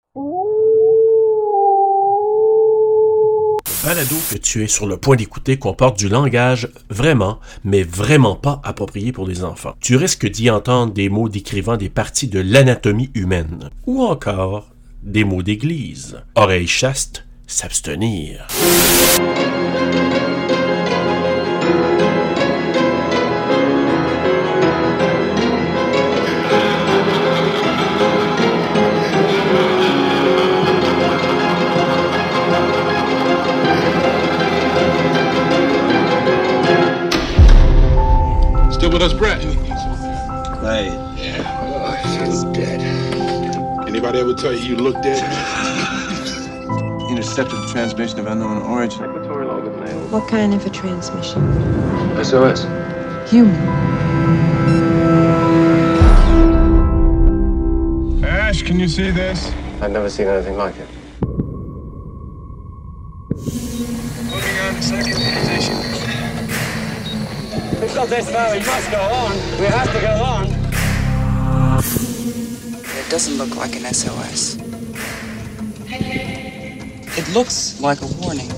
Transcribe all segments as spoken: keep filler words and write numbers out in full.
Balado que tu es sur le point d'écouter comporte du langage vraiment, mais vraiment pas approprié pour les enfants. Tu risques d'y entendre des mots décrivant des parties de l'anatomie humaine, ou encore des mots d'église. Oreilles chastes, s'abstenir. Still with us, Brett? Clay. Yeah. Oh, she's dead. Anybody ever tell you you look dead? Intercepted the transmission of unknown origin. What kind of a transmission? S O S. Human. Ash, can you see this? I've never seen anything like it. Moving on to second position. We've got this far, we must go on. We have to go on. It doesn't look like an S O S. It looks like a warning.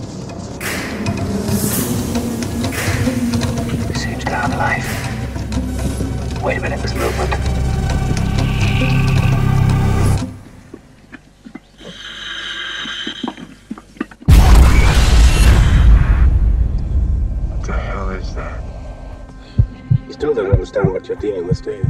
It seems to have life. Wait a minute, there's movement. What the hell is that? You still don't understand what you're dealing with, do you?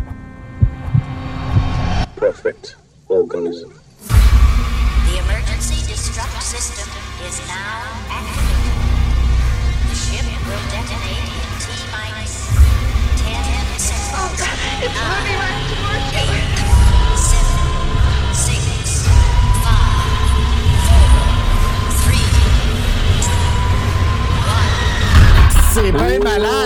Perfect organism. The emergency destruct system is now activated. The ship will detonate in T-minus ten seconds. Oh, God, it's moving right towards you. eight, seven, six, five, four, three, two, one. C'est bien malade!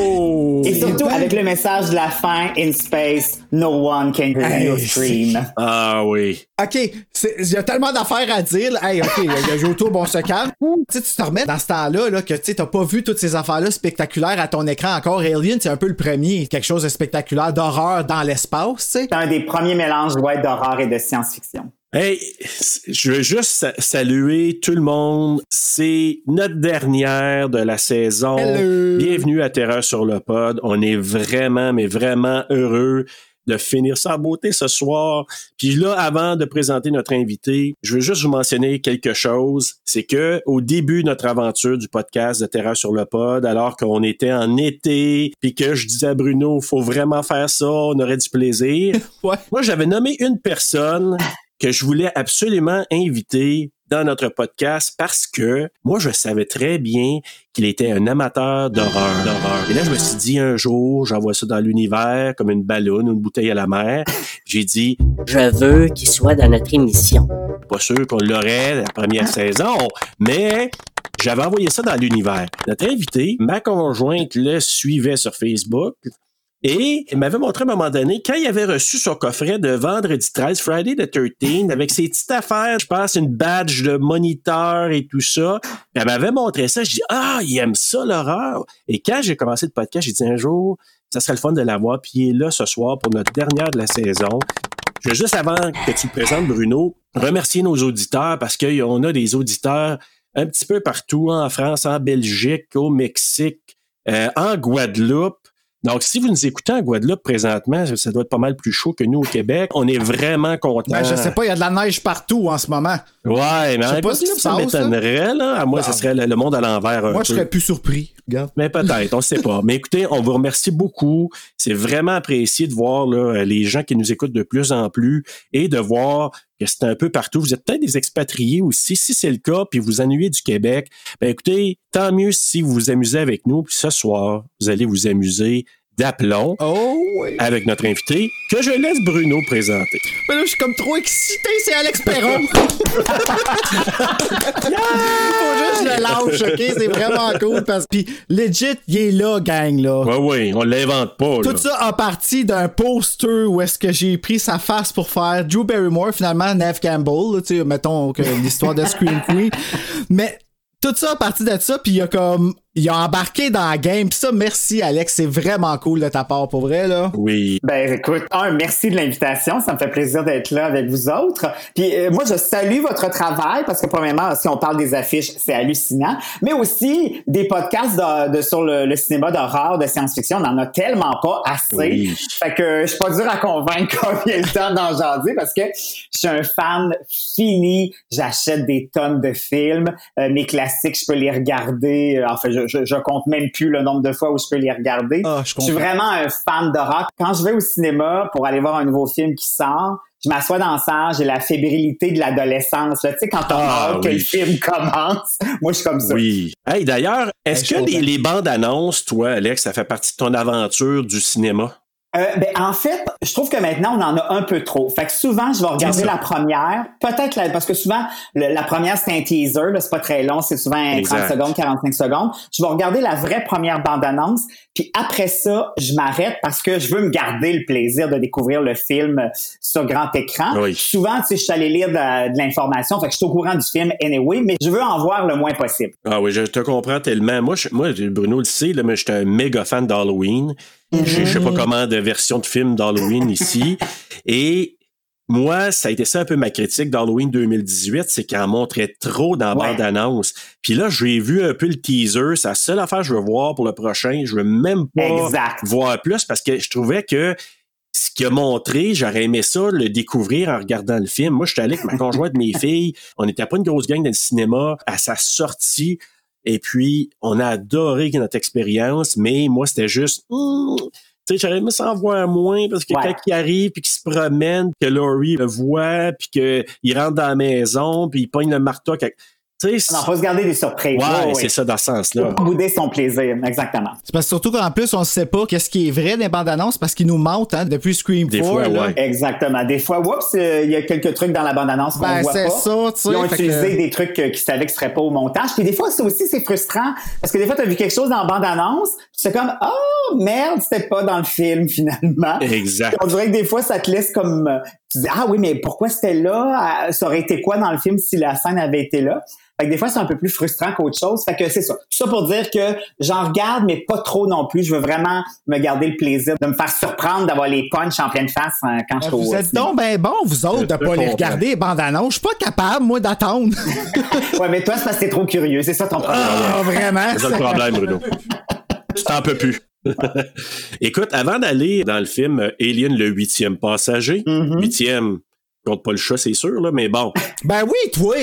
Oh! Et surtout avec le message de la fin, in space, no one can hear hey, your scream. Ah oui. OK, il y a tellement d'affaires à dire. Hey, OK, il y a autour, bon, se calme. Tu sais, tu te remets dans ce temps-là, là, que tu sais, t'as pas vu toutes ces affaires-là spectaculaires à ton écran encore. Alien, c'est un peu le premier. Quelque chose de spectaculaire, d'horreur dans l'espace, tu sais. C'est un des premiers mélanges ouais, d'horreur et de science-fiction. Hey, je veux juste saluer tout le monde. C'est notre dernière de la saison. Hello. Bienvenue à Terreur sur le pod. On est vraiment, mais vraiment heureux de finir ça en beauté ce soir. Puis là, avant de présenter notre invité, je veux juste vous mentionner quelque chose. C'est que au début de notre aventure du podcast de Terreur sur le pod, alors qu'on était en été, puis que je disais à Bruno, faut vraiment faire ça, on aurait du plaisir. Ouais. Moi, j'avais nommé une personne que je voulais absolument inviter dans notre podcast parce que moi, je savais très bien qu'il était un amateur d'horreur. d'horreur. Et là, je me suis dit un jour, j'envoie ça dans l'univers comme une ballonne ou une bouteille à la mer. J'ai dit, je veux qu'il soit dans notre émission. Pas sûr qu'on l'aurait la première saison, mais j'avais envoyé ça dans l'univers. Notre invité, ma conjointe, le suivait sur Facebook. Et il m'avait montré à un moment donné, quand il avait reçu son coffret de vendredi treize, Friday the thirteenth, avec ses petites affaires, je pense, une badge de moniteur et tout ça, elle m'avait montré ça, je dis, ah, il aime ça, l'horreur. Et quand j'ai commencé le podcast, j'ai dit un jour, ça serait le fun de l'avoir, puis il est là ce soir pour notre dernière de la saison. Je veux juste, avant que tu te présentes, Bruno, remercier nos auditeurs, parce qu'on a des auditeurs un petit peu partout, en France, en Belgique, au Mexique, euh, en Guadeloupe. Donc, si vous nous écoutez en Guadeloupe présentement, ça doit être pas mal plus chaud que nous au Québec. On est vraiment contents. Ben, je sais pas, il y a de la neige partout en ce moment. Ouais, mais je sais pas ce qui se ça passe, m'étonnerait, là. À moi, non. Ce serait le, le monde à l'envers. Moi, je serais plus surpris. Regarde. Mais peut-être, on ne sait pas. Mais écoutez, on vous remercie beaucoup. C'est vraiment apprécié de voir là, les gens qui nous écoutent de plus en plus et de voir que c'est un peu partout. Vous êtes peut-être des expatriés aussi. Si c'est le cas, puis vous ennuyez du Québec, ben écoutez, tant mieux si vous vous amusez avec nous. Puis ce soir, vous allez vous amuser d'aplomb oh, oui. avec notre invité que je laisse Bruno présenter. Mais là, je suis comme trop excité, c'est Alex Perron. yeah! Faut juste que je le lâche, OK? C'est vraiment cool parce que puis legit, il est là, gang, là. Oui, oui, on l'invente pas, là. Tout ça a parti d'un poster où est-ce que j'ai pris sa face pour faire Drew Barrymore, finalement, Neve Campbell, tu sais, mettons que l'histoire de Scream Queen. Mais tout ça a parti de ça, puis il y a comme il a embarqué dans la game. Pis ça, merci Alex, c'est vraiment cool de ta part, pour vrai, là. Oui. Ben écoute, un, merci de l'invitation, ça me fait plaisir d'être là avec vous autres. Puis euh, moi, je salue votre travail parce que premièrement, si on parle des affiches, c'est hallucinant, mais aussi des podcasts de, de sur le, le cinéma d'horreur, de science-fiction, on n'en a tellement pas assez. Oui. Fait que je suis pas dur à convaincre quand il y a le temps d'en jaser parce que je suis un fan fini, j'achète des tonnes de films, euh, mes classiques, je peux les regarder, euh, enfin je, je, je compte même plus le nombre de fois où je peux les regarder. Ah, je je suis vraiment un fan d'horreur. Quand je vais au cinéma pour aller voir un nouveau film qui sort, je m'assois dans la salle, j'ai la fébrilité de l'adolescence. Là. Tu sais, quand on Ah, hâte oui. que le film commence, moi, je suis comme ça. Oui. Hey, d'ailleurs, est-ce Hey, que je les, les bandes annonces, toi, Alex, ça fait partie de ton aventure du cinéma? Euh, ben, en fait, je trouve que maintenant, on en a un peu trop. Fait que souvent, je vais regarder C'est ça. la première. Peut-être, la, parce que souvent, le- la première, c'est un teaser. Là, c'est pas très long. C'est souvent Exact. trente secondes, quarante-cinq secondes. Je vais regarder la vraie première bande-annonce. Puis après ça, je m'arrête parce que je veux me garder le plaisir de découvrir le film sur grand écran. Oui. Souvent, tu sais, je suis allé lire de, de l'information. Fait que je suis au courant du film anyway, mais je veux en voir le moins possible. Ah oui, je te comprends tellement. Moi, je, moi Bruno le sait, là, mais j'étais un méga fan d'Halloween. Je je sais pas comment de version de film d'Halloween ici. Et moi, ça a été ça un peu ma critique d'Halloween deux mille dix-huit, c'est qu'il en montrait trop dans la Ouais. bande-annonce. Puis là, j'ai vu un peu le teaser. C'est la seule affaire que je veux voir pour le prochain. Je veux même pas Exact. voir plus parce que je trouvais que ce qu'il a montré, j'aurais aimé ça, le découvrir en regardant le film. Moi, je suis allé avec ma conjointe, mes filles. On n'était pas une grosse gang dans le cinéma à sa sortie. Et puis, on a adoré notre expérience, mais moi, c'était juste... hmm, tu sais, j'aurais aimé s'en voir moins, parce que Ouais. quand il arrive, puis qu'il se promène, que Laurie le voit, puis qu'il rentre dans la maison, puis il pogne le marteau... quelque- Tu sais, On va se garder des surprises. ouais, Ouais, ouais. c'est ça dans ce sens-là. Faut bouder son plaisir, exactement. C'est parce que surtout qu'en plus, on sait pas qu'est-ce qui est vrai des bandes annonces parce qu'ils nous mentent, hein, depuis Scream Des quatre. fois, là. ouais. Exactement. Des fois, oups, euh, il y a quelques trucs dans la bande-annonce qu'on Ben, voit c'est pas. ça, tu sais. Ils ont fait utilisé que- des trucs euh, qu'ils savaient que ce serait pas au montage. Puis des fois, ça aussi, c'est frustrant. Parce que des fois, t'as vu quelque chose dans la bande-annonce, puis c'est comme, oh, merde, c'était pas dans le film, finalement. Exact. On dirait que des fois, ça te laisse comme, euh, tu dis, ah oui, mais pourquoi c'était là? Ça aurait été quoi dans le film si la scène avait été là? Fait que des fois, c'est un peu plus frustrant qu'autre chose. Fait que c'est ça. Tout ça pour dire que j'en regarde, mais pas trop non plus. Je veux vraiment me garder le plaisir de me faire surprendre, d'avoir les punchs en pleine face euh, quand je suis au Vous êtes cinéma. donc ben bon, vous autres, de Je pas les comprends. regarder, les bandes annonces. Je suis pas capable, moi, d'attendre. Ouais, mais toi, c'est parce que t'es trop curieux. C'est ça ton problème. Ah, vraiment. C'est ça le problème, Bruno. Tu t'en peux plus. Écoute, avant d'aller dans le film euh, Alien, le huitième passager, Mhm. huitième, compte pas le chat, c'est sûr, là, mais bon. Ben oui, toi.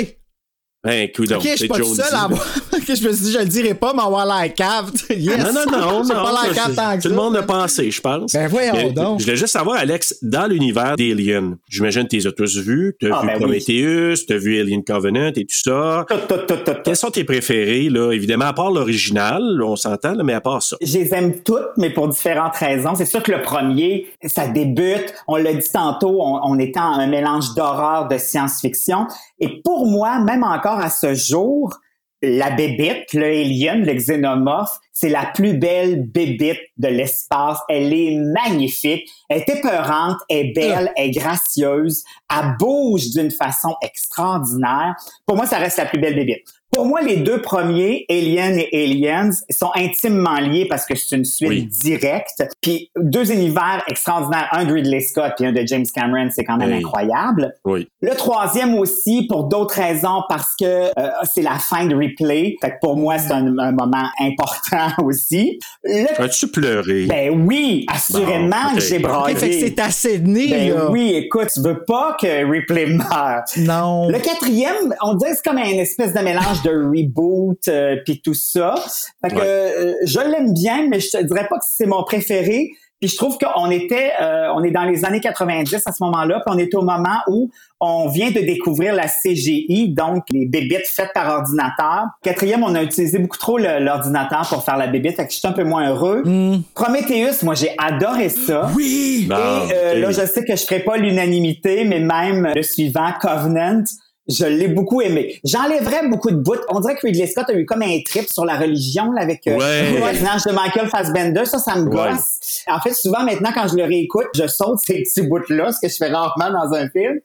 Ben, coudonc, Ok, je suis c'est pas tout Jonesy, seul à là. avoir. Ok, je me suis dit, je le dirais pas, mais avoir la cave. Yes. Non, non, non, J'ai non. pas la ça, cave c'est- tant que tout ça. le monde a pensé, je pense. Ben voyons Mais, donc. Je voulais juste savoir, Alex, dans l'univers d'Alien, j'imagine que tu les as tous vus. T'as Ah, vu ben oui. Prometheus, t'as vu Alien Covenant et tout ça. Tout, tout, tout, tout, tout. Quels sont tes préférés, là? Évidemment, à part l'original, on s'entend, là, mais à part ça. Je les aime toutes, mais pour différentes raisons. C'est sûr que le premier, ça débute. On l'a dit tantôt, on, on est en un mélange d'horreur, de science-fiction. Et pour moi, même encore à ce jour, la bébite, le alien, le xénomorphe, c'est la plus belle bébite de l'espace. Elle est magnifique. Elle est épeurante, elle est belle, elle est gracieuse. Elle bouge d'une façon extraordinaire. Pour moi, ça reste la plus belle bébite. Pour moi, les deux premiers, Alien et Aliens, sont intimement liés parce que c'est une suite Oui. directe. Puis deux univers extraordinaires, un de Ridley Scott puis un de James Cameron, c'est quand même Oui. incroyable. Oui. Le troisième aussi, pour d'autres raisons, parce que euh, c'est la fin de Ripley. Fait que pour moi, c'est un, un moment important aussi. Le- As-tu pleuré? ben oui, assurément Bon, ok. que j'ai braillé. Ok, fait que c'est à Sydney, Ben là. oui, écoute, tu veux pas que Ripley meure. Non. Le quatrième, on dirait que c'est comme une espèce de mélange de reboot euh, puis tout ça. Fait que Ouais. euh, je l'aime bien, mais je te dirais pas que c'est mon préféré. Puis je trouve qu'on était, euh, on est dans les années quatre-vingt-dix à ce moment-là, puis on est au moment où on vient de découvrir la C G I, donc les bébites faites par ordinateur. Quatrième, on a utilisé beaucoup trop le- l'ordinateur pour faire la bébite, fait que je suis un peu moins heureux. Mm. Prometheus, moi j'ai adoré ça. Oui. Bon, Et euh, ok. là, je sais que je ferai pas l'unanimité, mais même le suivant, Covenant, je l'ai beaucoup aimé. J'enlèverais beaucoup de bouts. On dirait que Ridley Scott a eu comme un trip sur la religion là, avec euh, Ouais. le personnage de Michael Fassbender. Ça, ça me Ouais. gosse. En fait, souvent, maintenant, quand je le réécoute, je saute ces petits bouts-là, ce que je fais rarement dans un film.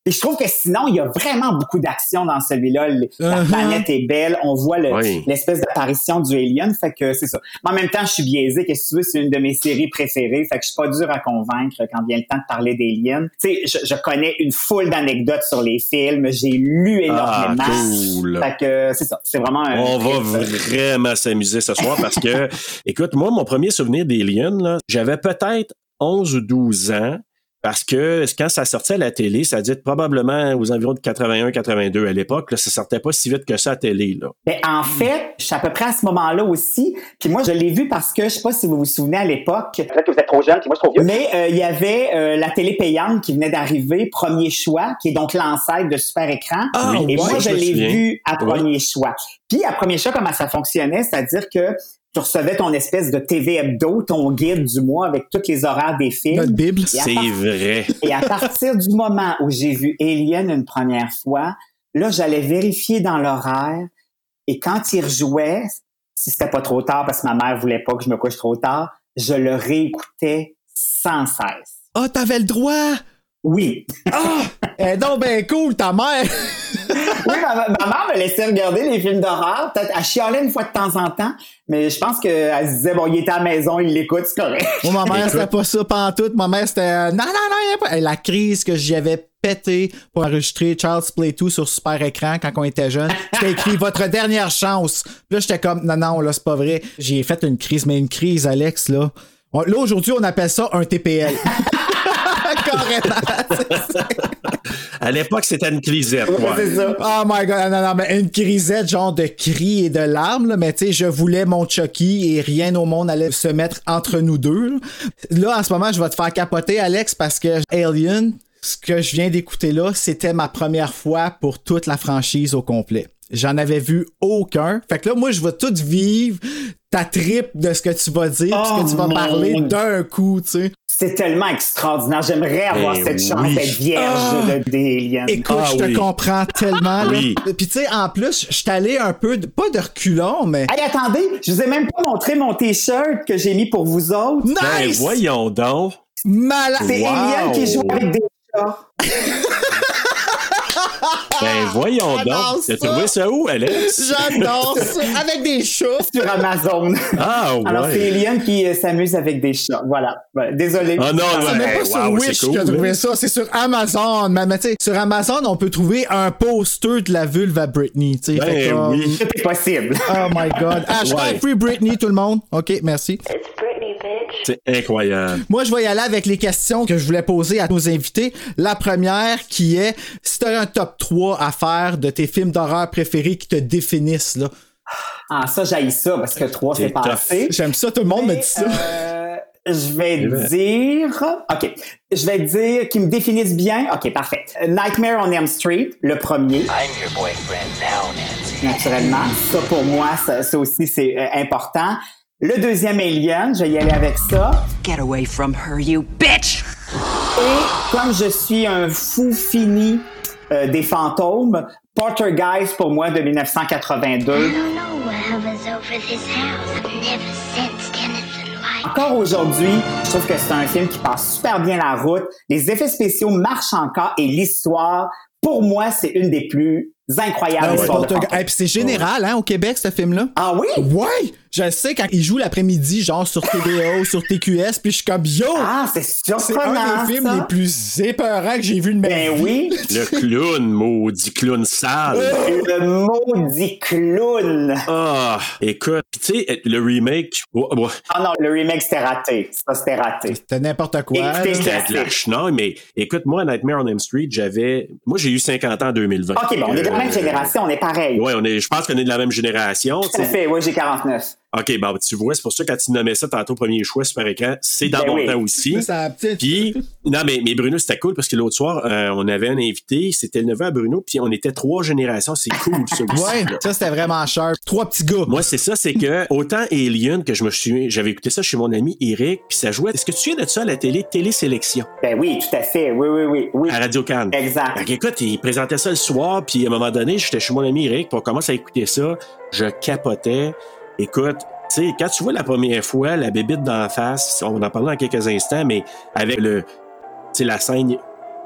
Et je trouve que sinon, il y a vraiment beaucoup d'action dans celui-là. La Uh-huh. planète est belle. On voit le, Oui. l'espèce d'apparition du alien. Fait que c'est ça. Mais en même temps, je suis biaisé. Qu'est-ce que tu veux? C'est une de mes séries préférées. Fait que je suis pas dur à convaincre quand vient le temps de parler d'Alien. Tu sais, je, je connais une foule d'anecdotes sur les films. J'ai lu énormément. Ah, cool. Fait que c'est ça. C'est vraiment un... On va vraiment s'amuser ce soir parce que, écoute, moi, mon premier souvenir d'Alien, là, j'avais peut-être onze ou douze ans. Parce que quand ça sortait à la télé, ça dit probablement aux environs de quatre-vingt-un quatre-vingt-deux à l'époque, là, ça sortait pas si vite que ça à la télé. Là. Ben, en fait, je suis à peu près à ce moment-là aussi. Puis moi, je l'ai vu parce que, je sais pas si vous vous souvenez à l'époque. Peut-être que vous êtes trop jeune, puis moi, je suis trop vieux. Mais euh, il y avait euh, la télé payante qui venait d'arriver, Premier Choix, qui est donc l'ancêtre de Super Écran. Ah, Et ouais, moi, je je me l'ai souviens. vu à Ouais. Premier Choix. Puis à Premier Choix, comment ça fonctionnait, c'est-à-dire que tu recevais ton espèce de T V hebdo, ton guide du mois avec tous les horaires des films. Notre Bible. Et à C'est part- vrai. Et à partir du moment où j'ai vu Alien une première fois, là, j'allais vérifier dans l'horaire. Et quand il rejouait, si c'était pas trop tard, parce que ma mère voulait pas que je me couche trop tard, je le réécoutais sans cesse. Ah, oh, t'avais le droit! Oui. Ah! Eh donc, ben cool, ta mère! Oui, ma, ma mère me laissait regarder les films d'horreur. Peut-être, elle chialait une fois de temps en temps, mais je pense qu'elle se disait, bon, il était à la maison, il l'écoute, c'est correct. Moi, ma mère, c'était pas ça pantoute. Ma mère, c'était... euh, non, non, non, il y a pas... La crise que j'y avais pété pour enregistrer Child's Play deux sur Super Écran quand on était jeune. C'était écrit « Votre dernière chance ». Puis là, j'étais comme « Non, non, là, c'est pas vrai. » J'ai fait une crise, mais une crise, Alex, là. On- Là, aujourd'hui, on appelle ça un T P L. Carrément. À l'époque, c'était une clisette. Ouais, Ouais. c'est ça. Oh my god, non, non, mais une crisette, genre de cris et de larmes, là. Mais tu sais, je voulais mon Chucky et rien au monde allait se mettre entre nous deux. Là, Là, en ce moment, je vais te faire capoter, Alex, parce que Alien, ce que je viens d'écouter là, c'était ma première fois pour toute la franchise au complet. J'en avais vu aucun. Fait que là, moi, je vais tout vivre ta trip de ce que tu vas dire, Oh, ce que tu vas mon parler Dieu. d'un coup, tu sais. C'est tellement extraordinaire. J'aimerais avoir Eh cette chance oui. d'être vierge Ah. de, des aliens. Écoute, Ah je te oui. comprends tellement. Là. Oui. Puis tu sais, en plus, je suis allé un peu, de- pas de reculons, mais... Hey, attendez, je vous ai même pas montré mon t-shirt que j'ai mis pour vous autres. Ben, Nice! voyons donc. Malade! C'est Wow. Alien qui joue avec des chats. Ben, voyons J'adore donc. ça. T'as trouvé ça où, Alex? J'adore ça! Avec des chats! Sur Amazon. Ah, ouais. Alors, c'est Alien qui euh, s'amuse avec des chats. Voilà. Voilà. Désolé. Ah non, C'est ouais. même pas Hey, sur wow, Wish c'est cool, que j'ai trouvé hein. ça, c'est sur Amazon. Mais, mais tu sais, sur Amazon, on peut trouver un poster de la vulve à Britney. tu sais. Ben Fait comme- oui. Tout est possible. Oh my god. Hashtag Ouais. Free Britney, tout le monde. OK, merci. It's Britney, bitch. C'est incroyable. Moi, je vais y aller avec les questions que je voulais poser à nos invités. La première qui est, si tu as un top trois à faire de tes films d'horreur préférés qui te définissent, là. Ah, ça, j'haïs ça parce que trois, c'est C'est tough. passé. J'aime ça, tout le monde me dit ça. Euh, je vais C'est vrai. dire... OK. Je vais dire qu'ils me définissent bien. OK, parfait. Nightmare on Elm Street, le premier. I'm your boyfriend now, Nancy. Naturellement. Ça, pour moi, ça, ça aussi, c'est euh, important. Le deuxième Alien, je vais y aller avec ça. Get away from her, you bitch! Et comme je suis un fou fini euh, des fantômes, Poltergeist pour moi de dix-neuf cent quatre-vingt-deux. I don't know what was over this house. I've never sensed anything like Encore aujourd'hui, je trouve que c'est un film qui passe super bien la route. Les effets spéciaux marchent encore et l'histoire, pour moi, c'est une des plus incroyables Ah ouais, histoires de Poltergeist. fantômes. Et puis c'est général, hein, au Québec, ce film-là. Ah oui? Ouais! Je le sais, quand il joue l'après-midi, genre sur T V O, sur T Q S, puis je suis comme, yo! Ah, c'est C'est un surprenant, des films ça. les plus épeurants que j'ai vu de ma Ben vie. oui. Le clown, maudit clown sale. Le maudit clown. Ah, écoute, pis tu sais, le remake, oh, oh, Ah non, le remake, c'était raté. Ça, c'était raté. C'était n'importe quoi. Écoutez, là. c'était de la chenille, mais écoute, moi, à Nightmare on Elm Street, j'avais, moi, j'ai eu cinquante ans en deux mille vingt. OK, bon, on est de la même Euh, génération, on est pareil. Ouais, on est, je pense qu'on est de la même génération. Tout à fait, oui, j'ai quarante-neuf. OK, bon, tu vois, c'est pour ça que quand tu nommais ça tantôt premier choix super écran, c'est dans Ben mon oui. temps aussi. Ça, petite- Puis, non, mais, mais Bruno, c'était cool parce que l'autre soir, euh, on avait un invité, c'était le neveu à Bruno, puis on était trois générations. C'est cool, ça aussi. Ouais, là. ça c'était vraiment sharp. Trois petits gars. Moi, c'est ça, c'est que autant Alien que je me suis, j'avais écouté ça chez mon ami Eric, puis ça jouait. Est-ce que tu souviens de ça à la télé, Télésélection, Ben oui, tout à fait. Oui, oui, oui. oui. à Radio-Can? Exact. Fait qu'écoute, il présentait ça le soir, puis à un moment donné, j'étais chez mon ami Eric, puis on commence à écouter ça. Je capotais. Écoute, tu sais, quand tu vois la première fois la bébite d'en face, on en parlera dans quelques instants, mais avec le, tu sais, la scène,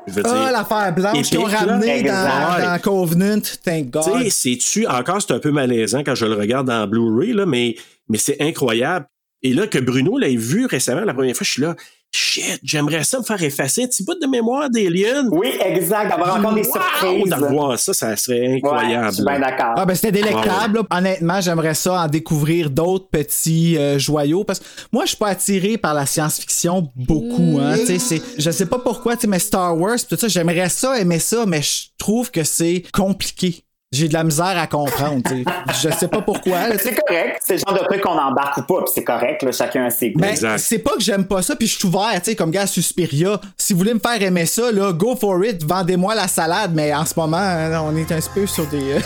Je veux Ah, dire, l'affaire blanche qu'ils ont épique, là. ramené dans, Ouais. dans Covenant, thank God. Tu sais, c'est-tu, encore, c'est un peu malaisant quand je le regarde en Blu-ray, là, mais, mais c'est incroyable. Et là, que Bruno l'ait vu récemment, la première fois, je suis là, shit, j'aimerais ça me faire effacer un petit bout de mémoire d'Alien. Oui, exact, d'avoir encore des Wow! surprises. De revoir ça, ça serait incroyable. Ouais, je suis bien d'accord. Ah ben c'était délectable. Ouais. là. Honnêtement, j'aimerais ça en découvrir d'autres petits euh, joyaux parce que moi je suis pas attiré par la science-fiction beaucoup hein, tu sais c'est je sais pas pourquoi tu sais mais Star Wars pis tout ça, j'aimerais ça aimer ça mais je trouve que c'est compliqué. J'ai de la misère à comprendre, tu sais. Je sais pas pourquoi. Là, c'est correct. C'est le genre de truc qu'on embarque ou pas, puis c'est correct, là, chacun a ses goûts. Ben, c'est pas que j'aime pas ça, puis je suis ouvert, tu sais, comme gars Suspiria. Si vous voulez me faire aimer ça, là, go for it, vendez-moi la salade, mais en ce moment, on est un peu sur des...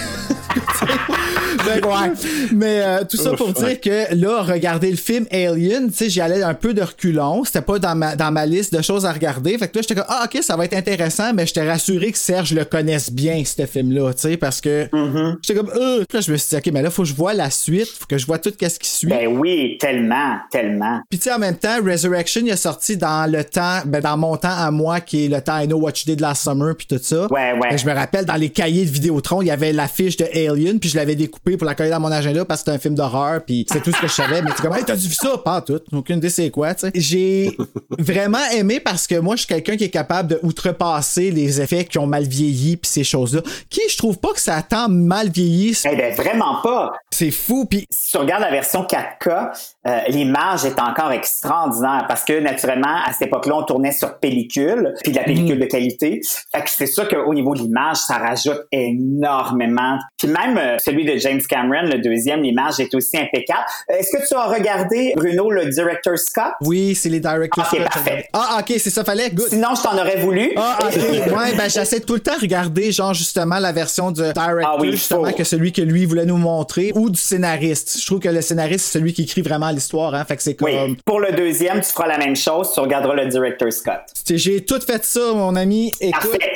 ben, ouais. Mais euh, tout ça pour Ouf, dire ouais. que là, regarder le film Alien, tu sais, j'y allais un peu de reculons. C'était pas dans ma, dans ma liste de choses à regarder. Fait que là, j'étais comme, ah, ok, ça va être intéressant, mais j'étais rassuré que Serge le connaisse bien, ce film-là, tu sais, parce que Mm-hmm. j'étais comme, euh. Puis là, je me suis dit, ok, mais là, faut que je vois la suite, faut que je vois tout ce qui suit. Ben oui, tellement, tellement. Puis tu sais, en même temps, Resurrection, il est sorti dans le temps, ben dans mon temps à moi, qui est le temps I Know What You Did Last Summer, puis tout ça. Ouais, ouais. Ben, je me rappelle, dans les cahiers de Vidéotron, il y avait l'affiche de Alien, puis je l'avais découpé pour la coller dans mon agenda parce que c'était un film d'horreur, puis c'est tout ce que je savais. Mais tu comme, hey, t'as dû vu ça? Pas tout. Aucune idée c'est quoi, tu sais. J'ai vraiment aimé parce que moi, je suis quelqu'un qui est capable de outrepasser les effets qui ont mal vieilli, puis ces choses-là. Qui, je trouve pas que ça a tant mal vieilli. Eh ben vraiment pas. C'est fou, puis si tu regardes la version quatre K, euh, l'image est encore extraordinaire parce que naturellement à cette époque-là on tournait sur pellicule, puis de la pellicule mm. de qualité. Fait que c'est sûr qu'au niveau de l'image ça rajoute énormément. Puis même euh, celui de James Cameron, le deuxième, l'image est aussi impeccable. Est-ce que tu as regardé Bruno le Director's Cut? Oui, c'est les Director's Cut. Cut. Ok, parfait. Ah, ok, c'est ça, fallait. Good. Sinon je t'en aurais voulu. Ah, ok. Ouais, ben j'essaie tout le temps de regarder genre justement la version du director, ah, oui, justement faut. que celui que lui voulait nous montrer, ou du scénariste. Je trouve que le scénariste c'est celui qui écrit vraiment l'histoire, hein. Fait que c'est comme. Oui. Pour le deuxième, tu feras la même chose, tu regarderas le Director's Cut. T'sais, j'ai tout fait ça, mon ami. Écoute. Parfait,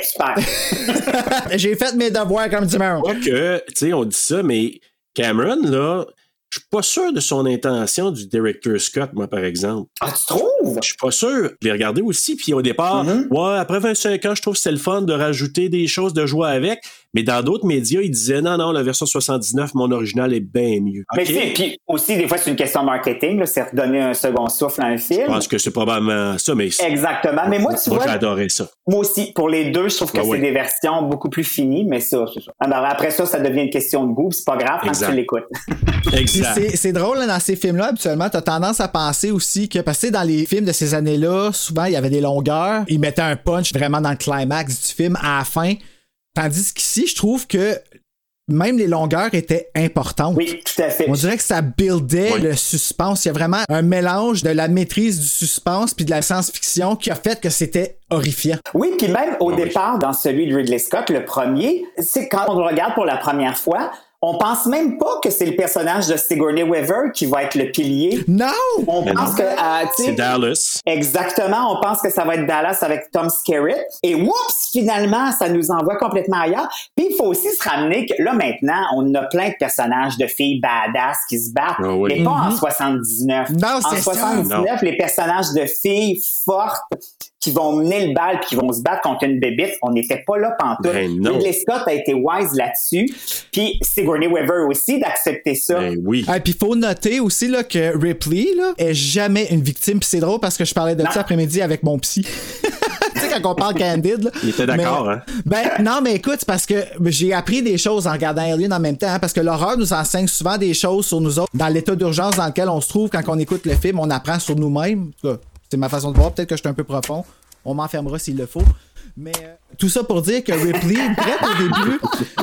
super. J'ai fait mes devoirs comme du monde. Moi que, tu sais, on dit ça, mais Cameron, là, je suis pas sûr de son intention du Director's Cut, moi, par exemple. Ah, tu trouves? Je suis pas sûr. Je l'ai regardé aussi, puis au départ, mm-hmm. ouais, après vingt-cinq ans, je trouve que c'est le fun de rajouter des choses, de jouer avec. Mais dans d'autres médias, ils disaient non, non, la version soixante-dix-neuf, mon original est bien mieux. Mais okay? tu sais, puis aussi, des fois, c'est une question de marketing, là, c'est redonner un second souffle à un film. Je pense que c'est probablement ça, mais. Exactement. Mais moi, tu moi, vois. j'adorais ça. Moi aussi, pour les deux, je trouve que ah, c'est oui. des versions beaucoup plus finies, mais ça, c'est ça. Alors après ça, ça devient une question de goût, c'est pas grave quand tu l'écoutes. Exact. C'est, c'est drôle, là, dans ces films-là, habituellement, t'as tendance à penser aussi que, parce que dans les films de ces années-là, souvent, il y avait des longueurs, ils mettaient un punch vraiment dans le climax du film à la fin. Tandis qu'ici, je trouve que même les longueurs étaient importantes. Oui, tout à fait. On dirait que ça buildait oui. le suspense. Il y a vraiment un mélange de la maîtrise du suspense puis de la science-fiction qui a fait que c'était horrifiant. Oui, puis même au oui. départ, dans celui de Ridley Scott, le premier, c'est quand on le regarde pour la première fois, on pense même pas que c'est le personnage de Sigourney Weaver qui va être le pilier. Non! On Mais pense non. que... Euh, c'est Dallas. Exactement. On pense que ça va être Dallas avec Tom Skerritt. Et oups, finalement, ça nous envoie complètement ailleurs. Puis il faut aussi se ramener que là, maintenant, on a plein de personnages de filles badass qui se battent. Oh oui. Mais pas mm-hmm. en soixante-dix-neuf. Non, en c'est soixante-dix-neuf, ça. les personnages de filles fortes qui vont mener le bal puis qui vont se battre contre une bébite, on n'était pas là pantoute. Ben non. Ridley Scott a été wise là-dessus. Puis Sigourney Weaver aussi d'accepter ça. Ben oui. Ah, puis il faut noter aussi là, que Ripley là, est jamais une victime. Puis c'est drôle parce que je parlais de non. ça après-midi avec mon psy. Tu sais, quand on parle Candide. Là. Il était d'accord, mais, hein? Ben, non, mais écoute, c'est parce que j'ai appris des choses en regardant Alien en même temps, hein, parce que l'horreur nous enseigne souvent des choses sur nous autres. Dans l'état d'urgence dans lequel on se trouve quand on écoute le film, on apprend sur nous-mêmes. En tout cas, c'est ma façon de voir. Peut-être que je suis un peu profond. On m'enfermera s'il le faut. Mais euh, tout ça pour dire que Ripley, direct au début,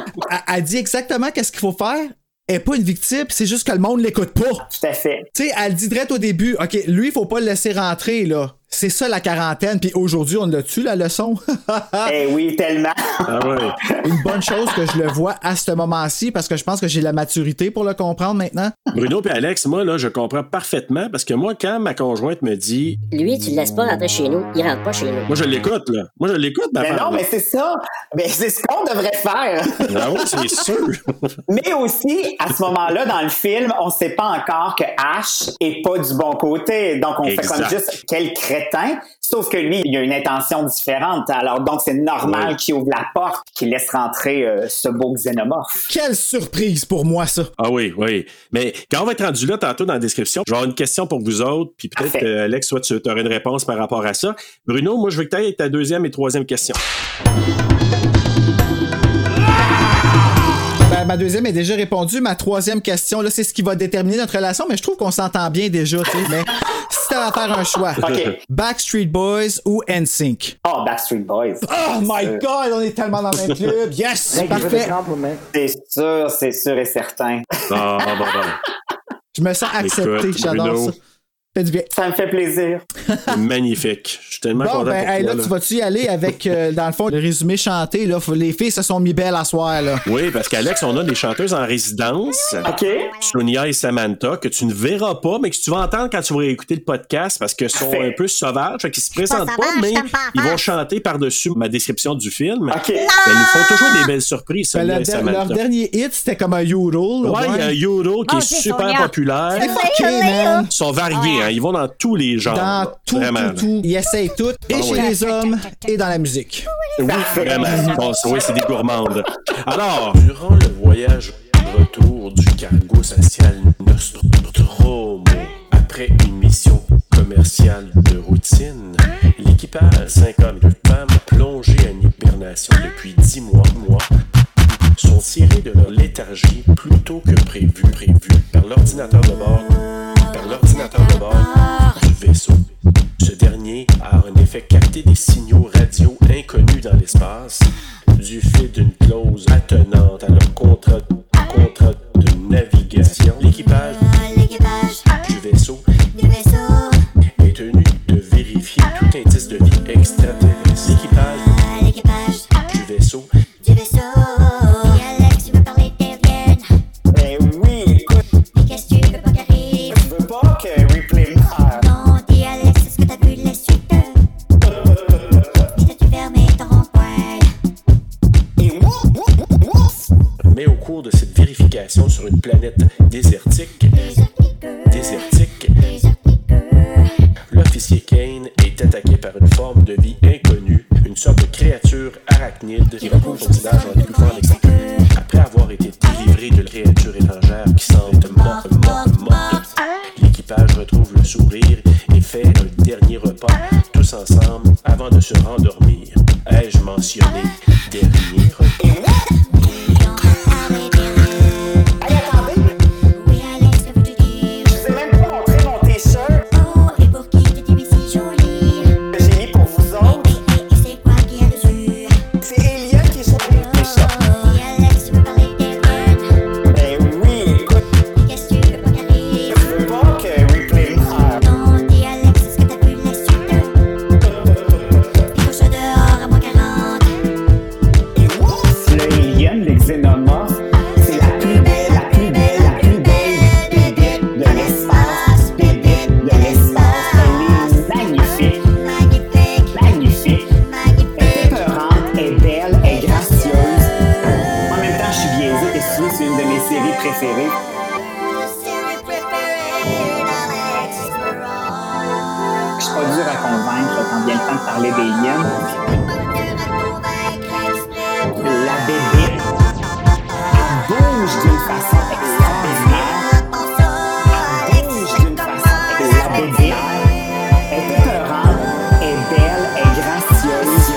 a, a dit exactement qu'est-ce qu'il faut faire. Elle est pas une victime, c'est juste que le monde l'écoute pas. Tout à fait. Tu sais, elle dit direct au début, OK, lui, il faut pas le laisser rentrer, là. C'est ça, la quarantaine. Puis aujourd'hui, on l'a-tu, la leçon? Eh oui, tellement. Ah ouais. Une bonne chose que je le vois à ce moment-ci, parce que je pense que j'ai la maturité pour le comprendre maintenant. Bruno et Alex, moi, là, je comprends parfaitement, parce que moi, quand ma conjointe me dit... Lui, tu le laisses pas rentrer chez nous, il rentre pas chez nous. Moi, je l'écoute, là. Moi, je l'écoute, ma Mais femme, non, là. mais c'est ça. Mais c'est ce qu'on devrait faire. Ah oui, c'est sûr. Mais aussi, à ce moment-là, dans le film, on sait pas encore que Ash est pas du bon côté. Donc, on exact. fait comme juste, quel crétin crétin. Sauf que lui, il a une intention différente. Alors donc, c'est normal oui. qu'il ouvre la porte, qu'il laisse rentrer euh, ce beau xénomorphe. Quelle surprise pour moi, ça! Ah oui, oui. Mais quand on va être rendu là, tantôt dans la description, je vais avoir une question pour vous autres, puis peut-être, euh, Alex, toi, tu auras une réponse par rapport à ça. Bruno, moi, je veux que tu aies ta deuxième et troisième question. Ben, ma deuxième est déjà répondue. Ma troisième question, là, c'est ce qui va déterminer notre relation, mais je trouve qu'on s'entend bien déjà, tu sais. Mais si t'avais à faire un choix, okay. Backstreet Boys ou N Sync? Oh, Backstreet Boys. Oh my sûr. God, on est tellement dans le même club. Yes, c'est parfait. C'est sûr, c'est sûr et certain. Ah, bon, bon. Je me sens accepté, Écoute, j'adore Bruno. ça. Fait du bien. Ça me fait plaisir. Magnifique. Je suis tellement Bon, content ben, pour hey, toi. là, Là. tu vas-tu y aller avec, euh, dans le fond, le résumé chanté, là? Faut- Les filles se sont mis belles à soir, là. Oui, parce qu'Alex, on a des chanteuses en résidence. OK. Sonia et Samantha, que tu ne verras pas, mais que tu vas entendre quand tu vas écouter le podcast parce qu'ils sont Parfait. un peu sauvages. Fait qu'ils se présentent Pas pas, sauvage, mais t'aimes pas ils faire. vont chanter par-dessus ma description du film. OK. Elles nous font toujours des belles surprises, Ben, Sonia le et der- Samantha. leur dernier hit, c'était comme un Euro. là, Ouais, il y a un Euro qui Oh, est c'est super Sonia. populaire. C'est fucké, man. Ils sont variés, hein. Ils vont dans tous les genres. Dans là. tout, Vraiment, tout, tout. Ils essayent tout, et Ah chez oui. les hommes, et dans la musique. Oui, vraiment. Bon, oui, c'est des gourmandes. Alors, durant le voyage retour du cargo spatial Nostromo, après une mission commerciale de routine, l'équipage, cinq hommes et deux femmes, plongés en hibernation depuis dix mois, mois, sont tirés de leur léthargie plus tôt que prévu, prévu par l'ordinateur de bord, par l'ordinateur de bord du vaisseau. Ce dernier a en effet capté des signaux radio inconnus dans l'espace du fait d'une clause attenante à leur contrat, contrat de navigation. L'équipage du vaisseau est tenu de vérifier tout indice de vie extraterrestre. L'équipage du vaisseau Ben oui, écoute, je veux pas que Ripley meure. Et ouf, ouf, ouf. mais au cours de cette vérification sur une planète désertique, désertique, l'officier Kane est attaqué par une forme de vie inconnue, une sorte de créature arachnide qui recouvre son visage en éblouissant avec sa queue. Après avoir été délivré de la créature étrangère qui semble morte, morte, morte, l'équipage retrouve le sourire et fait un dernier repas tous ensemble avant de se rendormir. Ai-je mentionné dernier repas? Hey, attendez, je vous ai même pas montré mon t-shirt que j'ai mis pour vous autres. C'est Eliane qui est sur le t-shirt. Ben oui, écoute, je veux pas que Ripley meure. Et ouf, le Alien, le xénomorphe, c'est la plus belle, la plus belle, la plus belle bébête de l'espace, bébête de l'espace. Elle est magnifique, magnifique. Elle est épeurante, elle est belle, elle est gracieuse. En même temps, je suis biaisé et souvent, c'est une de mes séries préférées. Je suis pas dur à convaincre quand vient le temps de parler d'Alien. La bébête, elle bouge d'une façon extraordinaire. Elle bouge d'une façon extraordinaire. La bébête est épeurante, est belle, est gracieuse.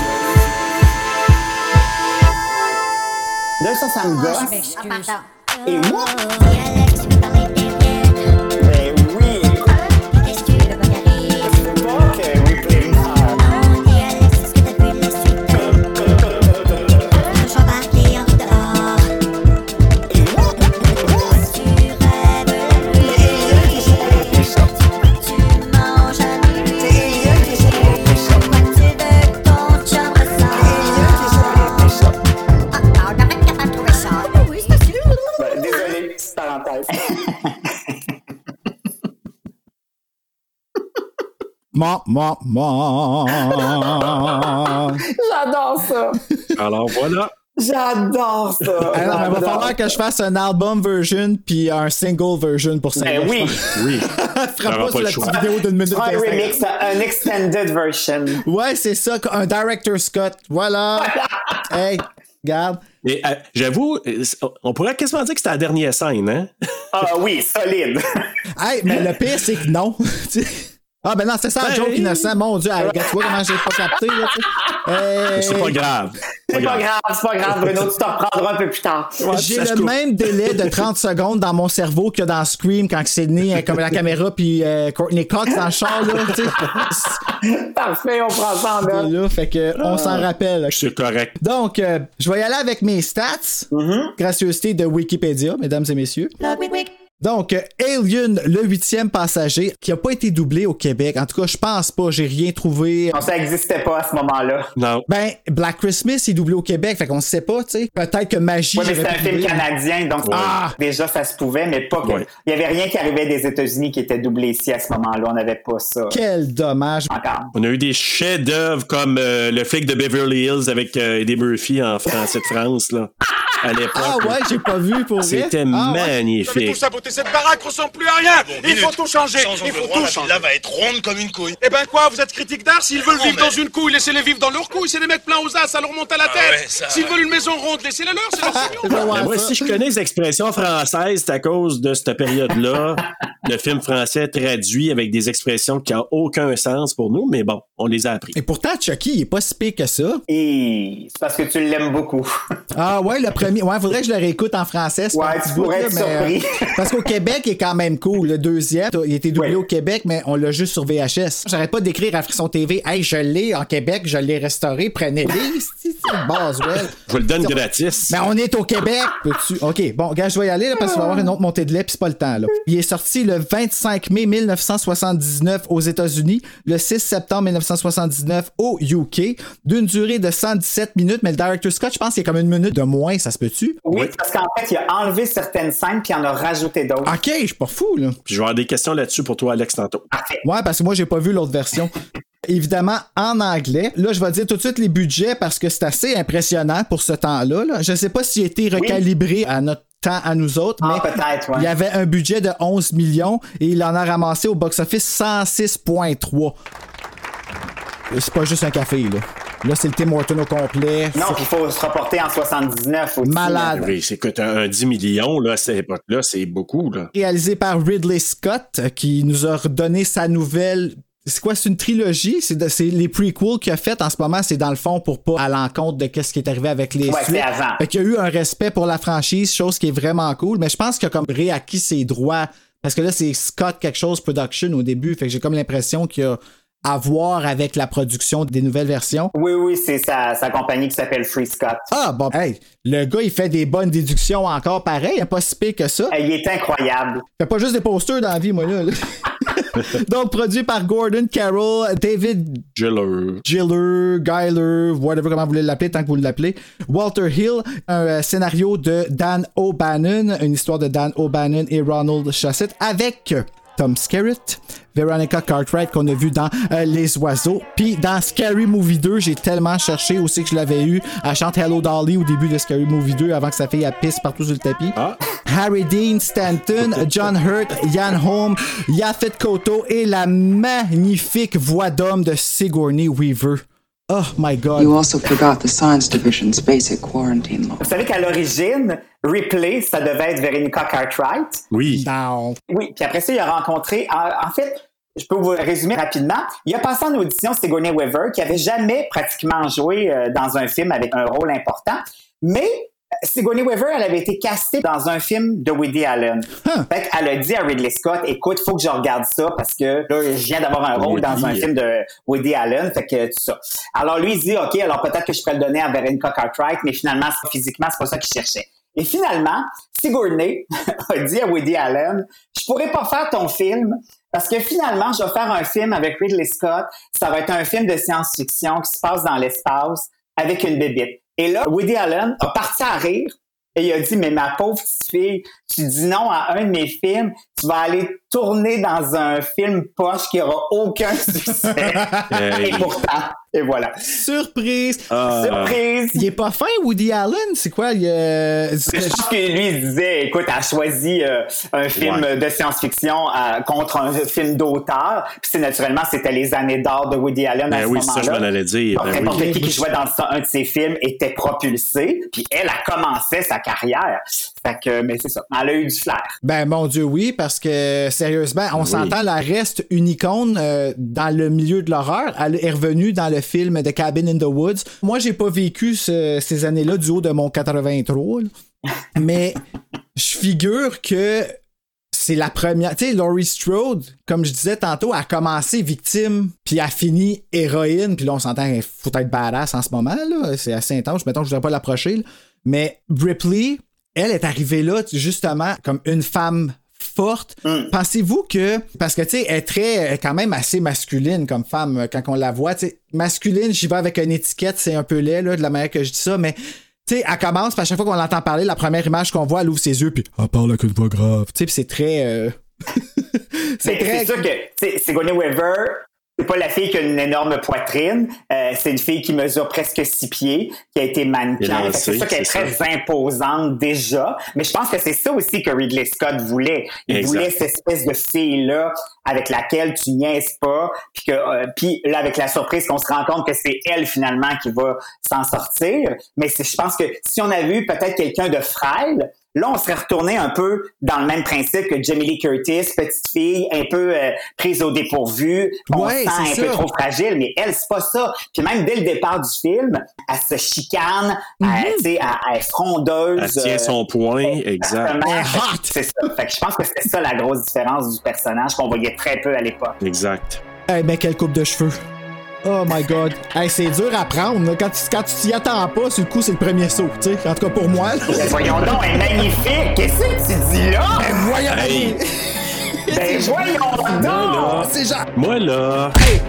Là, ça, ça me gosse. Et moi, ben oui, écoute, je veux pas que Ripley meure. Et moi, c'est Eliane qui est sur le t-shirt. C'est Eliane qui est sur le t-shirt. C'est Eliane qui est sur le t-shirt. Ben, désolé, petite parenthèse. Ma, ma, ma. J'adore ça. Alors voilà. J'adore ça. Alors, il va J'adore. falloir que je fasse un album version puis un single version pour ça. Ben oui. Oui. Fera T'auras pas sur le la choix. petite vidéo d'une minute Un d'Instagram. remix, un extended version. Ouais, c'est ça, un director Scott. Voilà. Hey, regarde. Mais euh, j'avoue, euh, on pourrait quasiment dire que c'était la dernière scène, hein? Ah oui, solide. Hey, mais le pire, c'est que non. Ah, ben non, c'est ça, Ben, joke innocent. Mon Dieu, hey, regarde, tu vois comment j'ai pas capté, là, tu sais. Euh, C'est pas grave. C'est pas grave, c'est pas grave, Bruno, tu t'en reprendras un peu plus tard. J'ai ça se le coupe. même délai de trente secondes dans mon cerveau que dans Scream quand c'est né, comme la caméra puis euh, Courtney Cox dans le char, là, tu sais. Parfait, on prend ça en note. Là, fait que on s'en rappelle. C'est correct. Donc, euh, je vais y aller avec mes stats. Mm-hmm. Gracieuseté de Wikipédia, mesdames et messieurs. Donc, euh, Alien, le huitième passager, qui a pas été doublé au Québec. En tout cas, je pense pas. J'ai rien trouvé. Non, ça existait pas à ce moment-là. Non. Ben, Black Christmas est doublé au Québec, fait qu'on sait pas, tu sais. Peut-être que Magie. Oui, mais j'aurais c'était un pu film doubler. canadien, donc Ah! déjà ça se pouvait, mais pas que. Ouais. Il y avait rien qui arrivait des États-Unis qui était doublé ici à ce moment-là. On n'avait pas ça. Quel dommage. Encore. On a eu des chefs-d'œuvre comme euh, le flic de Beverly Hills avec euh, Eddie Murphy en français de France, là. À l'époque. Ah ouais, j'ai pas vu pour vrai. C'était Ah ouais. magnifique. saboter cette baraque ressemble plus à rien. Il faut tout changer. Il faut tout changer. La va être ronde comme une couille. Eh ben quoi, vous êtes critique d'art? S'ils veulent Non, vivre mais- dans une couille, laissez-les vivre dans leur couille. C'est des mecs pleins aux as, ça leur monte à la Ah tête. ouais, ça- S'ils veulent une maison ronde, laissez-les leur, c'est leur opinion. Mais moi, si je connais les expressions françaises, c'est à cause de cette période-là. Le film français traduit avec des expressions qui n'ont aucun sens pour nous, mais bon, on les a appris. Et pourtant, Chucky, il est pas si pire que ça. Et c'est parce que tu l'aimes beaucoup. Ah ouais, le premier. Ouais, faudrait que je le réécoute en français. c'est Ouais, pas un tu petit bout, pourrais là, être mais, surpris. euh, parce qu'au Québec, il est quand même cool. Le deuxième, il a été doublé Oui. au Québec, mais on l'a juste sur V H S. J'arrête pas d'écrire à Frisson T V. Hey, je l'ai en Québec, je l'ai restauré. Prenez-les. C'est une base, ouais. Je vous le donne gratis. Mais on est au Québec. Peux-tu... OK, bon, gars, je vais y aller là, parce qu'il va y avoir une autre montée de lait, puis c'est pas le temps. Là. Il est sorti le vingt-cinq mai mille neuf cent soixante-dix-neuf aux États-Unis, le six septembre mille neuf cent soixante-dix-neuf au U K, d'une durée de cent dix-sept minutes, mais le director Scott, je pense qu'il y a comme une minute de moins, ça se peut-tu? Oui, parce qu'en fait, il a enlevé certaines scènes puis il en a rajouté d'autres. OK, je suis pas fou, là. Puis je vais avoir des questions là-dessus pour toi, Alex, tantôt. Parfait. Ouais, parce que moi, j'ai pas vu l'autre version. Évidemment, en anglais. Là, je vais dire tout de suite les budgets parce que c'est assez impressionnant pour ce temps-là. Là. Je sais pas s'il a été recalibré à notre temps à nous autres, Ah, mais peut-être, ouais. il y avait un budget de onze millions et il en a ramassé au box-office cent six virgule trois. C'est pas juste un café, là. Là, c'est le Tim Horton au complet. Non, puis il faut se reporter en soixante-dix-neuf aussi. Malade. Oui, c'est que t'as un dix millions, là, à cette époque-là, c'est beaucoup, là. Réalisé par Ridley Scott, euh, qui nous a redonné sa nouvelle... C'est quoi, c'est une trilogie? C'est, de- c'est les prequels qu'il a fait en ce moment, c'est dans le fond pour pas à l'encontre de qu'est-ce qui est arrivé avec les Ouais, suites. c'est avant. Fait qu'il y a eu un respect pour la franchise, chose qui est vraiment cool, mais je pense qu'il a comme réacquis ses droits, parce que là, c'est Scott quelque chose production au début, fait que j'ai comme l'impression qu'il y a à voir avec la production des nouvelles versions. Oui, oui, c'est sa, sa compagnie qui s'appelle Free Scott. Ah, bon, hey, le gars, il fait des bonnes déductions encore pareil, il a pas si pire que ça. Il est incroyable. Il fait pas juste des posters dans la vie, moi, là. là. Donc, produit par Gordon Carroll, David Giller. Giller, Geiler, whatever, comment vous voulez l'appeler, tant que vous l'appelez. Walter Hill, un euh, scénario de Dan O'Bannon, une histoire de Dan O'Bannon et Ronald Shusett avec Tom Skerritt, Veronica Cartwright qu'on a vu dans euh, Les Oiseaux. Puis dans Scary Movie deux, j'ai tellement cherché aussi que je l'avais eu. Elle chante Hello Dolly au début de Scary Movie deux avant que sa fille elle pisse partout sur le tapis. Ah. Harry Dean Stanton, John Hurt, Ian Holm, Yaphet Kotto et la magnifique voix d'homme de Sigourney Weaver. Oh my God. You also forgot the science division's basic quarantine law. Vous savez qu'à l'origine, Ripley, ça devait être Veronica Cartwright. Oui. Non. Oui, puis après ça, il a rencontré... En, en fait, je peux vous résumer rapidement. Il a passé en audition Sigourney Weaver, qui avait jamais pratiquement joué euh, dans un film avec un rôle important, mais Sigourney Weaver, elle avait été castée dans un film de Woody Allen. Huh. Fait qu'elle a dit à Ridley Scott, écoute, faut que je regarde ça parce que là, je viens d'avoir un rôle Woody. dans un film de Woody Allen. Fait que tout ça. Alors lui, il dit, OK, alors peut-être que je pourrais le donner à Veronica Cartwright, mais finalement, c'est- physiquement, c'est pas ça qu'il cherchait. Et finalement, Sigourney a dit à Woody Allen, je pourrais pas faire ton film parce que finalement, je vais faire un film avec Ridley Scott. Ça va être un film de science-fiction qui se passe dans l'espace avec une bébite. Et là, Woody Allen a parti à rire et il a dit, mais ma pauvre petite fille, tu dis non à un de mes films, tu vas aller tourner dans un film poche qui aura aucun succès. Hey. Et pourtant, et voilà. Surprise! Ah. Surprise! Il est pas fin, Woody Allen? C'est quoi? Il, euh... Je pense que lui, il disait, écoute, elle a choisi euh, un film Ouais. de science-fiction euh, contre un film d'auteur. Puis c'est naturellement, c'était les années d'or de Woody Allen à Ben ce oui, c'est moment-là. ça, je m'en allais dire. Donc, Ben n'importe oui. qui qui jouait dans un de ses films était propulsé. Puis elle a commencé sa carrière. Fait que, mais c'est ça. Elle a eu du flair. Ben, mon Dieu, oui, parce que, sérieusement, on Oui. s'entend, la reste une icône euh, dans le milieu de l'horreur. Elle est revenue dans le film The Cabin in the Woods. Moi, j'ai pas vécu ce- ces années-là du haut de mon quatre-vingt-trois, là. Mais je figure que c'est la première. Tu sais, Laurie Strode, comme je disais tantôt, a commencé victime, puis a fini héroïne, puis là, on s'entend qu'elle faut être badass en ce moment, là. C'est assez intense. Mettons, je voudrais pas l'approcher, là. Mais Ripley, elle est arrivée là, justement, comme une femme forte. Mm. Pensez-vous que, parce que, tu sais, elle est très, elle est quand même assez masculine comme femme, euh, quand on la voit, tu sais, masculine, j'y vais avec une étiquette, c'est un peu laid, là, de la manière que je dis ça, mais, tu sais, elle commence, puis à chaque fois qu'on l'entend parler, la première image qu'on voit, elle ouvre ses yeux, puis elle parle avec une voix grave. Tu sais, puis c'est très, euh... C'est très... sûr que c'est Sigourney Weaver, c'est pas la fille qui a une énorme poitrine, euh, c'est une fille qui mesure presque six pieds, qui a été mannequin. Fait que C'est sûr qu'elle est c'est très ça. imposante déjà, mais je pense que c'est ça aussi que Ridley Scott voulait. Il Exact. voulait cette espèce de fille-là avec laquelle tu niaises pas, puis que euh, puis là avec la surprise qu'on se rend compte que c'est elle finalement qui va s'en sortir. Mais c'est, je pense que si on avait eu peut-être quelqu'un de frêle, là, on serait retourné un peu dans le même principe que Jamie Lee Curtis, petite fille, un peu euh, prise au dépourvu, on Ouais, sent un c'est peu ça. trop fragile, mais elle, c'est pas ça. Puis même dès le départ du film, elle se chicane, elle, tu sais, elle, elle est frondeuse. Elle tient euh, son point, exact. exactement. Elle est Fait que hot. C'est ça. Fait que je pense que c'était ça la grosse différence du personnage qu'on voyait très peu à l'époque. Exact. Hey, mais quelle coupe de cheveux. Oh my god. Hey, c'est dur à prendre, là. Quand tu, quand tu t'y attends pas, sur le coup, c'est le premier saut, tu sais. En tout cas, pour moi, là. Ben, voyons donc, elle est magnifique! Qu'est-ce que tu dis là? Ben, voyons, Hey. Ben voyons là, donc! c'est genre... Moi, là,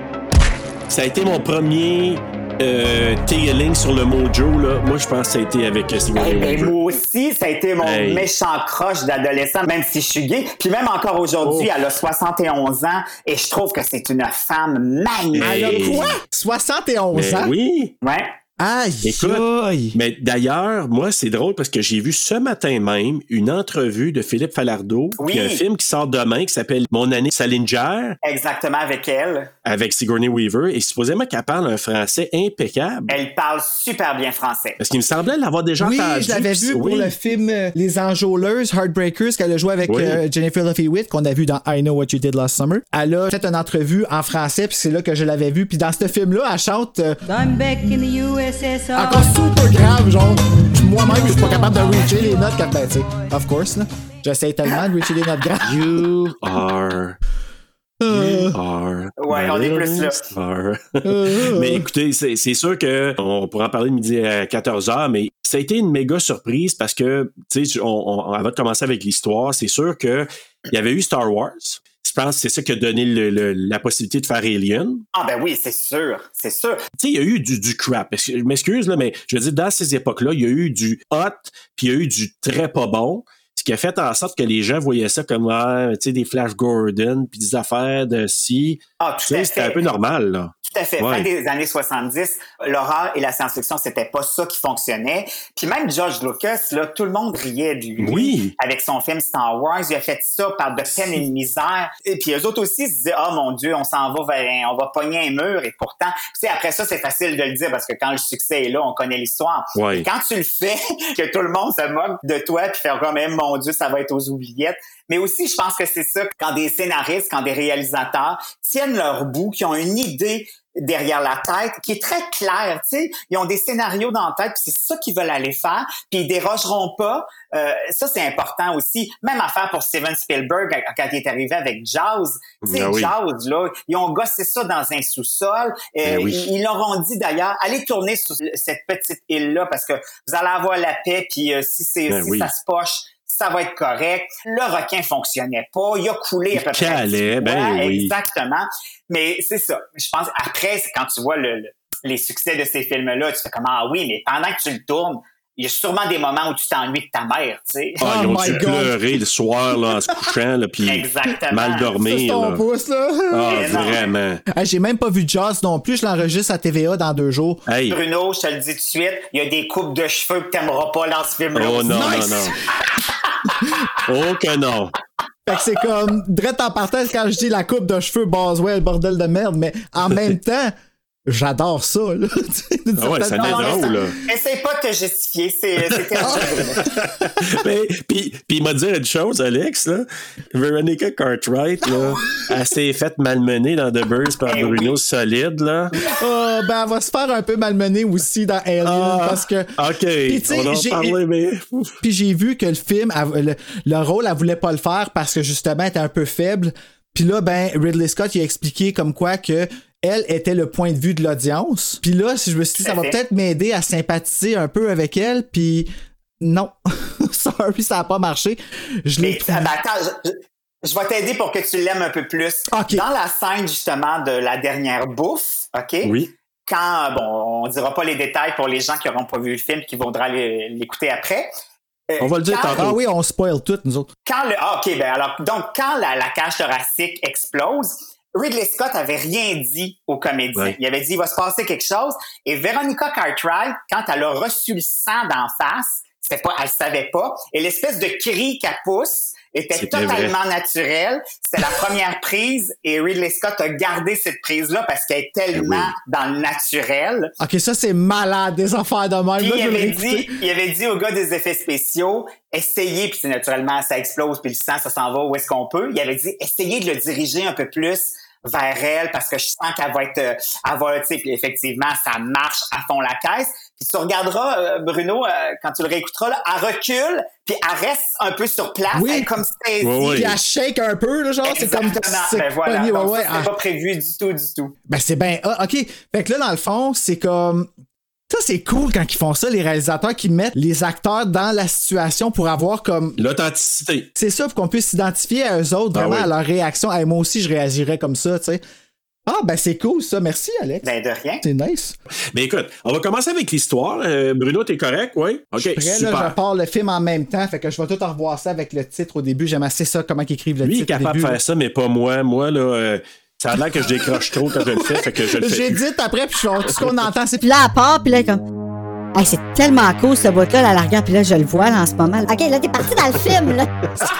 ça a été mon premier euh, tailing sur le mojo, là. Moi, je pense que ça a été avec euh, Sigourney Eh ben, Weaver. moi aussi, ça a été mon Hey. méchant crush d'adolescent, même si je suis gay. Puis même encore aujourd'hui, Oh. elle a soixante et onze ans et je trouve que c'est une femme magnifique. Hey. Elle a quoi? soixante et onze Mais ans? oui. Ouais. Aïe, Écoute, aïe. mais d'ailleurs, moi, c'est drôle parce que j'ai vu ce matin même une entrevue de Philippe Falardeau, Oui. qui a un film qui sort demain qui s'appelle Mon année Salinger Exactement avec elle. avec Sigourney Weaver et supposément qu'elle parle un français impeccable. Elle parle super bien français. Parce qu'il me semblait l'avoir déjà Oui, entendu. je l'avais puis- vu pour oui. le film euh, Les Enjôleuses, Heartbreakers, qu'elle a joué avec Oui. euh, Jennifer Love Hewitt, qu'on a vu dans I Know What You Did Last Summer. Elle a fait une entrevue en français, puis c'est là que je l'avais vu. Puis dans ce film-là, elle chante euh, I'm back in the U S S R. encore super grave, genre, moi-même, je suis pas capable de reacher les notes quand ben, tu sais, of course, là. J'essaie tellement de reacher les notes graves. You are. You are. Ouais, my on est plus little là. star. Mais écoutez, c'est, c'est sûr que on pourra en parler de midi à quatorze heures, mais ça a été une méga surprise parce que, tu sais, on, on, avant de commencer avec l'histoire, c'est sûr que il y avait eu Star Wars. Je pense que c'est ça qui a donné le, le, la possibilité de faire Alien. Ah ben oui, c'est sûr, c'est sûr. Tu sais, il y a eu du, du crap. Je m'excuse, là, mais je veux dire, dans ces époques-là, il y a eu du hot, puis il y a eu du très pas bon. Ce qui a fait en sorte que les gens voyaient ça comme, ah, tu sais, des Flash Gordon, puis des affaires de si. Ah, tout Tu sais, à c'était fait. un peu normal, là. Tout à fait. Ouais. Fin des années soixante-dix, l'horreur et la science-fiction, c'était pas ça qui fonctionnait. Puis même George Lucas, là, tout le monde riait de lui. Oui. Avec son film Star Wars. Il a fait ça par de peine et de misère. Et puis eux autres aussi se disaient, ah, mon Dieu, on s'en va vers un, on va pogner un mur. Et pourtant, tu sais, après ça, c'est facile de le dire parce que quand le succès est là, on connaît l'histoire. Ouais. Et quand tu le fais, que tout le monde se moque de toi puis fait quand même, mon Dieu, ça va être aux oubliettes. Mais aussi, je pense que c'est ça, quand des scénaristes, quand des réalisateurs tiennent leur bout, qui ont une idée derrière la tête, qui est très claire, tu sais, ils ont des scénarios dans la tête, puis c'est ça qu'ils veulent aller faire, puis ils dérogeront pas. Euh, ça, c'est important aussi. Même affaire pour Steven Spielberg, quand il est arrivé avec Jaws. Tu sais, Ah oui. Jaws, là, ils ont gossé ça dans un sous-sol. Euh, Ben oui. Ils, ils leur ont dit, d'ailleurs, allez tourner sur cette petite île-là, parce que vous allez avoir la paix, puis euh, si, c'est, Ben si oui. ça se poche, ça va être correct. Le requin fonctionnait pas. Il a coulé à peu près. calait, dix ben fois. oui. Exactement. Mais c'est ça. Je pense, après, c'est quand tu vois le, le- les succès de ces films-là, tu fais comme, ah oui, mais pendant que tu le tournes, il y a sûrement des moments où tu t'ennuies de ta mère, tu sais. Ah, ils Oh ont my dû God. pleurer le soir, là, en se couchant, là, puis Exactement. mal dormir, C'est ton là. pouce, là. Ah, Mais non. vraiment. Hey, j'ai même pas vu Jaws non plus. Je l'enregistre à T V A dans deux jours. Hey. Bruno, je te le dis tout de suite, il y a des coupes de cheveux que t'aimeras pas dans ce film-là. Oh non, Nice. non, non. Oh que non. Fait que c'est comme, drette en partant quand je dis la coupe de cheveux Boswell, bordel de merde, mais en même temps, j'adore ça, là. Ah ouais, ça Non, n'est non, drôle, là. essaye pas de te justifier, c'est c'est terrible. Mais, puis, puis il m'a dit une chose, Alex, là. Veronica Cartwright, là, elle s'est faite malmener dans The Birds par Eh Bruno oui. Solide, là. Oh, ben, elle va se faire un peu malmener aussi dans Alien, Ah, parce que... OK, Puis, tu sais, on en j'ai- parlait, mais... Puis j'ai vu que le film, elle- le, le rôle, elle voulait pas le faire parce que justement, elle était un peu faible. Puis là, ben, Ridley Scott, il a expliqué comme quoi que elle était le point de vue de l'audience. Puis là, si je me suis dit, ça va peut-être m'aider à sympathiser un peu avec elle, puis non. Sorry, ça a pas marché. Je l'ai Mais, trouvé... ah, ben, attends, je, je- je vais t'aider pour que tu l'aimes un peu plus. OK. Dans la scène, justement, de la dernière bouffe, OK? Oui. Quand, bon, on dira pas les détails pour les gens qui n'auront pas vu le film et qui voudraient aller l'écouter après. Euh, On va le dire quand- tantôt. Ah oui, on spoil tout, nous autres. Quand le, ah, OK, ben alors, donc, quand la, la cage thoracique explose, Ridley Scott avait rien dit aux comédiens. Ouais. Il avait dit, il va se passer quelque chose. Et Veronica Cartwright, quand elle a reçu le sang d'en face, c'était pas, elle savait pas. Et l'espèce de cri qu'elle pousse était C'était totalement naturel. C'était la première prise et Ridley Scott a gardé cette prise-là parce qu'elle est tellement oui. dans le naturel. OK, ça, c'est malade, des affaires de même. Puis Là, il je vais avait l'écouter. dit, il avait dit au gars des effets spéciaux, essayez, puis c'est naturellement, ça explose, puis le sang, ça s'en va où est-ce qu'on peut. Il avait dit, essayez de le diriger un peu plus vers elle parce que je sens qu'elle va être, euh, elle va, tu sais, puis effectivement, ça marche à fond la caisse. Puis tu regarderas, euh, Bruno, euh, quand tu le réécouteras, là, elle recule, puis elle reste un peu sur place, Oui. elle est comme saisie. Oui, oui. Puis elle shake un peu, là, genre, c'est comme... Exactement. c'est Ben voilà. pogné, ouais, Donc, ouais, ça, c'était ah. pas prévu du tout, du tout. Ben c'est bien. Ah, OK. Fait que là, dans le fond, c'est comme. Ça, c'est cool quand ils font ça, les réalisateurs qui mettent les acteurs dans la situation pour avoir comme. L'authenticité. C'est ça, pour qu'on puisse s'identifier à eux autres, Ah vraiment oui. à leur réaction. Hey, moi aussi, je réagirais comme ça, tu sais. Ah, ben c'est cool, ça. Merci, Alex. Ben de rien. C'est nice. Mais écoute, on va commencer avec l'histoire. Euh, Bruno, t'es correct, oui? OK, Après, super. là, je pars le film en même temps, fait que je vais tout revoir ça avec le titre au début. J'aime assez ça, comment ils écrivent le Lui, il est titre au capable début. de faire ça, mais pas moi. Moi, là, euh, ça a l'air que je décroche trop quand je le fais, fait que je le fais J'ai plus. dit après, puis je- tout ce qu'on entend, c'est. Puis là, elle part, puis là, elle est comme. Hey, c'est tellement cool, ce bout-là, là, la regarde, puis là, je le vois, là, en ce moment. OK, là, t'es parti dans le film, là.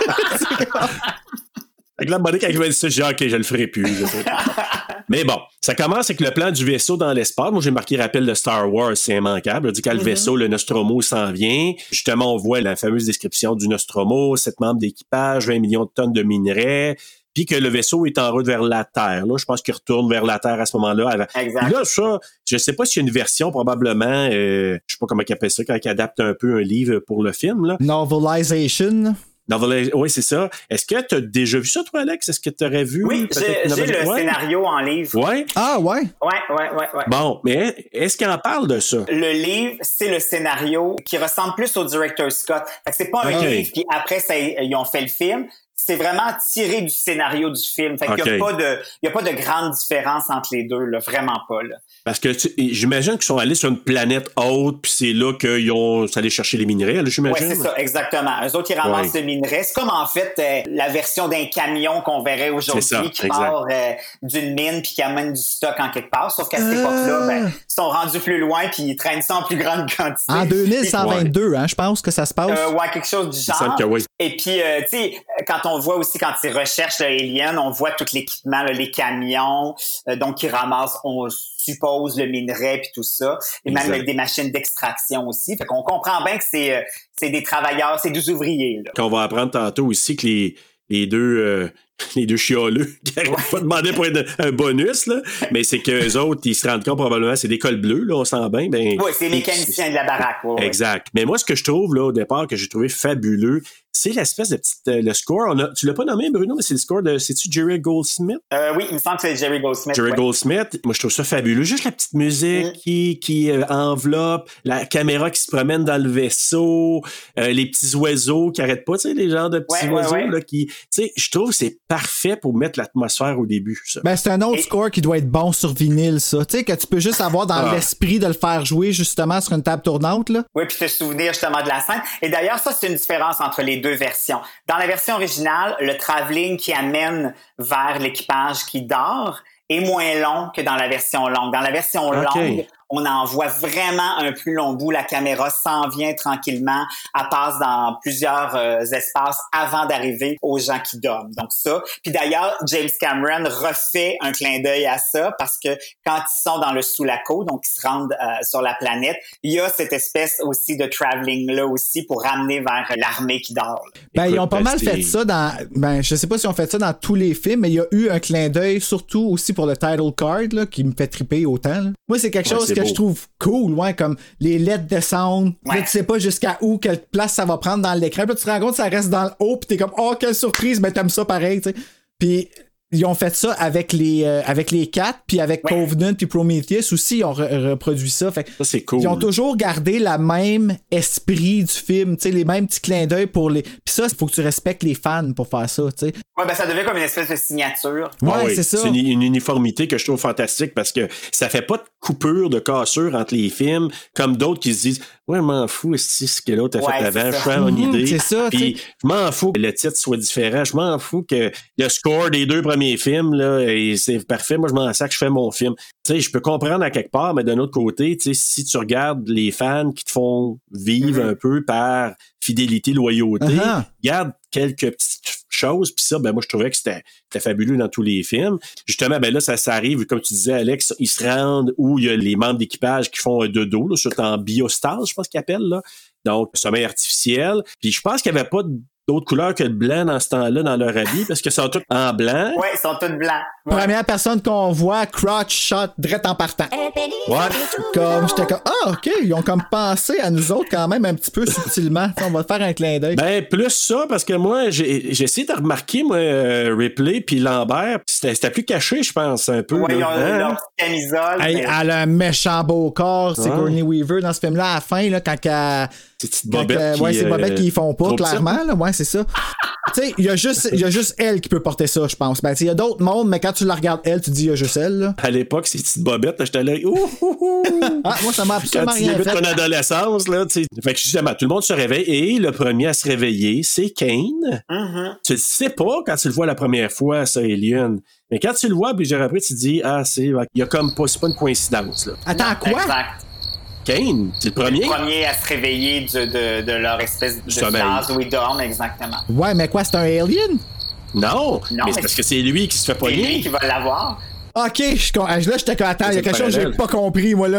Fait que là, à un moment donné, quand il m'a dit ça, j'ai dit, OK, je le ferai plus. je sais. Mais bon, ça commence avec le plan du vaisseau dans l'espace. Moi, j'ai marqué rappel de Star Wars, c'est immanquable. On dit quand le vaisseau, le Nostromo, s'en vient. Justement, on voit la fameuse description du Nostromo, sept membres d'équipage, vingt millions de tonnes de minerais, puis que le vaisseau est en route vers la Terre. Là, je pense qu'il retourne vers la Terre à ce moment-là. Exact. Puis là, ça, je sais pas s'il y a une version, probablement, euh, je sais pas comment ils appellent ça, quand ils adaptent un peu un livre pour le film, là. Novelization. Novel- oui, c'est ça. Est-ce que tu as déjà vu ça, toi, Alex? Est-ce que tu aurais vu? Oui, peut-être j'ai une j'ai novel- le ouais? scénario en livre. Ouais. Ah, ouais. Ouais, ouais, ouais, ouais. Bon, mais est-ce qu'il en parle de ça? Le livre, c'est le scénario qui ressemble plus au Director Scott. Fait que c'est pas un Ok. livre, puis après, ça, ils ont fait le film. C'est vraiment tiré du scénario du film. Fait qu'il y a Ok. pas de, il y a pas de grande différence entre les deux, là. Vraiment pas, là. Parce que tu- j'imagine qu'ils sont allés sur une planète haute, puis c'est là qu'ils ont allé chercher les minerais, là, Ouais, j'imagine. c'est ça, exactement. Eux autres, ils ramassent Ouais. le minerai. C'est comme, en fait, euh, la version d'un camion qu'on verrait C'est ça, aujourd'hui qui exact. part euh, d'une mine puis qui amène du stock en quelque part. Sauf qu'à cette Euh. époque-là, ben, ils sont rendus plus loin puis ils traînent ça en plus grande quantité. En deux mille cent vingt-deux, hein, je pense que ça se passe. Euh, ouais, quelque chose du Il me semble genre. que oui. Et puis, euh, tu sais, quand on voit aussi, quand ils recherchent le Alien, on voit tout l'équipement, là, les camions, euh, donc ils ramassent, on suppose, le minerai puis tout ça, et Exact. même des machines d'extraction aussi. Fait qu'on comprend bien que c'est euh, c'est des travailleurs, c'est des ouvriers, là. Qu'on va apprendre tantôt aussi que les, les deux... euh, les deux chialeux qui n'arrêtent pas de demander pour être un bonus, là. Mais c'est qu'eux autres, ils se rendent compte probablement, c'est des cols bleus, là, on sent bien. Ben, Oui, c'est les mécaniciens de la baraque. Ouais, ouais. Exact. Mais moi, ce que je trouve, là, au départ, que j'ai trouvé fabuleux, c'est l'espèce de petite, euh, le score. On a, tu l'as pas nommé, Bruno, mais c'est le score de, c'est-tu Jerry Goldsmith? Euh, oui, il me semble que c'est Jerry Goldsmith. Jerry ouais. Goldsmith. Moi, je trouve ça fabuleux. Juste la petite musique Mm. qui, qui euh, enveloppe, la caméra qui se promène dans le vaisseau, euh, les petits oiseaux qui arrêtent pas, tu sais, les genres de petits Ouais, ouais, oiseaux, ouais. là, qui, tu sais, je trouve que c'est parfait pour mettre l'atmosphère au début, ça. Ben, c'est un autre Et... score qui doit être bon sur vinyle, ça. Tu sais, que tu peux juste avoir dans ah. l'esprit de le faire jouer, justement, sur une table tournante, là. Oui, puis te souvenir, justement, de la scène. Et d'ailleurs, ça, c'est une différence entre les deux versions. Dans la version originale, le travelling qui amène vers l'équipage qui dort est moins long que dans la version longue. Dans la version okay. longue, on en voit vraiment un plus long bout. La caméra s'en vient tranquillement. Elle passe dans plusieurs euh, espaces avant d'arriver aux gens qui dorment. Donc ça. Puis d'ailleurs, James Cameron refait un clin d'œil à ça parce que quand ils sont dans le Sulaco, donc ils se rendent euh, sur la planète, il y a cette espèce aussi de travelling-là aussi pour ramener vers l'armée qui dort. Ben, Écoute, ils ont pas mal fait ça dans... Ben, je sais pas si on fait ça dans tous les films, mais il y a eu un clin d'œil, surtout aussi pour le title card, là, qui me fait triper autant. Là. Moi, c'est quelque chose ouais, c'est que beau. Je trouve cool, ouais, comme les lettres descendent. Ouais. Là, tu sais pas jusqu'à où, quelle place ça va prendre dans l'écran. Puis là, tu te rends compte que ça reste dans le haut, puis t'es comme, oh, quelle surprise, mais t'aimes ça pareil, tu sais. Puis ils ont fait ça avec les euh, avec les quatre, puis avec ouais. Covenant, puis Prometheus aussi, ils ont re- reproduit ça. Fait ça, c'est cool. Ils ont toujours gardé le même esprit du film, tu sais, les mêmes petits clins d'œil pour les... Puis ça, il faut que tu respectes les fans pour faire ça, tu sais. Ouais, ben ça devient comme une espèce de signature. Ouais, ouais c'est ça. C'est une, une uniformité que je trouve fantastique parce que ça fait pas de coupure, de cassure entre les films, comme d'autres qui se disent « Ouais, je m'en fous, c'est ce que l'autre a ouais, fait avant, je fais mmh, une idée. » C'est ça, puis je m'en fous que le titre soit différent, je m'en fous que le score des deux premiers films, là, et c'est parfait, moi je m'en sers que je fais mon film. Tu sais, je peux comprendre à quelque part, mais d'un autre côté, tu sais, si tu regardes les fans qui te font vivre mm-hmm. un peu par fidélité, loyauté, uh-huh. garde quelques petites choses, puis ça, ben moi je trouvais que c'était, c'était fabuleux dans tous les films. Justement, ben là, ça, ça arrive, comme tu disais, Alex, ils se rendent où il y a les membres d'équipage qui font un dodo, là, surtout en biostase, je pense qu'ils appellent, là. Donc, sommeil artificiel. Puis je pense qu'il n'y avait pas de d'autres couleurs que le blanc dans ce temps-là dans leur habit parce qu'ils sont tous en blanc. Oui, ils sont tous blancs. Ouais. Première personne qu'on voit, crotch shot, direct en partant. Ouais. Comme, j'étais comme, ah, OK, ils ont comme pensé à nous autres quand même un petit peu subtilement. On va faire un clin d'œil. Ben, plus ça, parce que moi, j'ai, j'ai essayé de remarquer, moi, euh, Ripley puis Lambert, c'était, c'était plus caché, je pense, un peu. Oui, ils ont hein? leur petite camisole. Hey, mais... Elle a un méchant beau corps, c'est ouais. Sigourney Weaver dans ce film-là, à la fin, là, quand elle... C'est petites bobettes. Ouais, c'est euh, bobettes qui font pas, clairement, là. Ouais, c'est ça. Tu sais, il y a juste, il y a juste elle qui peut porter ça, je pense. Ben, tu sais, il y a d'autres mondes, mais quand tu la regardes, elle, tu dis, il y a juste elle, là. À l'époque, ces petites bobettes, là, j'étais là, ouh, ouh, ouh. Ah, moi, ça m'a absolument quand rien fait. Quand tu débutes ton adolescence, là, tu sais. Fait que justement, tout le monde se réveille et le premier à se réveiller, c'est Kane. Mm-hmm. Tu le sais pas quand tu le vois la première fois, ça, Alien. Mais quand tu le vois, puis j'ai après, tu te dis, ah, c'est, il y a comme pas, c'est pas une coïncidence, là. Attends, quoi? Exact. Kane, c'est le premier? Le premier à se réveiller de, de, de leur espèce de stase où ils dorment, exactement. Ouais, mais quoi, c'est un alien? Non, non mais, mais c'est parce que c'est lui qui se fait pogner. C'est lui qui va l'avoir. OK, je, là, j'étais comme, attends, il y a quelque chose que j'ai pas compris, moi, là.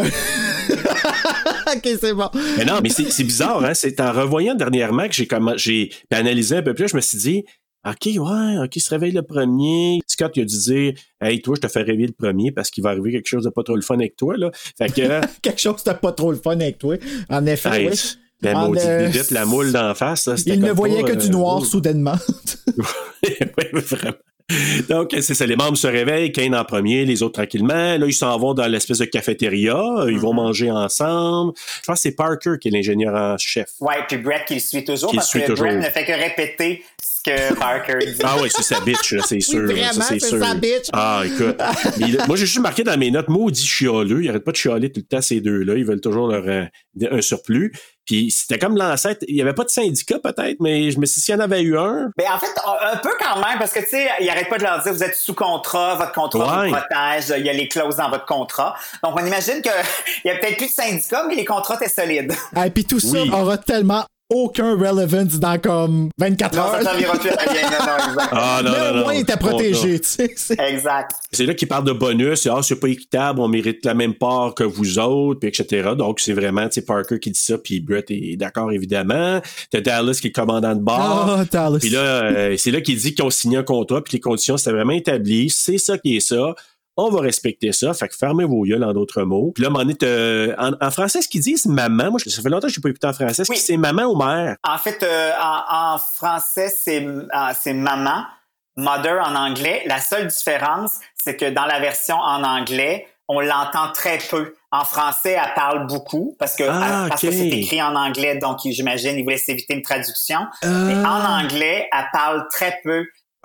OK, c'est bon. Mais non, mais c'est, c'est bizarre, hein. C'est en revoyant dernièrement que j'ai, comment, j'ai analysé un peu plus, je me suis dit, OK, ouais, OK, il se réveille le premier. Scott, il a dû dire, hey, toi, je te fais réveiller le premier parce qu'il va arriver quelque chose de pas trop le fun avec toi, là. Fait que. quelque chose de pas trop le fun avec toi. En effet, hey, oui. La maudite euh, vite, la moule d'en face, là. Il ne voyait pas, que du noir, euh, soudainement. Oui, vraiment. Donc, c'est ça, les membres se réveillent, Kane en premier, les autres tranquillement. Là, ils s'en vont dans l'espèce de cafétéria, ils vont manger ensemble. Je pense que c'est Parker qui est l'ingénieur en chef. Ouais, puis Brett qui le suit toujours, qui parce suit que toujours. Brett ne fait que répéter ce que Parker dit. Ah oui, c'est sa bitch, là, c'est sûr. Oui, vraiment, ça, c'est, c'est sûr. sa bitch. Ah, écoute. Il, moi, j'ai juste marqué dans mes notes, maudit chialeux. Ils arrêtent pas de chialer tout le temps, ces deux-là. Ils veulent toujours leur, euh, un surplus. Puis c'était comme l'ancêtre. Il n'y avait pas de syndicat peut-être, mais je me suis dit s'il y en avait eu un. Ben en fait, un peu quand même, parce que tu sais, il arrête pas de leur dire vous êtes sous contrat, votre contrat ouais. vous protège, il y a les clauses dans votre contrat. Donc on imagine que il y a peut-être plus de syndicats, mais les contrats étaient solides. Et puis tout ça oui. aura tellement aucun relevance dans comme vingt-quatre heures. Non, ça servira plus à rien. Non, non, exact. Ah, non, mais non, au moins, non, il était protégé, tu sais. C'est... Exact. C'est là qu'il parle de bonus. Ah, c'est pas équitable, on mérite la même part que vous autres, puis et cetera. Donc, c'est vraiment, tu sais, Parker qui dit ça, puis Brett est d'accord, évidemment. T'as Dallas qui est commandant de bord. Ah, Dallas. Puis là, euh, c'est là qu'il dit qu'ils ont signé un contrat, puis les conditions, c'était vraiment établi. C'est ça qui est ça. On va respecter ça. Fait que fermez vos gueules, en d'autres mots. Puis là, m'en est, euh, en, en français, ce qu'ils disent maman, moi, ça fait longtemps que je n'ai pas écouté en français. Est-ce oui. que c'est maman ou mère? En fait, euh, en, en français, c'est, euh, c'est maman. Mother en anglais. La seule différence, c'est que dans la version en anglais, on l'entend très peu. En français, elle parle beaucoup parce que, ah, elle, parce okay. que c'est écrit en anglais, donc j'imagine ils voulaient s'éviter une traduction. Euh... Mais en anglais, elle parle très peu.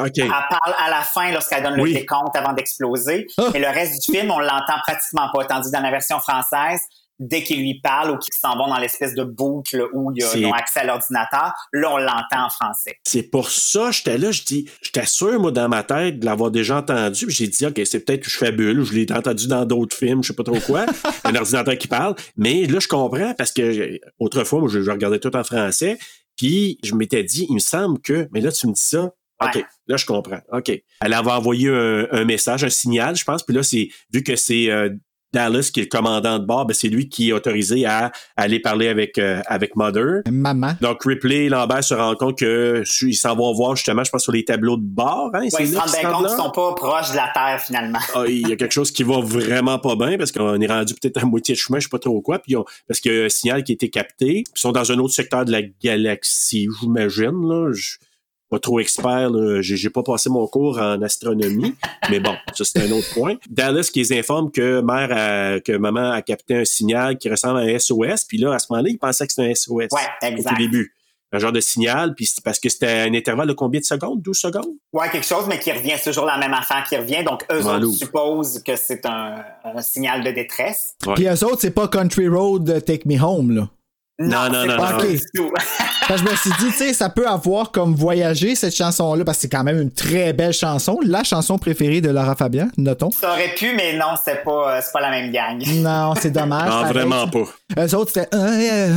OK. Elle parle à la fin lorsqu'elle donne le Oui. décompte avant d'exploser. Ah. Et le reste du film, on l'entend pratiquement pas. Tandis que dans la version française, dès qu'ils lui parlent ou qu'ils s'en vont dans l'espèce de boucle où ils C'est- ont accès à l'ordinateur, là, on l'entend en français. C'est pour ça, j'étais là, je dis, j'étais sûr, moi, dans ma tête, de l'avoir déjà entendu. Puis j'ai dit, OK, c'est peut-être que je fabule, ou je l'ai entendu dans d'autres films, je sais pas trop quoi, un ordinateur qui parle. Mais là, je comprends parce que autrefois, moi, je, je regardais tout en français. Puis je m'étais dit, il me semble que, mais là, tu me dis ça. OK, Ouais. là, je comprends. OK. Elle avait envoyé un, un message, un signal, je pense. Puis là, c'est vu que c'est euh, Dallas qui est le commandant de bord, ben c'est lui qui est autorisé à aller parler avec euh, avec Mother. Maman. Donc Ripley et Lambert se rendent compte que ils s'en vont voir justement, je pense, sur les tableaux de bord. Hein, Ouais, c'est ils se là rendent qu'ils bien rendent compte là. qu'ils sont pas proches de la Terre, finalement. Ah, il y a quelque chose qui va vraiment pas bien parce qu'on est rendu peut-être à moitié de chemin, je sais pas trop quoi. Puis on- parce qu'il y a un signal qui a été capté. Ils sont dans un autre secteur de la galaxie, j'imagine. Là, je pas trop expert, là. J'ai, j'ai pas passé mon cours en astronomie, mais bon, ça c'est un autre point. Dallas qui les informe que mère a, que maman a capté un signal qui ressemble à un S O S, puis là à ce moment-là, il pensait que c'était un S O S Ouais, au exact. tout début. Un genre de signal, puis c'est parce que c'était un intervalle de combien de secondes? douze secondes? Ouais, quelque chose, mais qui revient. C'est toujours la même affaire qui revient. Donc, eux Malou. autres supposent que c'est un, un signal de détresse. Ouais. Puis eux autres, c'est pas Country Road euh, Take Me Home, là. Non, non, c'est non, pas non. ça Ok. du tout. Parce que je me suis dit, tu sais, ça peut avoir comme voyager cette chanson-là, parce que c'est quand même une très belle chanson, la chanson préférée de Lara Fabian, notons. Ça aurait pu, mais non, c'est pas, c'est pas la même gang. Non, c'est dommage. Non, pareil. vraiment pas. Eux autres, c'était... Euh, euh.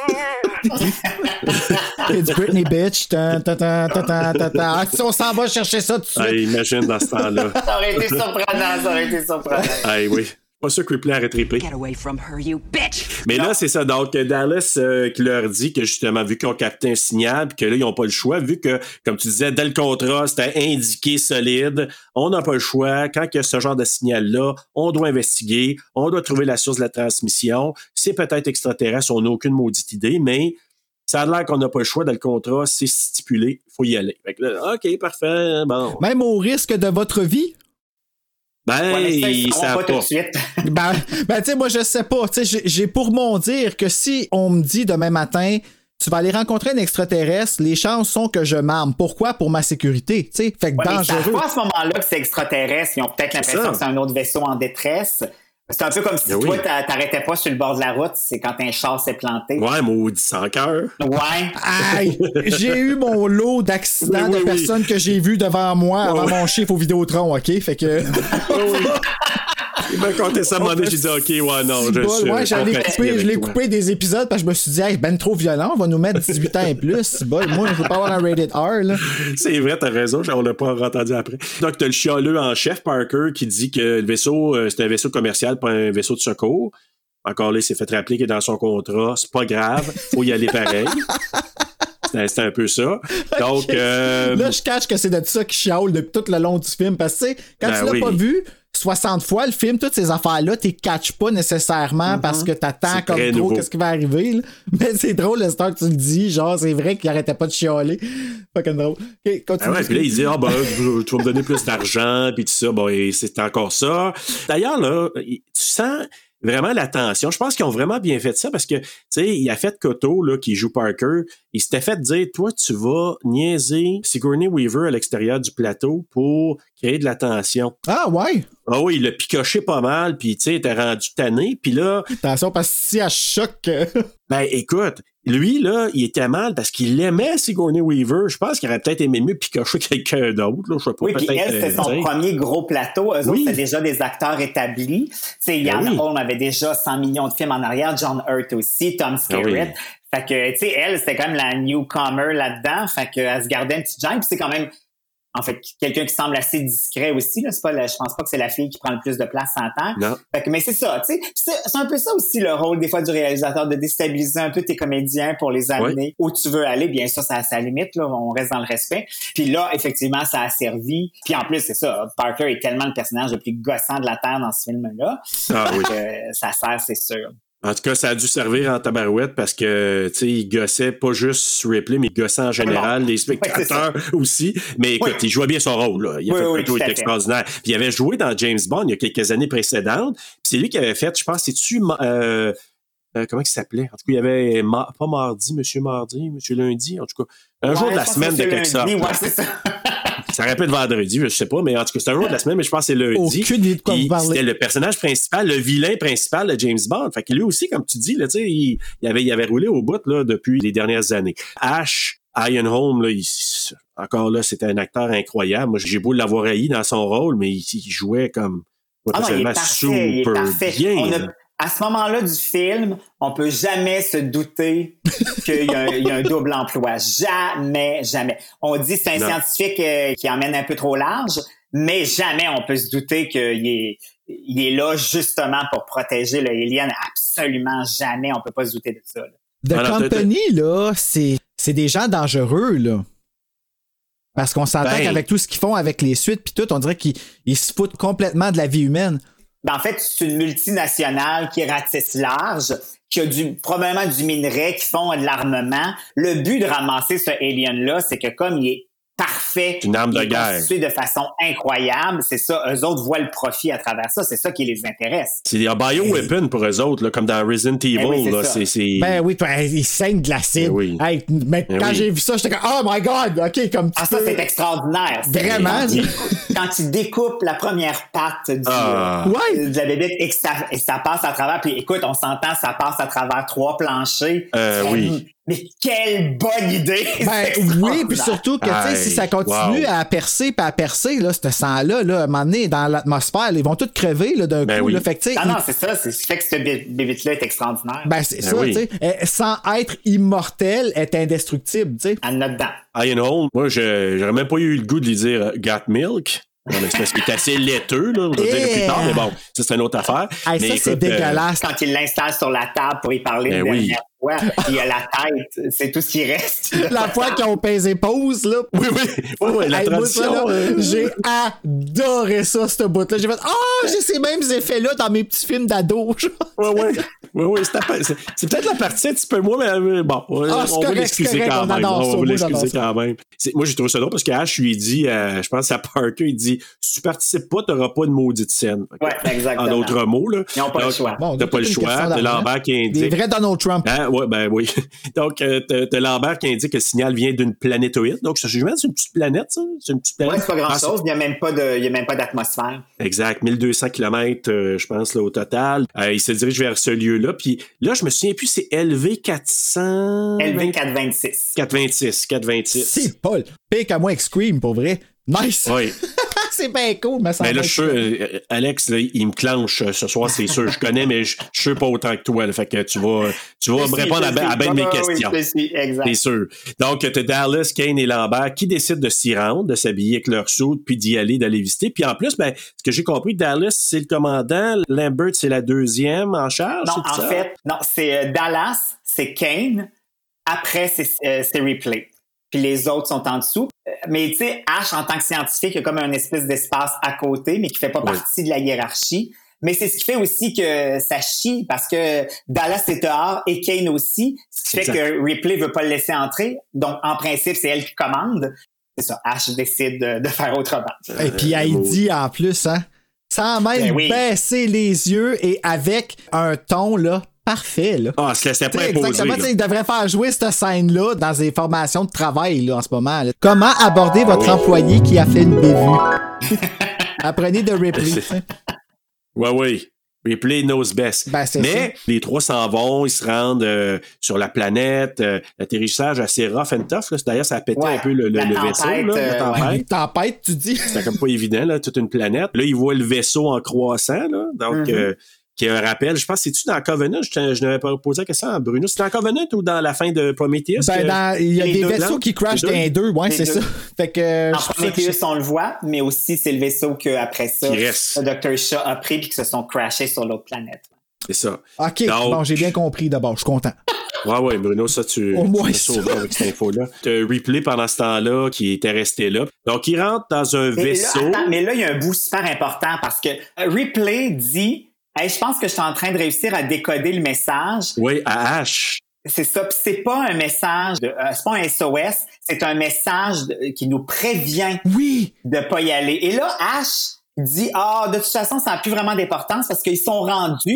It's Britney, bitch. Ta, ta, ta, ta, ta, ta, ta. Ah, si on s'en va chercher ça tout de suite. Ah, imagine dans ce temps-là. Ça aurait été surprenant, ça aurait été surprenant. Ah oui. Pas sûr que Ripley arrête Ripley. Get away from her, you bitch! Mais là, c'est ça. Donc, Dallas euh, qui leur dit que justement, vu qu'ils ont capté un signal, puis que là, ils n'ont pas le choix, vu que, comme tu disais, dès le contrat, c'était indiqué solide, on n'a pas le choix. Quand il y a ce genre de signal-là, on doit investiguer, on doit trouver la source de la transmission. C'est peut-être extraterrestre, on n'a aucune maudite idée, mais ça a l'air qu'on n'a pas le choix. Dans le contrat, c'est stipulé, il faut y aller. Fait que là, OK, parfait, bon. Même au risque de votre vie. Ben, Ouais, mais ça, ils ils sauront savent pas tout pas. de suite. Ben, ben tu sais, moi, je sais pas. Tu sais, j'ai- j'ai pour mon dire que si on me dit demain matin, tu vas aller rencontrer un extraterrestre, les chances sont que je m'arme. Pourquoi? Pour ma sécurité. Tu sais, fait que Ouais, mais ils savent dangereux. pas à ce moment-là que c'est extraterrestre. Ils ont peut-être l'impression ça. que c'est un autre vaisseau en détresse. C'est un peu comme si Ben toi, oui. t'a- t'arrêtais pas sur le bord de la route, c'est quand un char s'est planté. Ouais, maudit sans cœur. Ouais. Aïe, j'ai eu mon lot d'accidents Oui, oui, de oui. personnes que j'ai vues devant moi avant Ouais. mon chiffre au Vidéotron, OK? Fait que... Il m'a compté ça, à un moment donné, j'ai dit, OK, ouais, non, je Bon, suis. ouais, j'en ai coupé, je l'ai coupé des épisodes parce que je me suis dit, hey, ben trop violent, on va nous mettre dix-huit ans et plus. Bon, moi, je veux pas avoir un rated R, là. C'est vrai, t'as raison, on l'a pas entendu après. Donc, t'as le chialeux en chef, Parker, qui dit que le vaisseau, euh, c'est un vaisseau commercial, pas un vaisseau de secours. Encore là, il s'est fait rappeler qu'il est dans son contrat. C'est pas grave, faut y aller pareil. C'est, c'est un peu ça. Donc, Ok. euh, Là, je cache que c'est de ça qui chiale depuis tout le long du film. Parce que, tu sais, quand Ben tu l'as oui. pas vu soixante fois, le film, toutes ces affaires-là, t'es catches pas nécessairement parce que t'attends C'est comme très trop nouveau. qu'est-ce qui va arriver. Là. Mais c'est drôle, le star que tu le dis. Genre, c'est vrai qu'il arrêtait pas de chialer. Fucking drôle. OK, continue. ah ouais, puis là, il dit, ah, ben, tu tu vas me donner plus d'argent, puis tout ça. Bon, et c'est encore ça. D'ailleurs, là, tu sens vraiment la tension. Je pense qu'ils ont vraiment bien fait ça parce que, tu sais, il a fait Cotto, là, qui joue Parker, il s'était fait dire, toi, tu vas niaiser Sigourney Weaver à l'extérieur du plateau pour créer de la tension. Ah, ouais. Ah oui, il l'a picoché pas mal, puis tu sais, il était rendu tanné, puis là... Attention, parce que si elle choque... euh, Ben, écoute, lui, là, il était mal parce qu'il aimait Sigourney Weaver. Je pense qu'il aurait peut-être aimé mieux picocher quelqu'un d'autre, là, je sais pas. Oui, puis peut-être, elle, c'était son euh, t'sais. premier gros plateau. Eux Oui. autres, c'était déjà des acteurs établis. Tu sais, Yann Ben oui. Holm avait déjà cent millions de films en arrière. John Hurt aussi, Tom Skerritt. oui. Fait que, tu sais, elle, c'était quand même la newcomer là-dedans. Fait qu'elle se gardait une petite gêne. Puis c'est quand même, en fait, quelqu'un qui semble assez discret aussi, là. C'est pas la- je pense pas que c'est la fille qui prend le plus de place en temps. Non. Fait que, mais c'est ça, tu sais. Puis C'est, c'est un peu ça aussi le rôle, des fois, du réalisateur, de déstabiliser un peu tes comédiens pour les amener où tu veux aller. Bien sûr, ça a sa limite, là. On reste dans le respect. Puis là, effectivement, ça a servi. Puis en plus, c'est ça. Parker est tellement le personnage le plus gossant de la Terre dans ce film-là. Ah oui. que ça sert, c'est sûr. En tout cas, ça a dû servir en tabarouette parce que, tu sais, il gossait pas juste Ripley, mais il gossait en général les spectateurs aussi. Mais écoute, Oui. il jouait bien son rôle, là. Il a Oui, fait oui, plutôt tout à fait. extraordinaire. Puis il avait joué dans James Bond il y a quelques années précédentes. Puis c'est lui qui avait fait, je pense, c'est-tu, euh, euh, comment il s'appelait? En tout cas, il y avait, ma- pas mardi, Monsieur Mardi, Monsieur Lundi, en tout cas, un Ouais, jour de je la pense semaine que de c'est quelque sorte. lundi. Ouais, c'est ça. Ça aurait pu être vendredi, je sais pas, mais en tout cas, c'est un jour de la semaine, mais je pense que c'est lundi. Aucune idée de quoi vous parlez. C'était le personnage principal, le vilain principal de James Bond. Fait que lui aussi, comme tu dis, là, tu sais, il, il avait, il avait roulé au bout, là, depuis les dernières années. Ash Ironholm, là, il, encore là, c'était un acteur incroyable. Moi, j'ai beau l'avoir haï dans son rôle, mais il, il jouait comme, ah non, il est parfait, super il est parfait. bien. On a, à ce moment-là du film, on peut jamais se douter qu'il y a, un, il y a un double emploi. Jamais, jamais. On dit que c'est un non. scientifique euh, qui emmène un peu trop large, mais jamais on peut se douter qu'il est, il est là justement pour protéger le alien. Absolument jamais, on peut pas se douter de ça. Là. The Alors, Company, là, c'est, c'est des gens dangereux, là. Parce qu'on s'entend ben, qu'avec tout ce qu'ils font avec les suites puis tout, on dirait qu'ils ils se foutent complètement de la vie humaine. Ben en fait, c'est une multinationale qui ratisse large, qui a du, probablement du minerai, qui font de l'armement. Le but de ramasser ce alien-là, c'est que comme il est parfait, une arme de guerre, constitué de façon incroyable, c'est ça, eux autres voient le profit à travers ça, c'est ça qui les intéresse. C'est un bioweapon pour eux autres, là, comme dans Resident Evil. Ben oui, là, c'est, c'est... ben oui, ils saignent de l'acide. Ben oui. Hey, mais ben quand oui. j'ai vu ça, j'étais comme, oh my god, ok, comme Ah, ça, c'est extraordinaire. C'est vraiment? Quand il, quand il découpe la première patte du, ah. euh, ouais. de la bébête et que ça, et ça passe à travers, puis écoute, on s'entend, ça passe à travers trois planchers. Euh, oui. Mais quelle bonne idée! Ben oui, puis surtout que tu sais, si ça continue wow. à percer puis à percer, là, ce sang-là, là, à un moment donné, dans l'atmosphère, ils vont tous crever là, d'un ben coup. Oui. Là, fait que, non, non, c'est ça, c'est ce qui fait que cette bébête-là est extraordinaire. Ben c'est ben ça, oui. tu sais. Sans être immortel, est indestructible, tu sais. En notre dedans. Ironholm, moi, je, j'aurais même pas eu le goût de lui dire Got Milk. Non, mais c'est parce qu'il est assez laiteux, là, on va dire plus tard, mais bon, ça, c'est une autre affaire. Hey, mais ça, écoute, c'est dégueulasse. Euh, quand il l'installe sur la table pour y parler ben une oui. dernière fois, il y a la tête, c'est tout ce qui reste. La fois qu'ils ont pesé pause, là. Oui, oui, oui, oui la hey, tradition. Moi, ça, là, j'ai adoré ça, ce bout-là. J'ai fait, ah, oh, j'ai ces mêmes effets-là dans mes petits films d'ado. Oui, oui, oui, oui, c'est, c'est, c'est peut-être la partie un petit peu moins, mais bon, ah, on va l'excuser quand même. On va l'excuser quand même. C'est, moi, j'ai trouvé ça drôle parce qu'Ash lui dit, euh, je pense à Parker, il dit, si tu participes pas, t'auras pas de maudite scène. Oui, exactement. En d'autres mots, là. Ils n'ont pas donc, le choix. Bon, t'as pas le choix. T'as Lambert qui indique. Des vrais Donald Trump. Hein? Ouais, ben oui. Donc, euh, t'as, t'as Lambert qui indique que le signal vient d'une planétoïde. Donc, ça, je me dis, c'est une petite planète, ça. C'est une petite planète. Ouais, c'est pas grand-chose. Il n'y a même pas de, il y a même pas d'atmosphère. Exact. mille deux cents kilomètres, euh, je pense, là, au total. Euh, il se dirige vers ce lieu-là. Puis là, je me souviens plus, c'est L V quatre cents. L V quatre cent vingt-six. quatre cent vingt-six. quatre cent vingt-six. C'est Paul. Pique à moi avec Scream, pour vrai. Nice. Oui. C'est bien cool, mais ça. Mais là, je suis euh, Alex, là, il me clenche euh, ce soir, c'est sûr. Je connais, mais je je sais pas autant que toi. Là, fait que tu vas, tu vas me répondre à, à bien de mes oui, questions. Oui, c'est, exact. C'est sûr. Donc, t'as Dallas, Kane et Lambert qui décident de s'y rendre, de s'habiller avec leur soude, puis d'y aller, d'aller visiter. Puis en plus, ben, ce que j'ai compris, Dallas, c'est le commandant. Lambert, c'est la deuxième en charge. Non, en ça? fait, non, c'est euh, Dallas, c'est Kane. Après, c'est, euh, c'est Ripley. Puis les autres sont en dessous. Mais tu sais, Ash, en tant que scientifique, il y a comme un espèce d'espace à côté, mais qui fait pas oui. partie de la hiérarchie. Mais c'est ce qui fait aussi que ça chie, parce que Dallas est dehors et Kane aussi, ce qui exact. fait que Ripley veut pas le laisser entrer. Donc, en principe, c'est elle qui commande. C'est ça, Ash décide de, de faire autrement. Et puis elle dit en plus, hein, sans même ben oui. baisser les yeux et avec un ton, là, parfait, là. Ah, se laissait pas imposer. Exactement, il devrait faire jouer cette scène-là dans des formations de travail, là, en ce moment. Là. Comment aborder votre oui. employé qui a fait une bévue? Apprenez de Ripley. Oui, oui. Ripley knows best. Ben, Mais ça. les trois s'en vont, ils se rendent euh, sur la planète. Euh, l'atterrissage assez rough and tough. Là. D'ailleurs, ça a pété ouais, un peu le, le, le vaisseau. Là, euh, la tempête. Ouais. Tempête, tu dis? C'était comme pas évident, là, toute une planète. Là, ils voient le vaisseau en croissant. Là, donc, mm-hmm. euh, qui est un rappel. Je pense, c'est-tu dans Covenant? Je, je n'avais pas posé la question à Bruno. C'est dans Covenant ou dans la fin de Prometheus? Ben, dans, il y a des deux, vaisseaux là? qui crashent dans les deux. Ouais, les c'est deux. ça. Fait que, en Prometheus, on le voit, mais aussi, c'est le vaisseau qu'après ça, le docteur Shaw a pris puis qui se sont crashés sur l'autre planète. C'est ça. OK. Donc, bon, j'ai bien compris d'abord. Je suis content. Ouais, ouais, Bruno, ça, tu, Au moins tu sauvé avec cette info-là. T'as Ripley pendant ce temps-là qui était resté là. Donc, il rentre dans un mais vaisseau. Là, attends, mais là, il y a un bout super important parce que Ripley dit hey, je pense que je suis en train de réussir à décoder le message. Oui, à Ash. C'est ça. Puis c'est pas un message, de, euh, c'est pas un S O S, c'est un message de, qui nous prévient oui. de pas y aller. Et là, Ash dit ah, de toute façon, ça n'a plus vraiment d'importance parce qu'ils sont rendus.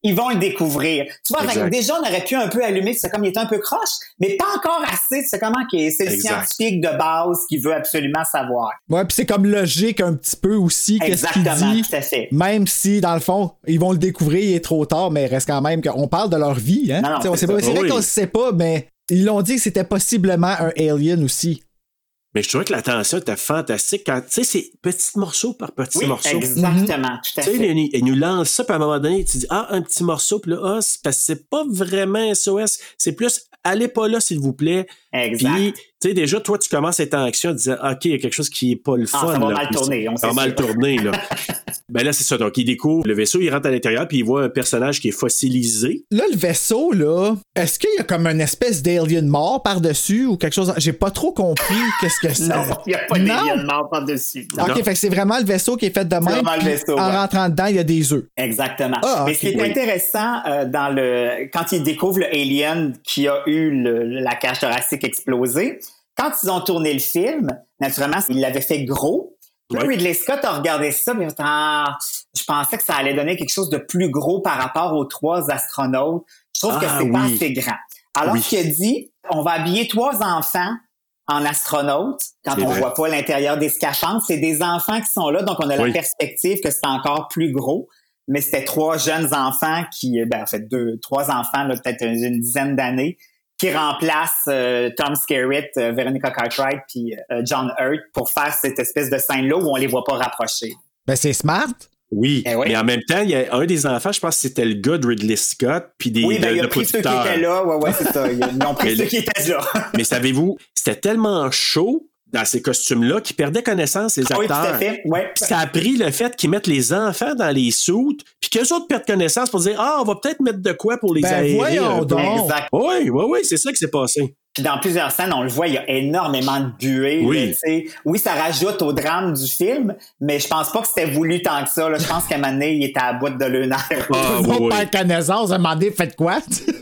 ils vont le découvrir. Tu vois, fait, déjà, on aurait pu un peu allumer, c'est comme il était un peu croche, mais pas encore assez. C'est comment qu'il est, c'est le exact. scientifique de base qui veut absolument savoir. Ouais, puis c'est comme logique un petit peu aussi, qu'est-ce qu'il dit. Tout à fait. Même si, dans le fond, ils vont le découvrir, il est trop tard, mais il reste quand même qu'on parle de leur vie, hein. Non, non, on c'est sait pas, c'est vrai oui. qu'on le sait pas, mais ils l'ont dit que c'était possiblement un alien aussi. Mais je trouvais que la tension était fantastique quand, tu sais, c'est petit morceau par petit Oui, morceau. exactement, mm-hmm. tout à fait. Tu sais, il, il nous lance ça, puis à un moment donné, tu dis, ah, un petit morceau, puis là, ah, c'est parce que c'est pas vraiment S O S, c'est plus, allez pas là, s'il vous plaît. Exact. Puis, tu sais, déjà, toi, tu commences à être en action en disant, OK, il y a quelque chose qui est pas le fun. Ah, ça va là, mal tourner, on ça va sait mal tourner, là. Ben là, c'est ça. Donc, il découvre le vaisseau, il rentre à l'intérieur, puis il voit un personnage qui est fossilisé. Là, le vaisseau, là, est-ce qu'il y a comme une espèce d'alien mort par-dessus ou quelque chose? J'ai pas trop compris qu'est-ce que c'est. Non, il n'y a pas d'alien mort par-dessus. OK, non. fait que c'est vraiment le vaisseau qui est fait de même. Le vaisseau, en ouais. rentrant dedans, il y a des œufs. Exactement. Ah, Mais okay, ce qui est oui. intéressant euh, dans le quand ils découvrent le alien qui a eu le, la cage thoracique explosée, quand ils ont tourné le film, naturellement, ils l'avaient fait gros. Là, ouais. Ridley Scott a regardé ça, mais ah, je pensais que ça allait donner quelque chose de plus gros par rapport aux trois astronautes. Je trouve ah, que c'est oui. pas assez grand. Alors, oui. ce qu'il a dit, on va habiller trois enfants en astronautes quand c'est on vrai. voit pas l'intérieur des scaphandres. C'est des enfants qui sont là, donc on a oui. la perspective que c'est encore plus gros. Mais c'était trois jeunes enfants qui, ben en fait deux, trois enfants, là, peut-être une dizaine d'années, qui remplacent euh, Tom Skerritt, euh, Veronica Cartwright puis euh, John Hurt pour faire cette espèce de scène-là où on les voit pas rapprocher. Ben c'est smart. Oui, eh oui, mais en même temps, il y a un des enfants, je pense que c'était le gars de Ridley Scott, puis des oui, ben, de, il a de pris ceux qui producteurs. étaient là, ouais, ouais, c'est ça. Ils ont pris ceux qui étaient là. Mais savez-vous, c'était tellement chaud dans ces costumes-là qu'ils perdaient connaissance, les ah, acteurs. oui, tout à fait. Ouais. Puis ça a pris le fait qu'ils mettent les enfants dans les soutes, puis qu'eux autres perdent connaissance pour dire « Ah, on va peut-être mettre de quoi pour les ben, aérer. » voyons donc. Exact. Oui, oui, oui, c'est ça qui s'est passé. Puis dans plusieurs scènes, on le voit, il y a énormément de buée. Oui. Là, t'sais. Oui, ça rajoute au drame du film, mais je pense pas que c'était voulu tant que ça. Là. Je pense qu'à un moment donné, il était à bout de l'honneur. Ah, Ils vont oui, perdre connaissance, à un moment donné, faites quoi?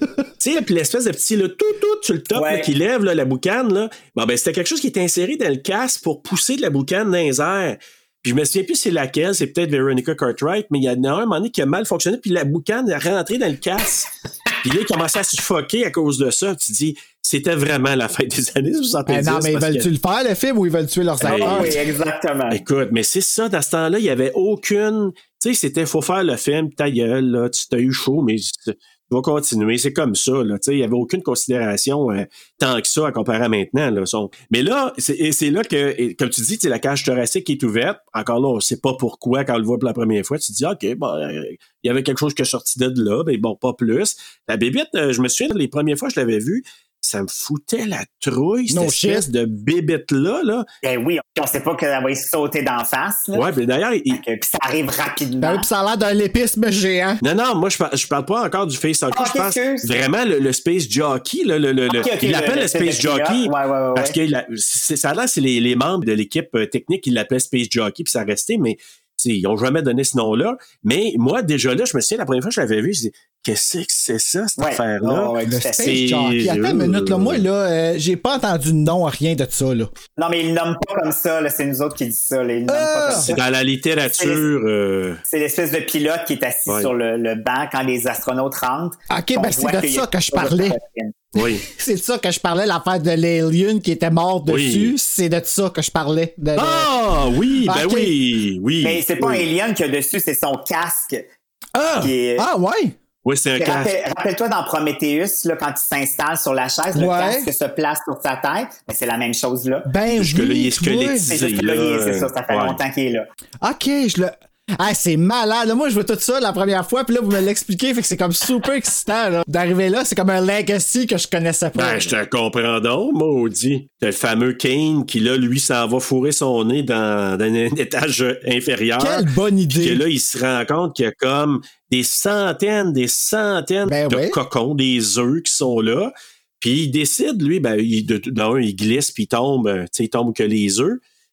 Tu sais, puis l'espèce de petit là, tout, tout sur le top ouais. là, qui lève là, la boucane, là, bon, ben, c'était quelque chose qui était inséré dans le casque pour pousser de la boucane dans les airs. Puis je me souviens plus c'est laquelle, c'est peut-être Veronica Cartwright, mais il y en a un, un moment donné qui a mal fonctionné, puis la boucane est rentrée dans le casque. Puis là, il commençait à suffoquer à cause de ça. Tu te dis, c'était vraiment la fin des années soixante-dix. Ben non, mais ils veulent-tu que... le faire, le film, ou ils veulent tuer leurs acteurs? Ah, oui, exactement. Écoute, mais c'est ça, dans ce temps-là, il n'y avait aucune... Tu sais, c'était, faut faire le film, ta gueule, là, tu t'as eu chaud, mais... tu vas continuer, c'est comme ça, là, tu sais, il n'y avait aucune considération euh, tant que ça à comparer à maintenant, là. Son... Mais là, c'est, et c'est là que, et, comme tu dis, la cage thoracique est ouverte. Encore là, on ne sait pas pourquoi, quand on le voit pour la première fois, tu te dis, OK, bon, il euh, y avait quelque chose qui est sorti de là, mais bon, pas plus. La bébête, euh, je me souviens, les premières fois que je l'avais vue, ça me foutait la trouille, cette no espèce shit. de bébête-là, là. Ben oui, on sait pas qu'elle va y sauter d'en face, là. Ouais, mais d'ailleurs, il... Puis ça arrive rapidement. Ben oui, puis ça a l'air d'un lépisme géant. Non, non, moi, je parle, je parle pas encore du Face Hockey, Ah, je pense excuse. vraiment le, le Space Jockey, là, le, le, okay, okay, il l'appelle le, le Space Jockey, ouais, ouais, ouais, parce ouais. que la, c'est, ça a l'air, c'est les, les membres de l'équipe technique qui l'appelaient Space Jockey, puis ça restait, mais ils n'ont jamais donné ce nom-là. Mais moi, déjà là, je me souviens, la première fois que je l'avais vu, je dis, qu'est-ce que c'est ça, cette ouais, affaire-là? Oh, ouais, le Space Space Jockey. Attends une minute, là, moi, là, euh, j'ai pas entendu de nom, rien de ça, là. Non, mais ils le nomment pas comme ça, là. C'est nous autres qui disent ça, là. Ils le nomment Ah! pas comme C'est ça. dans la littérature. Euh... C'est l'espèce de pilote qui est assis ouais. sur le, le banc quand les astronautes rentrent. OK, ben c'est de ça que je parlais. Oui. C'est de ça que je parlais, l'affaire de l'alien qui était mort dessus. Oui. C'est de ça que je parlais. De, de... Ah, oui, ben okay. oui, oui. Mais c'est pas oui. un alien qu'il y a dessus, c'est son casque. Ah, qui est... ah ouais. Oui, c'est un casque. Rappel, rappelle-toi dans Prometheus, là, quand il s'installe sur la chaise, le ouais. casque se place sur sa tête. Mais c'est la même chose là. Ben Jusque-là, oui, il est squelettisé. C'est juste là, là, c'est ça, ça fait ouais. longtemps qu'il est là. OK, je le... Ah, c'est malade. Là, moi, je vois tout ça la première fois, puis là, vous me l'expliquez, fait que c'est comme super excitant. Là. D'arriver là, c'est comme un legacy que je connaissais pas. Ben, je te comprends donc, maudit. T'as le fameux Kane qui, là, lui, s'en va fourrer son nez dans, dans un étage inférieur. Quelle bonne idée. Puis que là, il se rend compte qu'il y a comme des centaines, des centaines ben de ouais. cocons, des œufs qui sont là. Puis il décide, lui, ben, il, de, d'un, il glisse, puis il tombe, tu sais, il tombe que les œufs.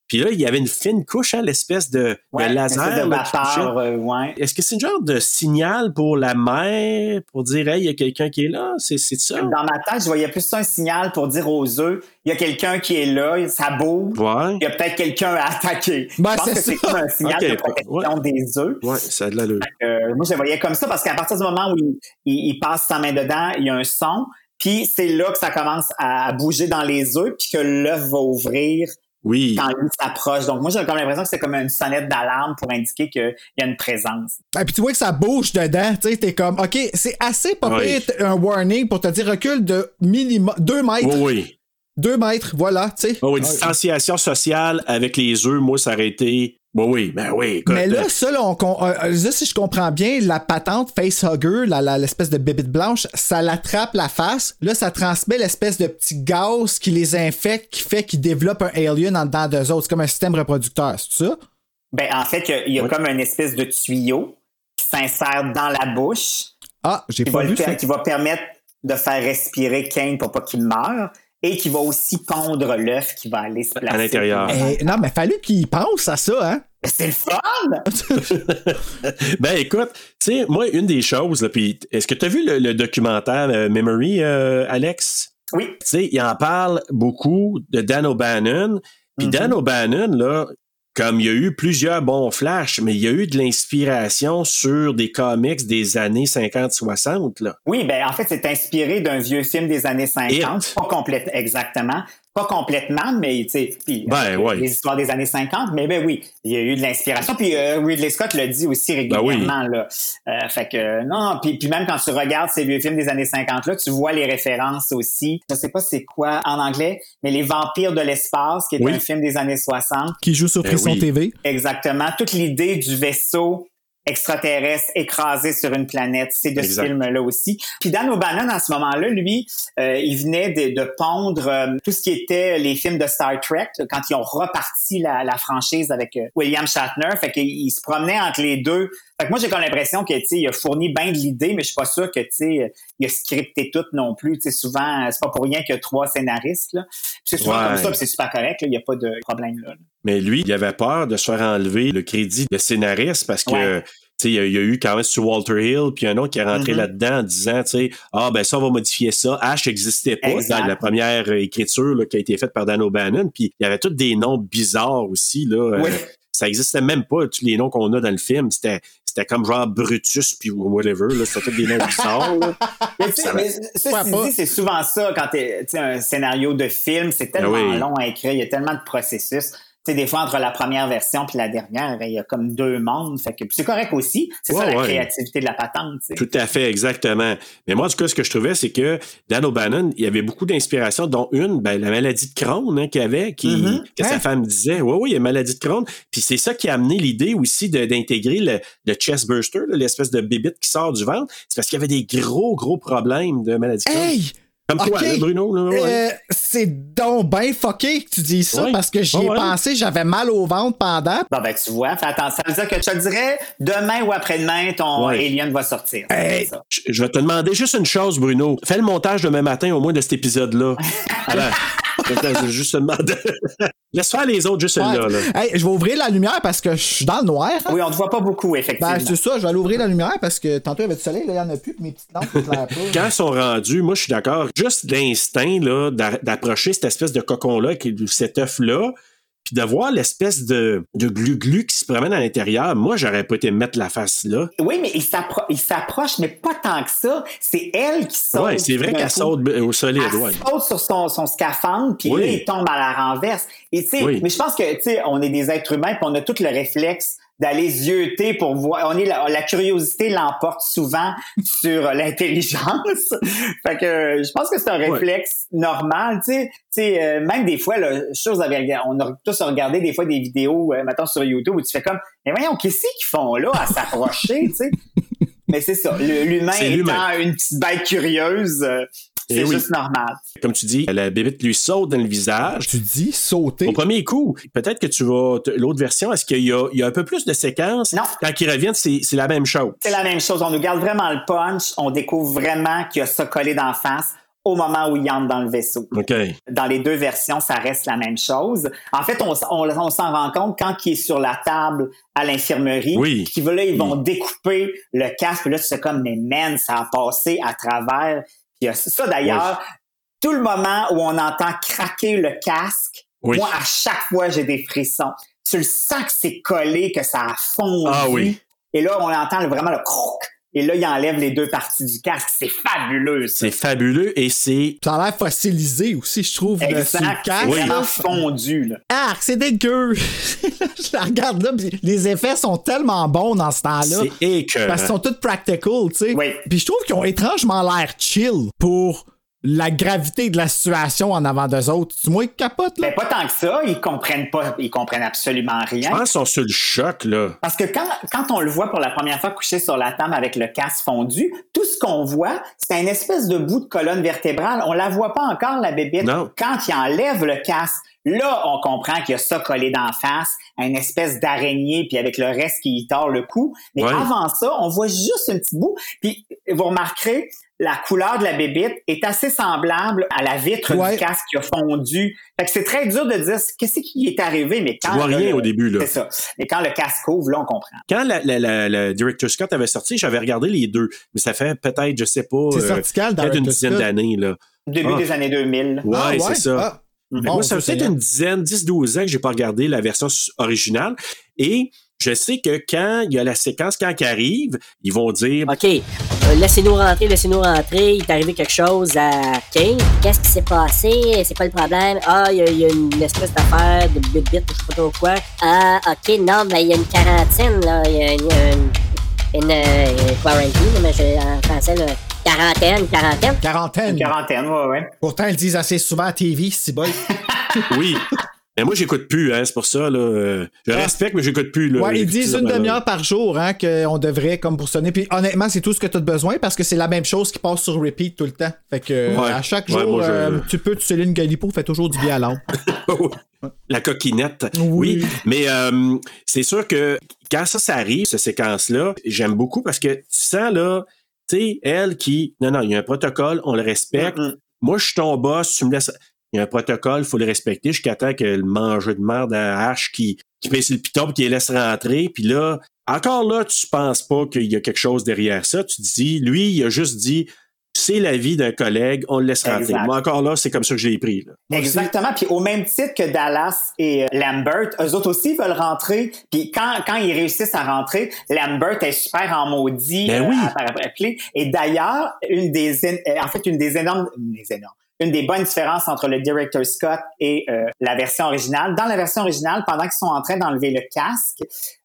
Puis là, il y avait une fine couche, hein, l'espèce de, ouais, de laser. De là, qui vapeur, touchait. euh, ouais. Est-ce que c'est une genre de signal pour la mère, pour dire, hey, il y a quelqu'un qui est là? C'est, c'est ça? Dans ma tête, je voyais plus ça un signal pour dire aux œufs, il y a quelqu'un qui est là, ça bouge, ouais. il y a peut-être quelqu'un à attaquer. Ben, je pense c'est que ça. c'est comme un signal okay. de protection ouais. des œufs. Ouais, ça a de l'allure. Euh, moi, je le voyais comme ça parce qu'à partir du moment où il, il, il passe sa main dedans, il y a un son, puis c'est là que ça commence à bouger dans les œufs, puis que l'œuf va ouvrir oui. quand lui s'approche. Donc, moi, j'ai comme l'impression que c'est comme une sonnette d'alarme pour indiquer qu'il y a une présence. Et puis tu vois que ça bouge dedans, tu sais, t'es comme, OK, c'est assez pas oui. pire un warning pour te dire recul de minimum deux mètres. Oui, oui. Deux mètres, voilà, tu sais. Oh, oui, distanciation sociale avec les œufs, moi, ça aurait été... Oui, oui, ben oui. Écoute, mais là, ça, là, on, on, là, si je comprends bien, la patente facehugger, la, la, l'espèce de bébite blanche, ça l'attrape la face. Là, ça transmet l'espèce de petit gaz qui les infecte, qui fait qu'ils développent un alien en dedans d'eux autres. C'est comme un système reproducteur, c'est ça? Ben, en fait, il y a, il y a oui. comme une espèce de tuyau qui s'insère dans la bouche. Ah, j'ai pas vu le, ça. Qui va permettre de faire respirer Kane pour pas qu'il meure. Et qui va aussi pondre l'œuf qui va aller se placer. À l'intérieur. Eh, non, mais fallu qu'il pense à ça, hein? C'est le fun! Ben, écoute, tu sais, moi, une des choses, là, puis est-ce que tu as vu le, le documentaire euh, Memory, euh, Alex? Oui. Tu sais, il en parle beaucoup de Dan O'Bannon. Puis mm-hmm. Dan O'Bannon, là, comme il y a eu plusieurs bons flashs, mais il y a eu de l'inspiration sur des comics des années cinquante soixante, là. Oui, ben en fait, c'est inspiré d'un vieux film des années cinquante. It. Pas complètement, exactement. Pas complètement, mais tu sais, ben, euh, ouais. les histoires des années cinquante, mais ben oui, il y a eu de l'inspiration. Puis euh, Ridley Scott l'a dit aussi régulièrement, ben oui. là. Euh, fait que non, puis, puis même quand tu regardes ces vieux films des années cinquante là, tu vois les références aussi. Je sais pas c'est quoi en anglais, mais Les Vampires de l'espace, qui est oui. un film des années soixante. Qui joue sur Frisson ben oui. T V. Exactement. Toute l'idée du vaisseau extraterrestre écrasé sur une planète, c'est de exact. Ce film-là aussi. Puis Dan O'Bannon, à ce moment-là, lui, euh, il venait de, de pondre euh, tout ce qui était les films de Star Trek, quand ils ont reparti la, la franchise avec euh, William Shatner, fait qu'il il se promenait entre les deux. Fait que moi, j'ai comme l'impression que, tu sais, il a fourni bien de l'idée, mais je suis pas sûr que, tu sais, il a scripté tout non plus. Tu sais, souvent, c'est pas pour rien qu'il y a trois scénaristes, là. Puis c'est souvent ouais. comme ça, puis c'est super correct, là. Il y a pas de problème là. là. Mais lui, il avait peur de se faire enlever le crédit de scénariste parce que, ouais. tu sais, il y, a eu quand même sur Walter Hill, puis un autre qui est rentré mm-hmm. là-dedans en disant, tu sais, ah, ben ça, on va modifier ça. H n'existait pas exact. Dans la première écriture là, qui a été faite par Dan O'Bannon, puis il y avait tous des noms bizarres aussi, là. Oui. Euh, ça existait même pas, tous les noms qu'on a dans le film. C'était, c'était comme genre Brutus puis whatever, là. C'était tous des noms bizarres, là. Mais tu sais, mais ça, c'est, c'est souvent ça quand t'es, tu sais, un scénario de film, c'est tellement ah oui. long à écrire, il y a tellement de processus. Tu sais, des fois, entre la première version puis la dernière, il y a comme deux mondes. Fait que c'est correct aussi. C'est ouais, ça, la ouais. créativité de la patente. T'sais. Tout à fait, exactement. Mais moi, en tout cas, ce que je trouvais, c'est que Dan O'Bannon, il y avait beaucoup d'inspiration, dont une, ben, la maladie de Crohn, hein, qu'il avait, qui, mm-hmm. que hein? sa femme disait, oui, oui, il y a une maladie de Crohn. Puis c'est ça qui a amené l'idée aussi de, d'intégrer le, le chest burster, là, l'espèce de bébite qui sort du ventre. C'est parce qu'il y avait des gros, gros problèmes de maladie de Crohn. Hey! Comme okay. toi, là, Bruno. Là, ouais. euh, c'est donc ben fucké que tu dis ça oui. Parce que j'y ai oh, ouais. pensé, j'avais mal au ventre pendant. Bon, ben, tu vois, fais attention. Ça veut dire que je te le dirais, demain ou après-demain, ton ouais. alien va sortir. Hey, je, je vais te demander juste une chose, Bruno. Fais le montage demain matin, au moins, de cet épisode-là. Alors, je vais juste te demander. Laisse faire les autres, juste ouais. celui-là. Là. Hey, je vais ouvrir la lumière parce que je suis dans le noir. Hein? Oui, on te voit pas beaucoup, effectivement. Ben, c'est ça, je vais aller ouvrir la lumière parce que tantôt, il y avait du soleil, là, il n'y en a plus, puis mes petites lampes éclairent pas. Quand ils sont rendus, moi, je suis d'accord. Juste l'instinct, là, d'approcher cette espèce de cocon-là, cet œuf-là, puis de voir l'espèce de, de glu-glu qui se promène à l'intérieur, moi, j'aurais pas été mettre la face là. Oui, mais il, s'appro- il s'approche, mais pas tant que ça. C'est elle qui saute. Oui, c'est vrai qu'elle coup. saute au solide. Elle ouais. saute sur son, son scaphandre, puis oui. là, il tombe à la renverse. Et tu sais, oui. mais je pense que, tu sais, on est des êtres humains, puis on a tout le réflexe d'aller zioter pour voir. On est la, la curiosité l'emporte souvent sur l'intelligence. Fait que je pense que c'est un réflexe ouais. normal, tu sais. Tu sais, euh, même des fois, là, chose avec, on a tous regardé des fois des vidéos, euh, mettons sur YouTube, où tu fais comme, mais voyons, qu'est-ce qu'ils font là à s'approcher, tu sais. Mais c'est ça, le, l'humain c'est étant l'humain. Une petite bête curieuse. Euh, C'est oui. juste normal. Comme tu dis, la bébite lui saute dans le visage. Tu dis sauter? Au premier coup, peut-être que tu vas... L'autre version, est-ce qu'il y a, il y a un peu plus de séquences? Non. Quand ils reviennent, c'est, c'est la même chose. C'est la même chose. On nous garde vraiment le punch. On découvre vraiment qu'il y a ça collé d'en face. au moment où il entre dans le vaisseau. Okay. Dans les deux versions, ça reste la même chose. En fait, on, on, on s'en rend compte quand il est sur la table à l'infirmerie. Oui. Qui veut là, ils vont oui. découper le casque. Puis là, tu sais comme, mais man, ça a passé à travers. Puis ça, d'ailleurs, oui. tout le moment où on entend craquer le casque, oui. moi, à chaque fois, j'ai des frissons. Tu le sens que c'est collé, que ça a fondu. Ah oui. Et là, on entend vraiment le croc. Et là, il enlève les deux parties du casque. C'est fabuleux, ça. C'est fabuleux et c'est... Ça a l'air fossilisé aussi, je trouve. Exact. Le casque. C'est vraiment fondu, là. Ah, c'est dégueu. Je la regarde là, pis les effets sont tellement bons dans ce temps-là. C'est écœurant. Parce qu'ils sont tous practical, tu sais. Oui. Puis je trouve qu'ils ont étrangement l'air chill pour la gravité de la situation en avant d'eux autres. Tu moi, ils capotent, là? Mais pas tant que ça. Ils comprennent pas, ils comprennent absolument rien. Je pense qu'ils sont sur le choc, là. Parce que quand, quand on le voit pour la première fois couché sur la table avec le casque fondu, tout ce qu'on voit, c'est une espèce de bout de colonne vertébrale. On la voit pas encore, la bébête. Non. Quand il enlève le casque, là, on comprend qu'il y a ça collé d'en face, une espèce d'araignée, puis avec le reste qui y tord le cou. Mais ouais. avant ça, on voit juste un petit bout. Puis vous remarquerez, la couleur de la bébite est assez semblable à la vitre ouais. du casque qui a fondu. Fait que c'est très dur de dire qu'est-ce qui est arrivé, mais quand... Tu vois rien le, au début, là. C'est ça. Mais quand le casque ouvre, là, on comprend. Quand la, la, la, la Director Scott avait sorti, j'avais regardé les deux. Mais ça fait peut-être, je sais pas... C'est sorti quand, peut-être une dizaine Scott? d'années, là. Début ah. des années deux mille. Ouais, ah, ouais? c'est ça. Ah. Mais bon, moi, ça fait peut-être bien. une dizaine, dix douze ans que j'ai pas regardé la version originale. Et je sais que quand il y a la séquence, quand elle arrive, ils vont dire... OK, euh, laissez-nous rentrer, laissez-nous rentrer. Il est arrivé quelque chose à King. Qu'est-ce qui s'est passé? C'est quoi le problème? Ah, il y, y a une espèce d'affaire de bit-bit, je sais pas trop quoi. Ah, OK, non, mais il y a une quarantaine, là. Il y a une... une, une, une quarantine, mais je, en français, là... Quarantaine, quarantaine. Quarantaine. Une quarantaine, ouais, ouais. Pourtant, ils le disent assez souvent à T V, c'est bon. Oui. Mais moi, j'écoute plus, hein, c'est pour ça, là. Je respecte, mais j'écoute plus, là. Ouais, ils disent une demi-heure par jour, hein, qu'on devrait, comme pour sonner. Puis honnêtement, c'est tout ce que tu as besoin parce que c'est la même chose qui passe sur repeat tout le temps. Fait que, ouais. à chaque jour, ouais, moi, je... euh, tu peux, tu Céline Galipo fait toujours du bien à l'âme. La coquinette. Oui. oui. Mais, euh, c'est sûr que quand ça, ça arrive, cette séquence-là, j'aime beaucoup parce que tu sens, là, tu sais, elle qui... Non, non, il y a un protocole, on le respecte. Mm-hmm. Moi, je suis ton boss, tu me laisses... Il y a un protocole, il faut le respecter jusqu'à temps que le mangeur de merde à hache qui, qui pèse le piton et qui les laisse rentrer. Puis là, encore là, tu penses pas qu'il y a quelque chose derrière ça. Tu te dis, lui, il a juste dit... C'est la vie d'un collègue, on le laisse rentrer. Exact. Moi, encore là, c'est comme ça que je l'ai pris. Là. Exactement. Puis au même titre que Dallas et Lambert, eux autres aussi veulent rentrer. Puis quand, quand ils réussissent à rentrer, Lambert est super en maudit. Ben oui. Euh, à, à, à clé. Et d'ailleurs, une des, en fait, une des énormes, des énormes, une des bonnes différences entre le Director Scott et euh, la version originale. Dans la version originale, pendant qu'ils sont en train d'enlever le casque,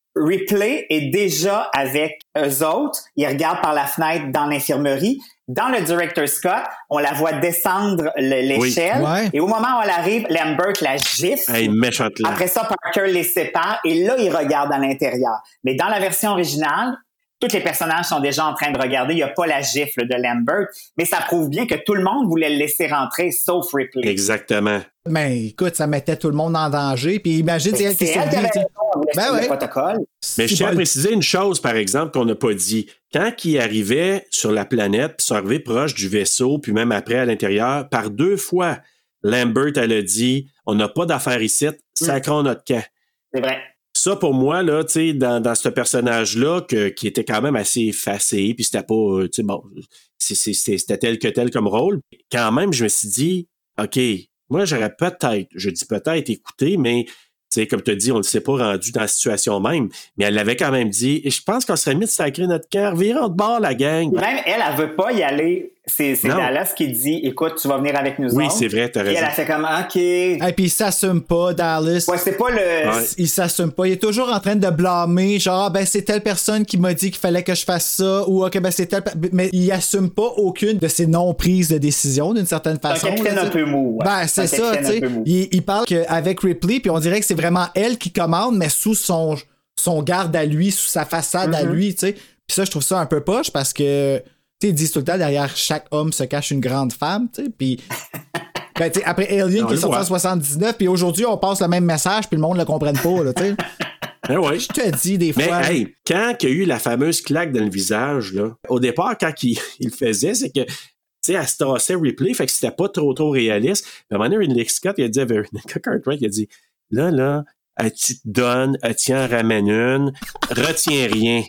Ripley est déjà avec eux autres. Ils regardent par la fenêtre dans l'infirmerie. Dans le Director Scott, on la voit descendre l'échelle. Oui. Ouais. Et au moment où elle arrive, Lambert la gifle. Hey, méchante là. Après ça, Parker les sépare. Et là, ils regardent à l'intérieur. Mais dans la version originale, tous les personnages sont déjà en train de regarder. Il n'y a pas la gifle de Lambert. Mais ça prouve bien que tout le monde voulait le laisser rentrer, sauf Ripley. Exactement. Mais écoute, ça mettait tout le monde en danger. Puis imagine, c'est elle qui s'est dit. Ben ouais. Protocole. Mais je tiens à préciser une chose, par exemple, qu'on n'a pas dit. Quand ils arrivaient sur la planète, puis sont arrivés proches du vaisseau, puis même après à l'intérieur, par deux fois, Lambert, elle a dit, on n'a pas d'affaires ici, sacrons notre camp. C'est vrai. Ça, pour moi, là, tu sais, dans, dans ce personnage-là, que, qui était quand même assez effacé, puis c'était pas, tu sais, bon, c'est, c'est, c'était tel que tel comme rôle. Quand même, je me suis dit, OK, moi, j'aurais peut-être, je dis peut-être écouté, mais... Tu sais, comme tu as dit, on ne s'est pas rendu dans la situation même, mais elle l'avait quand même dit. Et je pense qu'on serait mis de sacrer notre cœur. Virons de bord, la gang. Même elle, elle veut pas y aller. C'est, c'est Dallas qui dit, écoute, tu vas venir avec nous oui, autres. Oui, c'est vrai, t'as raison. Et elle a fait comme, OK. Et puis il s'assume pas, Dallas. Ouais, c'est pas le... Ouais. Il s'assume pas. Il est toujours en train de blâmer, genre, ben c'est telle personne qui m'a dit qu'il fallait que je fasse ça, ou OK, ben c'est telle... Mais il assume pas aucune de ses non-prises de décision, d'une certaine façon. C'est un capitaine un peu mou. Ouais. Ben, c'est, c'est ça, tu sais. Il, il parle qu'avec Ripley, puis on dirait que c'est vraiment elle qui commande, mais sous son, son garde à lui, sous sa façade mm-hmm. à lui, tu sais. Puis ça, je trouve ça un peu poche parce que... Tu sais, ils disent tout le temps, derrière chaque homme se cache une grande femme, tu sais, puis... ben, tu sais, après Alien, non, qui est sorti en soixante-dix-neuf, puis aujourd'hui, on passe le même message, puis le monde ne le comprenne pas, là, tu sais. Ben ouais. Je te dis des mais, fois... Mais, hey, quand il y a eu la fameuse claque dans le visage, là, au départ, quand il, il le faisait, c'est que sais, elle se tassait Ripley, fait que c'était pas trop, trop réaliste. Mais à un moment donné, Ridley Scott, il a dit à Veronica Cartwright, il a dit, là, là, tu te donnes, tu en ramènes une, retiens rien.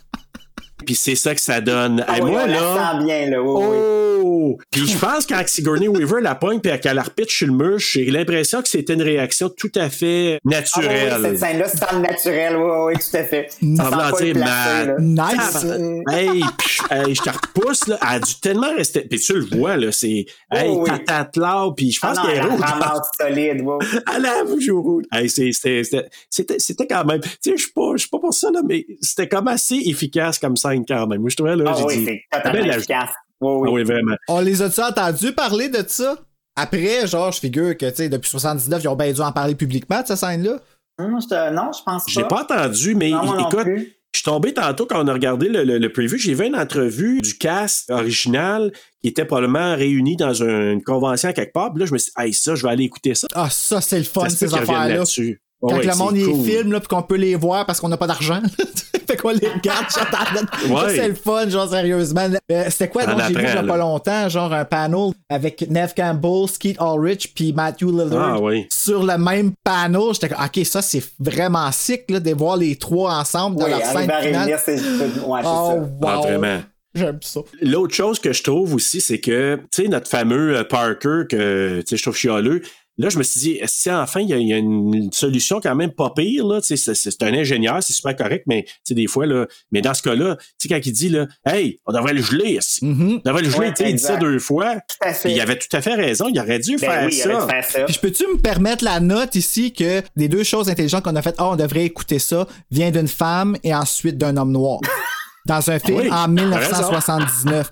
Puis c'est ça que ça donne. Ah Et oui, moi, on là. la sent bien, là. Oui, oh! Oui. Puis je pense que quand Sigourney Weaver la pogne puis qu'elle la repitche sur le mur, j'ai l'impression que c'était une réaction tout à fait naturelle. Ah oui, cette scène-là semble naturelle. Oui, oui, tout à fait. Ça semble dire, ma... Nice. Hey, pis, hey, je te repousse, là. Elle a dû tellement rester. Puis tu le vois, là. C'est, oh, hey, oui. patate là. Puis je pense ah non, qu'elle est rouge. ramasse solide, wow. Elle a toujours rouge. Hey, c'était, c'était, c'était, c'était quand même. Tu sais, je suis pas, je suis pas pour ça, là, mais c'était comme assez efficace comme scène quand même. Moi, je trouvais, là, ah j'ai oui, dit. c'est totalement la... efficace. Oui, oui. Ah oui, vraiment. On les a-tu entendus parler de ça? Après, genre, je figure que, tu sais, depuis soixante-dix-neuf, ils ont bien dû en parler publiquement de cette scène-là. Non, je, non, je pense pas. J'ai pas entendu, mais non, écoute, je suis tombé tantôt quand on a regardé le, le, le preview, j'ai vu une entrevue du cast original qui était probablement réuni dans une, une convention à quelque part. Puis là, je me suis dit, hey, ça, je vais aller écouter ça. Ah, ça, c'est le fun, ça ces affaires-là. Oh, quand ouais, le monde cool. les filme, là, puis qu'on peut les voir parce qu'on n'a pas d'argent. Fait qu'on les regarde, ouais. Ça, c'est le fun, genre, sérieusement. Euh, c'était quoi, donc, j'ai vu il y a pas longtemps, genre, un panel avec Neve Campbell, Skeet Ulrich, puis Matthew Lillard. Ah, oui. Sur le même panel. J'étais comme, OK, ça, c'est vraiment sick, là, de voir les trois ensemble dans oui, leur scène finale. Réunir, c'est... Ouais, c'est oh, ça. wow. Ah, vraiment. J'aime ça. L'autre chose que je trouve aussi, c'est que, tu sais, notre fameux euh, Parker, que, tu sais, je trouve chialeux, là, je me suis dit, si enfin, il y, y a une solution quand même pas pire, là, tu sais, c'est, c'est un ingénieur, c'est super correct, mais, tu sais, des fois, là, mais dans ce cas-là, tu sais, quand il dit, là, hey, on devrait le geler, mm-hmm. on devrait le geler, ouais, tu sais, il dit ça deux fois, puis il avait tout à fait raison, il aurait dû, ben faire, oui, ça. Aurait dû faire ça. Puis je peux-tu me permettre la note ici que les deux choses intelligentes qu'on a faites, ah, oh, on devrait écouter ça, vient d'une femme et ensuite d'un homme noir. Dans un film oui, en dix-neuf cent soixante-dix-neuf.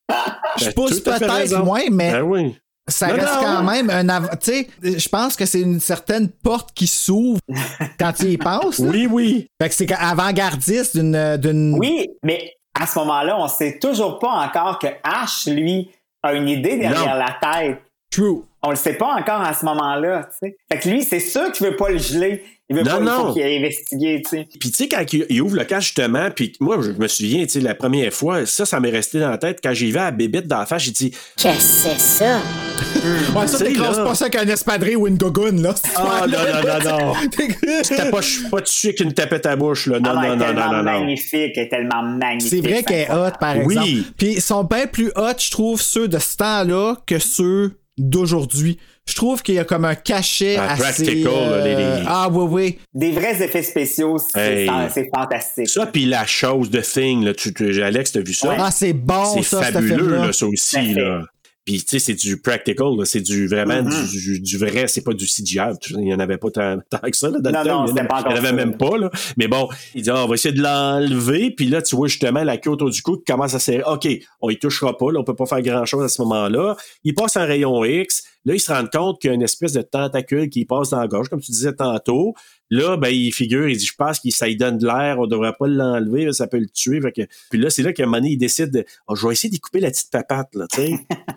Je pousse peut-être moins, mais ben oui. ça non, reste non. quand même un... Av- tu sais, je pense que c'est une certaine porte qui s'ouvre quand tu y penses. Oui, là. oui. Fait que c'est avant-gardiste d'une, d'une... Oui, mais à ce moment-là, on sait toujours pas encore que Ash, lui, a une idée derrière non. la tête. True. On le sait pas encore à ce moment-là, tu sais. Fait que lui, c'est sûr qu'il veut pas le geler. Il veut non, pas, non. il faut qu'il ait investigué, tu sais. Puis tu sais, quand il, il ouvre le cas, justement, puis moi, je me souviens, tu sais, la première fois, ça, ça m'est resté dans la tête. Quand j'y vais à Bébite dans la face, j'ai dit... Qu'est-ce que c'est ça? Ouais, ça, t'écrases pas ça qu'un espadrille ou une gogoune, là. Ah, oh, non, non, non, non. C'était pas, pas dessus qu'une tapette à bouche, là. Non, ah, non, non, non, non, non. magnifique, elle est tellement magnifique. C'est vrai qu'elle est hot, par exemple. Oui. Puis ils sont bien plus hot, je trouve, ceux de ce temps-là que ceux d'aujourd'hui. Je trouve qu'il y a comme un cachet ah, assez... Practical, euh, les, les... Ah, oui, oui. Des vrais effets spéciaux, c'est, hey. c'est fantastique. Ça, puis la chose de Thing, là, tu, tu, Alex, t'as vu ça? Ouais. Ah, c'est bon, c'est ça, fabuleux, là. là, ça aussi, là. Puis, tu sais, c'est du practical, là. C'est du vraiment mm-hmm. du, du vrai, c'est pas du C G I. Il y en avait pas tant, tant que ça, là, dans non, le temps. Non, il y en avait, pas il y en avait ça. même pas, là. Mais bon, il dit, ah, on va essayer de l'enlever. Puis là, tu vois justement la queue autour du cou qui commence à serrer. OK, on y touchera pas, là. On peut pas faire grand-chose à ce moment-là. Il passe en rayon X. Là, il se rend compte qu'il y a une espèce de tentacule qui passe dans la gorge, comme tu disais tantôt. Là, ben, il figure, il dit, je pense que ça lui donne de l'air, on devrait pas l'enlever, ça peut le tuer. Fait que... Puis là, c'est là qu'à un moment donné, il décide de, oh, je vais essayer d'y couper la petite papate, là, tu sais.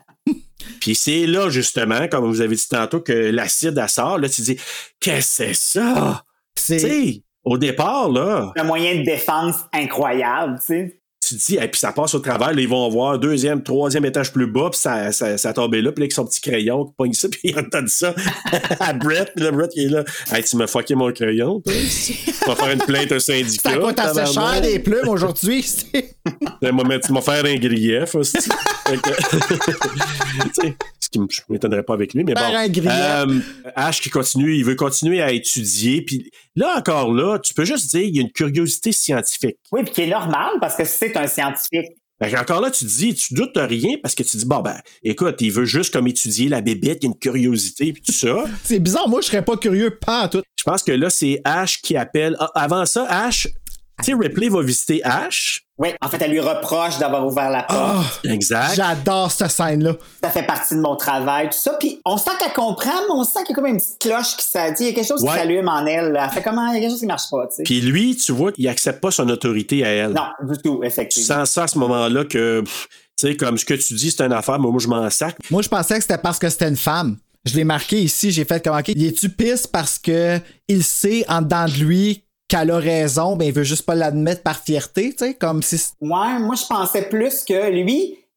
Puis c'est là, justement, comme vous avez dit tantôt, que l'acide, elle sort. Là, tu te dis, qu'est-ce que c'est ça? C'est... Tu sais, au départ, là... Un moyen de défense incroyable, tu sais. Tu te dis, et puis ça passe au travers, là, ils vont voir deuxième, troisième étage plus bas, puis ça, ça, ça tombe là, puis là, avec son petit crayon, qui pogne ça, puis il entend ça à Brett, puis là, Brett, il est là. Hey, tu m'as fucké mon crayon, toi. Tu vas faire une plainte au syndicat. Ça coûte assez cher des plumes aujourd'hui. Tu m'as faire un grief aussi. Ce qui ne m'étonnerait pas avec lui, mais bon. Euh, Ash qui continue, il veut continuer à étudier, puis là, encore là, tu peux juste dire, il y a une curiosité scientifique. Oui, puis qui est normal, parce que c'est un scientifique. Ben, encore là, tu te dis, tu doutes de rien parce que tu dis, bon, ben, écoute, il veut juste comme étudier la bébête, il y a une curiosité, puis tout ça. C'est bizarre, moi, je serais pas curieux, pas en tout. Je pense que là, c'est Ash qui appelle. Ah, avant ça, Ash, tu sais, Ripley va visiter Ash. Oui, en fait, elle lui reproche d'avoir ouvert la porte. Oh, exact. J'adore cette scène-là. Ça fait partie de mon travail, tout ça. Puis on sent qu'elle comprend, mais on sent qu'il y a comme une petite cloche qui s'allume. Il y a quelque chose ouais. qui s'allume en elle. Elle fait comment? Il y a quelque chose qui marche pas, tu sais. Puis lui, tu vois, il accepte pas son autorité à elle. Non, du tout, effectivement. Tu sens ça à ce moment-là que, tu sais, comme ce que tu dis, c'est une affaire, mais moi, je m'en sac. Moi, je pensais que c'était parce que c'était une femme. Je l'ai marqué ici, j'ai fait comme, OK, il est-tu pisse parce que il sait en dedans de lui qu'elle a raison, ben il veut juste pas l'admettre par fierté, tu sais, comme si... Ouais, moi je pensais plus que lui,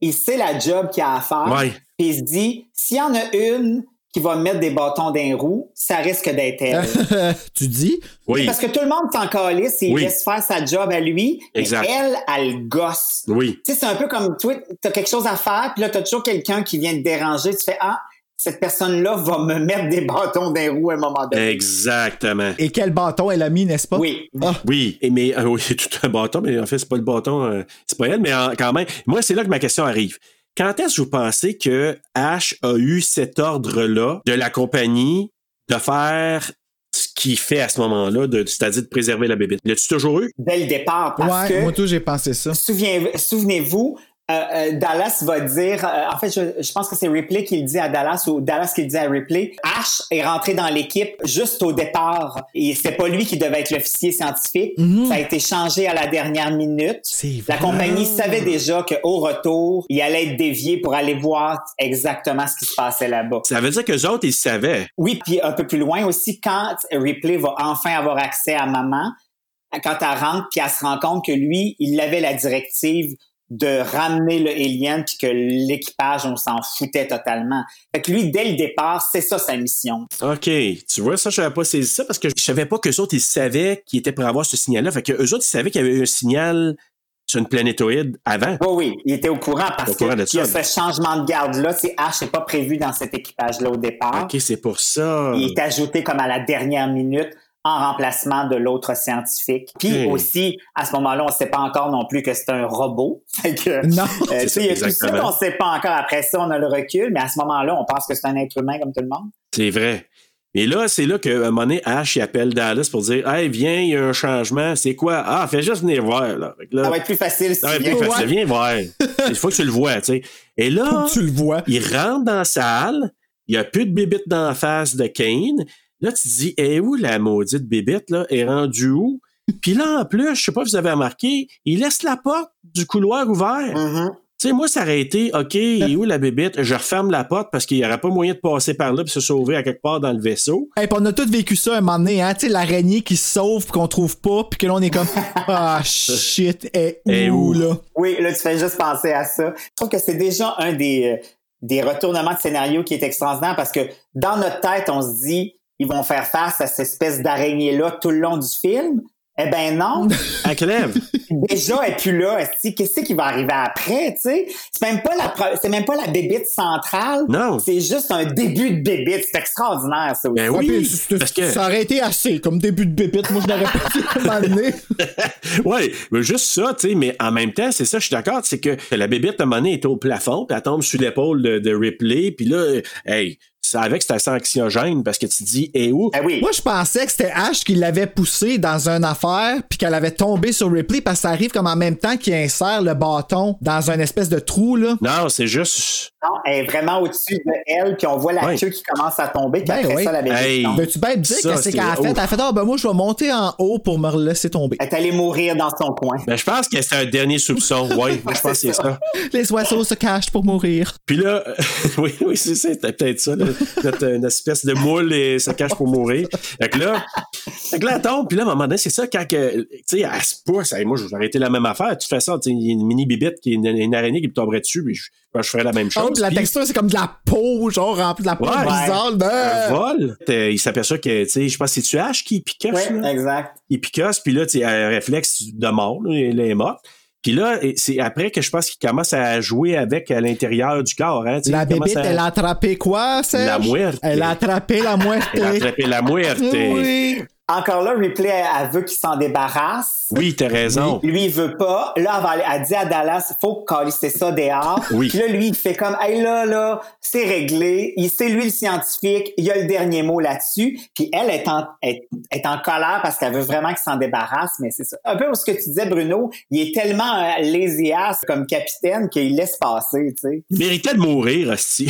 il sait la job qu'il a à faire. Ouais. Puis il se dit, s'il y en a une qui va mettre des bâtons dans les roues, ça risque d'être elle. Tu dis? Oui. Parce que tout le monde s'en calisse et il Oui. laisse faire sa job à lui. Exact. Mais elle, elle gosse. Oui. Tu sais, c'est un peu comme, toi, t'as quelque chose à faire, puis là, t'as toujours quelqu'un qui vient te déranger. Tu fais, ah, cette personne-là va me mettre des bâtons dans les roues à un moment donné. Exactement. Et quel bâton elle a mis, n'est-ce pas? Oui. Ah. Oui, et mais euh, oui, tout un bâton, mais en fait, c'est pas le bâton, euh, c'est pas elle, mais en- quand même. Moi, c'est là que ma question arrive. Quand est-ce que vous pensez que Ash a eu cet ordre-là de la compagnie de faire ce qu'il fait à ce moment-là, de, c'est-à-dire de préserver la bébête? L'as-tu toujours eu? Dès le départ, parce Ouais, que... moi tout, j'ai pensé ça. Souviens, souvenez-vous, euh, euh, Dallas va dire, euh, en fait, je, je pense que c'est Ripley qui le dit à Dallas ou Dallas qui le dit à Ripley. Ash est rentré dans l'équipe juste au départ et c'est pas lui qui devait être l'officier scientifique. Mm-hmm. Ça a été changé à la dernière minute. C'est La vrai. compagnie savait déjà qu'au retour, il allait être dévié pour aller voir exactement ce qui se passait là-bas. Ça veut dire qu'eux autres, ils savaient. Oui, puis un peu plus loin aussi, quand Ripley va enfin avoir accès à maman, quand elle rentre, puis elle se rend compte que lui, il avait la directive de ramener le alien puis que l'équipage, on s'en foutait totalement. Fait que lui, dès le départ, c'est ça sa mission. OK. Tu vois, ça, je savais pas saisi ça parce que je savais pas qu'eux autres, ils savaient qu'ils étaient pour avoir ce signal-là. Fait qu'eux autres, ils savaient qu'il y avait eu un signal sur une planétoïde avant. Oui, oui, il était au courant parce Au courant de qu'il y a ça. ce changement de garde-là. C'est H n'est pas prévu dans cet équipage-là au départ. OK, c'est pour ça. Il est ajouté comme à la dernière minute en remplacement de l'autre scientifique. Puis Okay. aussi, à ce moment-là, on ne sait pas encore non plus que c'est un robot. Fait que, Non. euh, tu sais, il y a tout ça exactement. qu'on ne sait pas encore. Après ça, on a le recul, mais à ce moment-là, on pense que c'est un être humain comme tout le monde. C'est vrai. Et là, c'est là qu'à un moment donné, Ash il appelle Dallas pour dire Hey, viens, il y a un changement. C'est quoi? Ah, fais juste venir voir. Là. Fait que là Ça va être plus facile si ça va tu être plus viens. facile. Viens voir. Il faut que tu le vois, tu sais. Et là, Tu le vois. il rentre dans la salle, il n'y a plus de bébite dans la face de Kane. Là, tu te dis, eh où la maudite bébite, là, est rendue où? Puis là, en plus, je sais pas si vous avez remarqué, il laisse la porte du couloir ouvert. Mm-hmm. Tu sais, moi, ça aurait été, OK, est où la bébite? Je referme la porte parce qu'il n'y aurait pas moyen de passer par là et se sauver à quelque part dans le vaisseau. Hey, pis on a tous vécu ça un moment donné, hein, tu sais, l'araignée qui se sauve pis qu'on trouve pas pis que là on est comme, ah shit, est où, Eh où? là? Oui, là, tu fais juste penser à ça. Je trouve que c'est déjà un des, euh, des retournements de scénario qui est extraordinaire parce que dans notre tête, on se dit, ils vont faire face à cette espèce d'araignée-là tout le long du film. Eh ben non. À Clèves. Déjà, elle est plus là. Est-ce- Qu'est-ce qui va arriver après, tu sais? C'est même pas la, pre- c'est même pas la bébite centrale. Non. C'est juste un début de bébite. C'est extraordinaire, ça aussi. Ben Ouais, oui, pis c'est- parce que... ça aurait été assez comme début de bébite. Moi, je n'aurais pas pu m'amener. Oui, mais juste ça, tu sais, mais en même temps, c'est ça, je suis d'accord, c'est que la bébête, à un moment donné, est au plafond, puis elle tombe sur l'épaule de, de Ripley, puis là, euh, hey, c'est avec que c'est assez anxiogène, parce que tu te dis, eh où? Ah oui. Moi, je pensais que c'était Ash qui l'avait poussé dans une affaire puis qu'elle avait tombé sur Ripley parce que ça arrive comme en même temps qu'il insère le bâton dans un espèce de trou, là. Non, c'est juste... Non, elle est vraiment au-dessus de elle, puis on voit la Ouais. queue qui commence à tomber, puis Ben après oui. ça, la bébite Hey. tombe. Veux-tu bien me dire Ça, qu'est-ce c'est- qu'elle a fait? ouf. Elle a fait, ah, ben moi, je vais monter en haut pour me laisser tomber. Elle est allée mourir dans son coin. Ben, je pense que c'est un dernier soupçon, oui, moi, je pense que c'est ça. Les oiseaux se cachent pour mourir. Puis là, oui, oui, c'est ça, c'était peut-être ça, là, notre, une espèce de moule et ça cache pour mourir. Fait que là, fait que là, elle tombe, puis là, à un moment donné, c'est ça, quand que, tu sais, elle se pousse, hey, moi, j'aurais été la même affaire, tu fais ça, tu sais, il y a une mini bibite qui est une, une araignée qui me tomberait dessus, puis je, ben, je ferais la même chose. Oh, pis la puis- texture, c'est comme de la peau, genre remplie de la peau Ouais. bizarre. un Ben... vol. Euh, Il s'aperçoit que, tu sais, je pense que c'est-tu H qui picasse, Oui, là? exact. Il picasse, puis là, tu sais, un réflexe de mort, là, elle est morte. Puis là, et c'est après que je pense qu'il commence à jouer avec à l'intérieur du corps. Hein, tu sais, La il commence bébite, à- elle a attrapé quoi, Serge? La muerte. Elle a attrapé la muerte. Elle a attrapé la muerte. Oui. Encore là, Ripley, elle, elle veut qu'il s'en débarrasse. Oui, t'as raison. Lui, il veut pas. Là, elle, va aller- elle dit à Dallas, il faut calisser ça dehors. Oui. Puis là, lui, il fait comme, hey, là, là, c'est réglé. Il, c'est lui le scientifique. Il a le dernier mot là-dessus. Puis elle est en, est, est en colère parce qu'elle veut vraiment qu'il s'en débarrasse. Mais c'est ça. Un peu ce que tu disais, Bruno, il est tellement euh, lazy ass comme capitaine qu'il laisse passer, tu sais. Il méritait de mourir, hostie.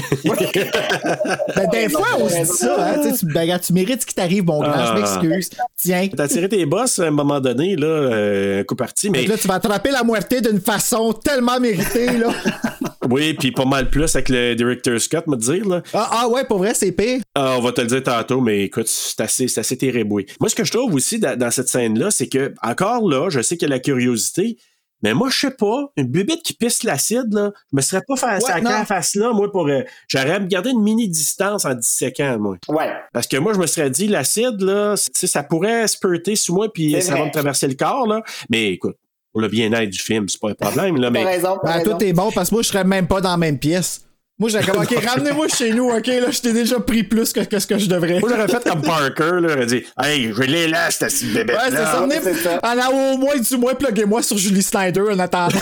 Ben, des fois, on se dit ça, hein. Tu sais, tu, ben, regarde, tu mérites ce qui t'arrive, mon grand. Ah. Je m'excuse. Tiens. T'as tiré tes bosses à un moment donné, là, euh, un coup parti, mais Donc là, tu vas attraper la muerte d'une façon tellement méritée, là. oui, puis pas mal plus avec le director Scott, me dire, là. Ah, ah ouais, pour vrai, c'est pire. Ah, on va te le dire tantôt, mais écoute, c'est assez, c'est assez terrible, oui. Moi, ce que je trouve aussi dans, dans cette scène-là, c'est que, encore là, je sais qu'il y a la curiosité, Mais moi, je sais pas, une bébête qui pisse l'acide, là, je me serais pas fait Ouais, ça non. à la face là, moi, pour. Euh, j'aurais gardé une mini distance en disséquant, moi. Ouais. Parce que moi, je me serais dit, l'acide, là, tu sais, ça pourrait spurter sous moi, puis C'est ça vrai. va me traverser le corps, là. Mais écoute, pour le bien-être du film, c'est pas un problème, là. T'as Mais raison, t'as Ben, raison. toi, t'es bon parce que moi, je serais même pas dans la même pièce. Moi, j'ai comme, OK, ramenez-moi chez nous, OK, là, je t'ai déjà pris plus que, que ce que je devrais. moi, j'aurais fait comme Parker, là, j'aurais dit, hey, je les laisse, cette petite bébête. Ouais, c'est ça. Venez, c'est ça. en a au moins, du moins, pluguez-moi sur Julie Snyder en attendant.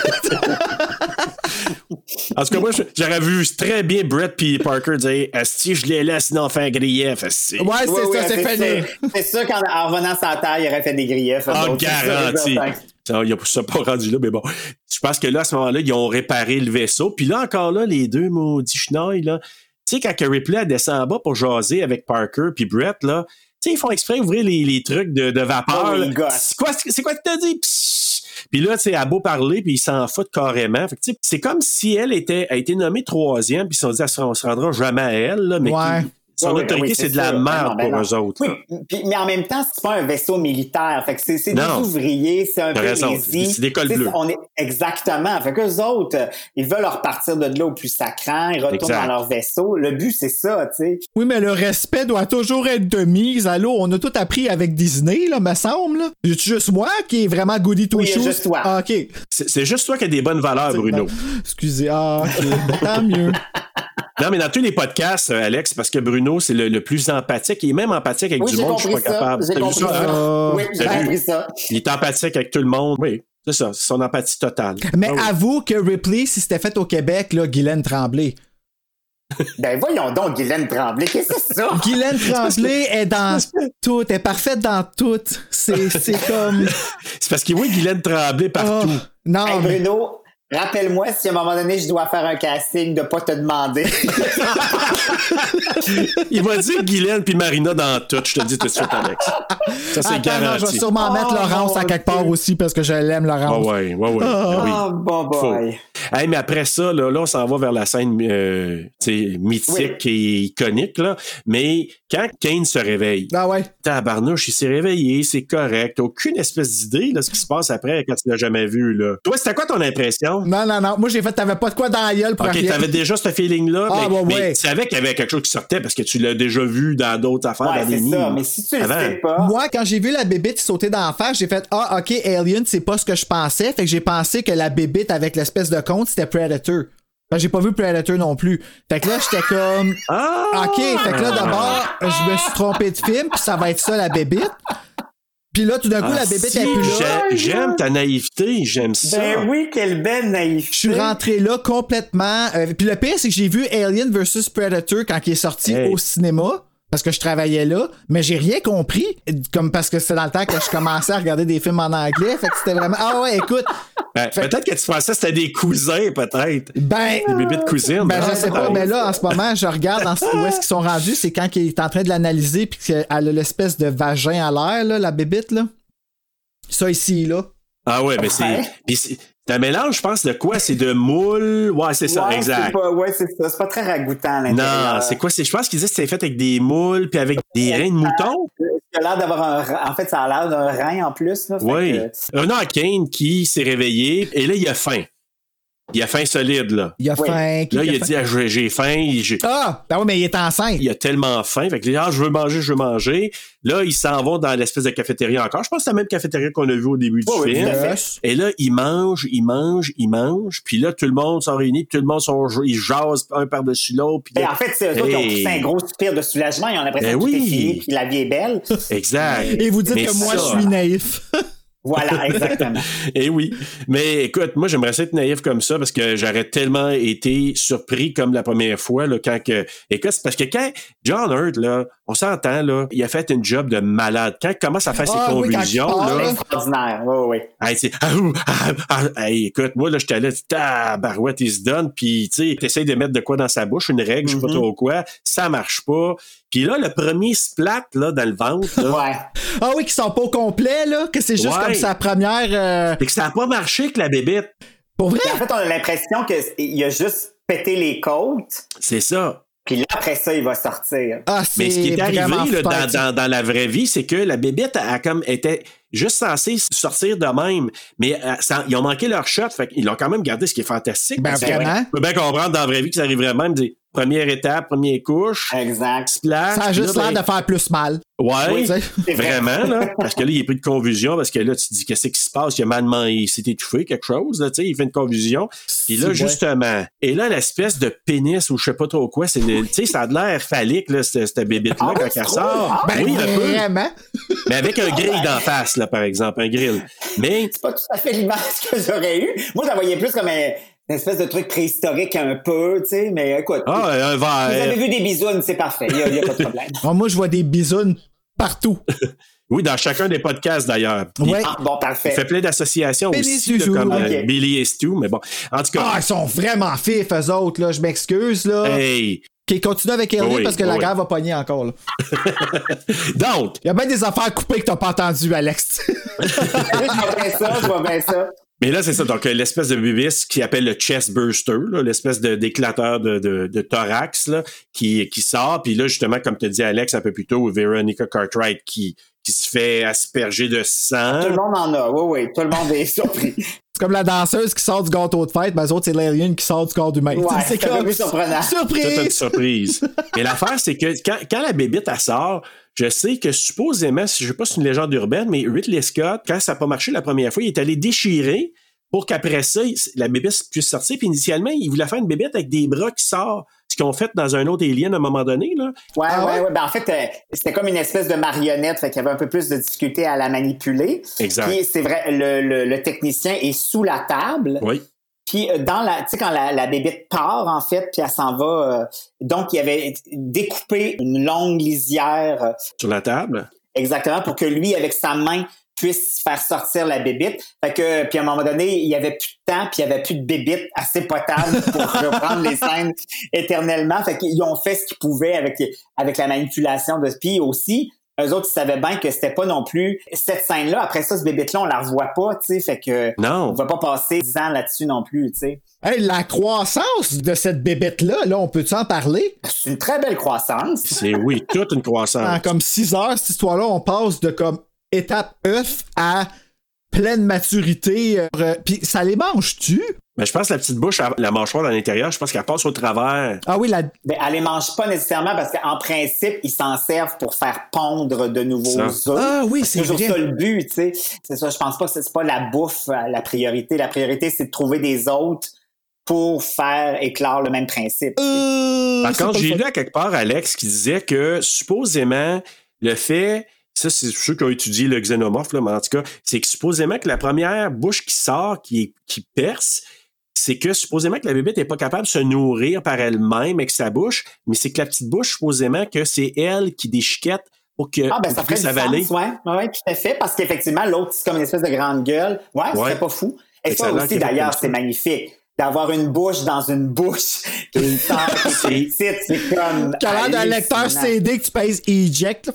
En tout cas, moi, j'aurais vu très bien Brett puis Parker dire, asti, je les laisse, sinon on fait un grief, asti. Ouais, c'est Oui, ça, oui, c'est fini. sûr. C'est sûr qu'en en revenant sur la terre, il aurait fait des griefs. Ah, Donc, c'est sûr, garanti. c'est certain. Ça, il a ça pas rendu là, mais bon. Je pense que là, à ce moment-là, ils ont réparé le vaisseau. Puis là, encore là, les deux maudits chenilles, là. Tu sais, quand que Ripley elle descend en bas pour jaser avec Parker puis Brett, là, tu sais, ils font exprès d'ouvrir les, les trucs de, de vapeur. Oh, là. les gosses. C'est quoi, c'est quoi que t'as dit? Psst! Puis là, tu sais, elle a beau parler, puis ils s'en foutent carrément. Fait que, tu sais, c'est comme si elle était, a été nommée troisième, puis ils se sont dit, on se rendra jamais à elle, là, mais Ouais. qui- son Oui, autorité, oui, c'est c'est de la sûr. merde Ben non, ben pour non. eux autres. Oui, là. puis, mais en même temps, c'est pas un vaisseau militaire. Fait que c'est, c'est des Non. ouvriers, c'est un T'as peu raison. lazy. C'est des cols Tu sais, bleus. On est exactement. Fait qu'eux autres, euh, ils veulent repartir de là au plus sacrant, ils retournent Exact. dans leur vaisseau. Le but, c'est ça, tu sais. Oui, mais le respect doit toujours être de mise. Allô, on a tout appris avec Disney, là, me semble. Là. C'est juste moi qui est vraiment goody two Oui, il y a shoes. juste toi. Ah, OK. C'est, c'est juste toi qui as des bonnes valeurs, Bruno. Excusez. Ah, OK. Ben, tant mieux. Non, mais dans tous les podcasts, euh, Alex, parce que Bruno, c'est le, le plus empathique. Il est même empathique avec Oui, du j'ai monde, je suis compris pas ça. capable. J'ai T'as vu compris ça, ça. hein? Oui, j'ai T'as vu? compris ça. Il est empathique avec tout le monde. Oui, c'est ça. C'est son empathie totale. Mais Ah oui. avoue que Ripley, si c'était fait au Québec, là, Guylaine Tremblay. Ben voyons donc, Guylaine Tremblay, qu'est-ce que c'est ça? Guylaine Tremblay est dans tout, est parfaite dans tout. C'est, c'est comme. C'est parce qu'il voit Guylaine Tremblay partout. Oh, non, Hey, mais- Bruno, rappelle-moi si à un moment donné, je dois faire un casting de pas te demander. Il va dire Guylaine puis Marina dans tout. Je te le dis tout de suite, Alex. Ça, c'est Attends, non, je garanti. vais sûrement mettre Oh, Laurence à mon quelque part Dieu. aussi parce que je l'aime, Ah Laurence. ouais, ouais, ouais. Ah. oui. Oh, bon boy. Hey, mais après ça, là, là on s'en va vers la scène euh, tu sais, mythique et iconique. Là. Mais quand Kane se réveille, Ah ouais. tabarnouche, il s'est réveillé, c'est correct. Aucune espèce d'idée de ce qui se passe après quand tu l'as jamais vu. Là. Toi, c'était quoi ton impression? Non, non, non. Moi, j'ai fait, t'avais pas de quoi dans la gueule pour OK, rien. t'avais déjà ce feeling-là, Ah, mais, ouais, mais ouais. tu savais qu'il y avait quelque chose qui sortait parce que tu l'as déjà vu dans d'autres affaires Ouais, c'est d'anime. ça. Mais si tu le Avant. sais pas. Moi, quand j'ai vu la bébite sauter dans la face, j'ai fait ah, ok, Alien, c'est pas ce que je pensais. Fait que j'ai pensé que la bébite avec l'espèce de conte, c'était Predator. Fait que j'ai pas vu Predator non plus. Fait que là, j'étais comme Ah! ok, fait que là, d'abord, je me suis trompé de film, puis ça va être ça, la bébite. Puis là, tout d'un coup, Ah, la bébite si, est plus là. j'ai- J'aime ta naïveté, j'aime ça. Ben oui, quelle belle naïveté. Je suis rentré là complètement. Euh, puis le pire, c'est que j'ai vu Alien versus Predator quand il est sorti Hey. au cinéma. Parce que je travaillais là, mais j'ai rien compris, comme parce que c'était dans le temps que je commençais à regarder des films en anglais, fait que c'était vraiment ah ouais, écoute, Ben, Fait- peut-être que tu pensais que c'était des cousins, peut-être. ben Des bébés de cousines. ben hein, je sais pas, peut-être. mais là en ce moment, je regarde dans ce- où est-ce qu'ils sont rendus, c'est quand il est en train de l'analyser puis qu'elle a l'espèce de vagin à l'air là, la bébite là. Ça ici là. Ah ouais, mais c'est. Ouais. Puis c'est c'est un mélange, je pense, de quoi? C'est de moule. Ouais, c'est ça, Ouais, exact. C'est pas, ouais, c'est ça. C'est pas très ragoûtant à l'intérieur. Non, c'est quoi? C'est, je pense qu'ils disaient que c'était fait avec des moules puis avec des reins de mouton. Ça a l'air d'avoir un rein- En fait, ça a l'air d'un rein en plus. Là, fait Oui. que- Un an Kane qui s'est réveillé et là, il a faim. Il a faim solide, là. Il a Oui. faim. qui Là, il a faim? dit, ah, j'ai j'ai faim. J'ai- Ah, ben oui, mais il est enceinte. Il a tellement faim. Fait que là, ah, je veux manger, je veux manger. Là, ils s'en vont dans l'espèce de cafétéria encore. Je pense que c'est la même cafétéria qu'on a vue au début du Oui, oui, film. tout à fait. Yes. Et là, ils mangent, ils mangent, ils mangent. Puis là, tout le monde s'en réunit. Tout le monde sont, ils jasent un par-dessus l'autre. Puis Ben, là- en fait, c'est eux autres qui ont Hey. poussé un gros soupir de soulagement. Ils ont l'impression Ben que tout oui. est fini puis la vie est belle. Exact. Et vous dites Mais que moi ça- je suis naïf. Voilà, exactement. Eh oui. Mais écoute, moi, j'aimerais ça être naïf comme ça parce que j'aurais tellement été surpris comme la première fois, là, quand que. Écoute, c'est parce que quand John Hurt, là, on s'entend, là, il a fait une job de malade. Quand il commence à faire Ah ses oui, quand il convulsions, parle, là. là. Extraordinaire. Oui, oui. Hey, c'est, ah, ouh, ah, ah, hey, écoute, moi, là, j'étais là, tabarouette, il se donne, puis, tu sais, t'essayes de mettre de quoi dans sa bouche, une règle, je sais pas Mhm. trop quoi, ça marche pas. Puis là, le premier splat, là, dans le ventre, là, Ouais. Ah oui, qui sont pas au complet, là, que c'est juste Ouais. comme sa première. euh, c'est que ça a pas marché avec la bébête. Pour vrai? En fait, on a l'impression qu'il a juste pété les côtes. C'est ça. Puis là, après ça, il va sortir. Ah, c'est Mais ce qui est arrivé vraiment là, dans, super, ça. dans, dans la vraie vie, c'est que la bébête a, a comme était juste censé sortir de même. Mais euh, ça, ils ont manqué leur shot, fait qu'ils l'ont quand même gardé, ce qui est fantastique. Ben, vraiment. Je peux bien comprendre dans la vraie vie que ça arriverait même des première étape, première couche. Exact. Splash, ça a juste là, l'air ben, de faire plus mal. Ouais, oui, vraiment, là. Parce que là, il est pris de confusion, parce que là, tu te dis, qu'est-ce qui se passe? Il a mal, il s'est étouffé, quelque chose, là, tu sais, il fait une confusion. Puis là, ouais. justement, et là, l'espèce de pénis ou je sais pas trop quoi, c'est le, tu sais, ça a de l'air phallique, là, cette, cette bébite-là, ah, quand elle sort. Ben, oui, un peu. Vraiment. Mais avec un grill d'en face, là, par exemple, un grill. Mais. C'est pas tout à fait l'image que j'aurais eue. Moi, je la voyais plus comme un, une espèce de truc préhistorique un peu, tu sais, mais écoute. Ah, un verre. Vous avez vu des bisounes, c'est parfait. Il n'y a, a pas de problème. Bon, moi, je vois des bisounes partout. Oui, dans chacun des podcasts, d'ailleurs. Puis, ouais. Ah, bon, parfait. Il fait plein d'associations Pénis aussi, là, du comme okay. euh, Billy et Stu, mais bon. En tout cas. Ah, ils sont vraiment fifs, eux autres, là. Je m'excuse, là. Hey! Qui continue avec Ellie oui, parce que oui. la guerre va pogner encore, là. Donc. Il y a bien des affaires coupées que t'as pas entendues, Alex. Je vois bien ça, je vois bien ça. Mais là, c'est ça. Donc, l'espèce de bubis qui appelle le chest burster, là, l'espèce de, d'éclateur de, de, de thorax, là, qui, qui sort. Puis là, justement, comme te dit Alex un peu plus tôt, Veronica Cartwright qui, qui se fait asperger de sang. Tout le monde en a. Oui, oui. Tout le monde est surpris. C'est comme la danseuse qui sort du gâteau de fête, mais eux autres, c'est l'alien qui sort du corps d'humain. Ouais, c'est c'est comme un peu plus surprenant. Surprise! C'est une surprise. Mais l'affaire, c'est que quand, quand la bébite, elle sort, je sais que supposément, je sais pas si c'est une légende urbaine, mais Ridley Scott, quand ça n'a pas marché la première fois, il est allé déchirer pour qu'après ça, la bébite puisse sortir. Puis initialement, il voulait faire une bébite avec des bras qui sortent. Ce qu'ils ont fait dans un autre Alien à un moment donné, là. Ouais, ah, ouais, ouais. Ben, en fait, euh, c'était comme une espèce de marionnette, fait qu'il y avait un peu plus de difficulté à la manipuler. Exact. Puis c'est vrai, le, le, le technicien est sous la table. Oui. Puis dans la, tu sais, quand la, la bébite part, en fait, puis elle s'en va, euh, donc il avait découpé une longue lisière. Euh, Sur la table. Exactement, pour que lui, avec sa main, puisse faire sortir la bébite. Fait que, puis à un moment donné, il y avait plus de temps, puis il y avait plus de bébite assez potable pour reprendre les scènes éternellement. Fait qu'ils ont fait ce qu'ils pouvaient avec avec la manipulation de puis aussi. Eux autres, ils savaient bien que c'était pas non plus cette scène-là. Après ça, ce bébite-là, on la revoit pas, tu sais. Fait que non. On va pas passer dix ans là-dessus non plus, tu sais. Hey, la croissance de cette bébête-là, là, on peut-tu en parler? C'est une très belle croissance. C'est oui, toute une croissance. En comme six heures, cette histoire-là, on passe de comme étape œuf à pleine maturité. Euh, Puis ça les mange-tu? Ben, je pense que la petite bouche, la mâchoire dans l'intérieur, je pense qu'elle passe au travers. Ah oui, la... Ben, elle les mange pas nécessairement parce qu'en principe, ils s'en servent pour faire pondre de nouveaux œufs. Ah oui, c'est toujours vrai. ça le but, tu sais. C'est ça, je pense pas que c'est pas la bouffe la priorité. La priorité, c'est de trouver des hôtes pour faire éclore le même principe. Euh, Par contre, j'ai lu lu à quelque part Alex qui disait que supposément le fait, ça c'est ceux qui ont étudié le xénomorphe, là, mais en tout cas, c'est que supposément que la première bouche qui sort, qui, est, qui perce, c'est que supposément que la bébête n'est pas capable de se nourrir par elle-même avec sa bouche, mais c'est que la petite bouche, supposément que c'est elle qui déchiquette pour que ah, ben, ça ferait puisse du avaler. sens, ouais. Ouais, tout à fait, parce qu'effectivement, l'autre, c'est comme une espèce de grande gueule. Ouais, Ouais. c'est pas fou. Et Fait que ça ça a l'air aussi, qu'il fait d'ailleurs, comme c'est ça. magnifique. D'avoir une bouche dans une bouche qui est une tente, qui est petite, c'est comme... T'as l'air d'un lecteur hallucinant. C D que tu pèses eject. Là.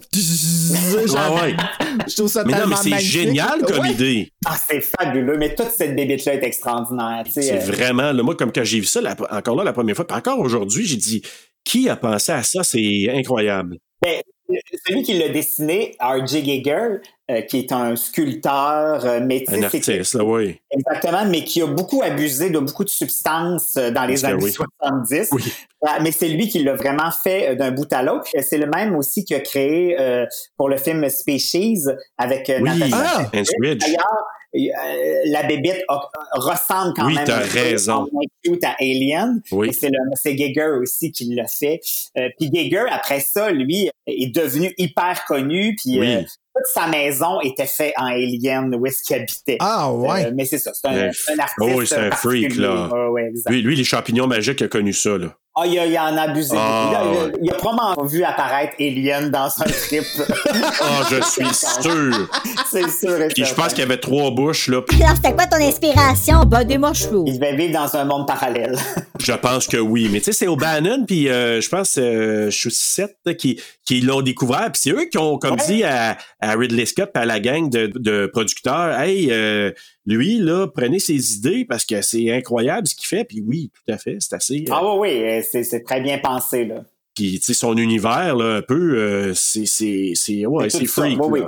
Genre, Ouais, ouais. Je trouve ça Mais non, tellement mais c'est magnifique. génial comme Ouais. idée. Ah, c'est fabuleux, mais toute cette bébite-là est extraordinaire. tu sais, C'est euh, vraiment, là, moi, comme quand j'ai vu ça, la- encore là, la première fois, puis encore aujourd'hui, j'ai dit, qui a pensé à ça? C'est incroyable. ben, celui qui l'a dessiné, R J Giger, euh, qui est un sculpteur, euh, mais tu Un sais, c'est- artiste, là, oui. exactement, mais qui a beaucoup abusé de beaucoup de substances euh, dans les Parce que années oui. soixante-dix. Oui. Ouais, mais c'est lui qui l'a vraiment fait euh, d'un bout à l'autre. Et c'est le même aussi qui a créé euh, pour le film Species avec euh, Oui, Natasha Ah! Henstridge. Hans Ridge. D'ailleurs, euh, la bébite a- ressemble quand Oui, même t'as un peu raison. en cute à Alien. Oui. Et c'est, le, c'est Giger aussi qui l'a fait. Euh, puis Giger, après ça, lui, est devenu hyper connu. Puis Oui. euh, toute sa maison était faite en Alien où est-ce qu'il habitait. Ah ouais. Euh, mais c'est ça, c'est un, Un un artiste. oh oui, c'est un freak, particulier. là. Ouais, ouais, exact. Lui, lui, les champignons magiques, il a connu ça, là. Ah, il, a, il en a abusé. Ah, il, a, ouais. il a probablement vu apparaître Alien dans un trip. Ah, je suis sûr. C'est sûr et Puis je certain. pense qu'il y avait trois bouches, là. Alors, c'était quoi ton inspiration? Bas des morceaux. Il devait vivre dans un monde parallèle. Je pense que oui. Mais tu sais, c'est O'Bannon, puis euh, je pense euh, Chaussette qui, qui l'ont découvert. Puis c'est eux qui ont, comme Ouais. dit à, à Ridley Scott et à la gang de, de producteurs, « Hey, euh, lui, là, prenez ses idées parce que c'est incroyable ce qu'il fait. » Puis oui, tout à fait, c'est assez... euh, Ah oui, oui, c'est, c'est très bien pensé, là. Puis, tu sais, son univers, là, un peu, euh, c'est, c'est, c'est, ouais, C'est c'est tout ça. freak, Oui, là. oui.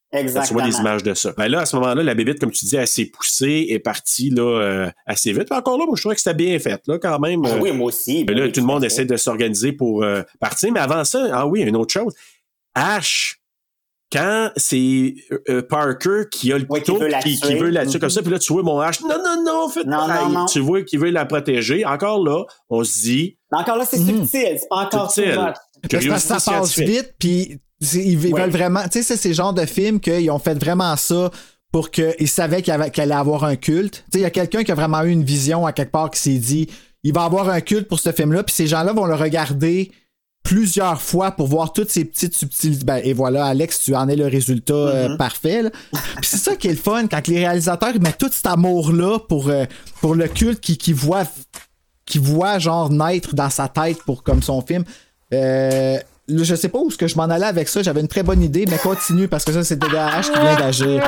Exactement. Tu vois des images de ça. Ben là, à ce moment-là, la bébite, comme tu dis, elle s'est poussée, est partie là, euh, assez vite. Puis encore là, moi, je trouvais que c'était bien fait, là, quand même. Ah euh, oui, moi aussi. Ben là, oui, tout le monde fait. essaie de s'organiser pour euh, partir. Mais avant ça, ah oui, une autre chose. Ash, quand c'est euh, Parker qui a le oui, couteau, qui, qui, qui veut la tuer mm-hmm. comme ça, puis là, tu vois mon Ash, non, non, non, faites non, pas. Non, non. Tu vois qu'il veut la protéger. Encore là, on se dit... Mais encore là, c'est mm. subtil. C'est pas encore subtil. Tout parce que ça passe vite, puis ils veulent ouais. vraiment... Tu sais, c'est ces genres de films qu'ils ont fait vraiment ça pour qu'ils savaient qu'il, avait, qu'il allait avoir un culte. Tu sais, il y a quelqu'un qui a vraiment eu une vision à quelque part qui s'est dit, il va avoir un culte pour ce film-là, puis ces gens-là vont le regarder plusieurs fois pour voir toutes ces petites subtilités. Ben, et voilà, Alex, tu en es le résultat mm-hmm. euh, parfait. Là. Puis c'est ça qui est le fun, quand les réalisateurs ils mettent tout cet amour-là pour, euh, pour le culte qui, qui voit qui voit genre naître dans sa tête pour comme son film. Euh, je sais pas où est-ce que je m'en allais avec ça. J'avais une très bonne idée, mais continue parce que ça, c'est D D H qui vient d'agir.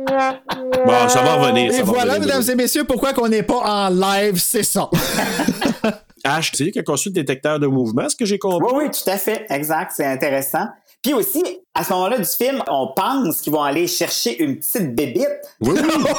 Bon, ça va revenir. Ça et va voilà, revenir, mesdames de... et messieurs, pourquoi qu'on n'est pas en live, c'est ça. Ash, c'est lui qui a conçu le détecteur de mouvement, ce que j'ai compris. Oui, oui, tout à fait. Exact. C'est intéressant. Puis aussi, à ce moment-là du film, on pense qu'ils vont aller chercher une petite bébite. Oui,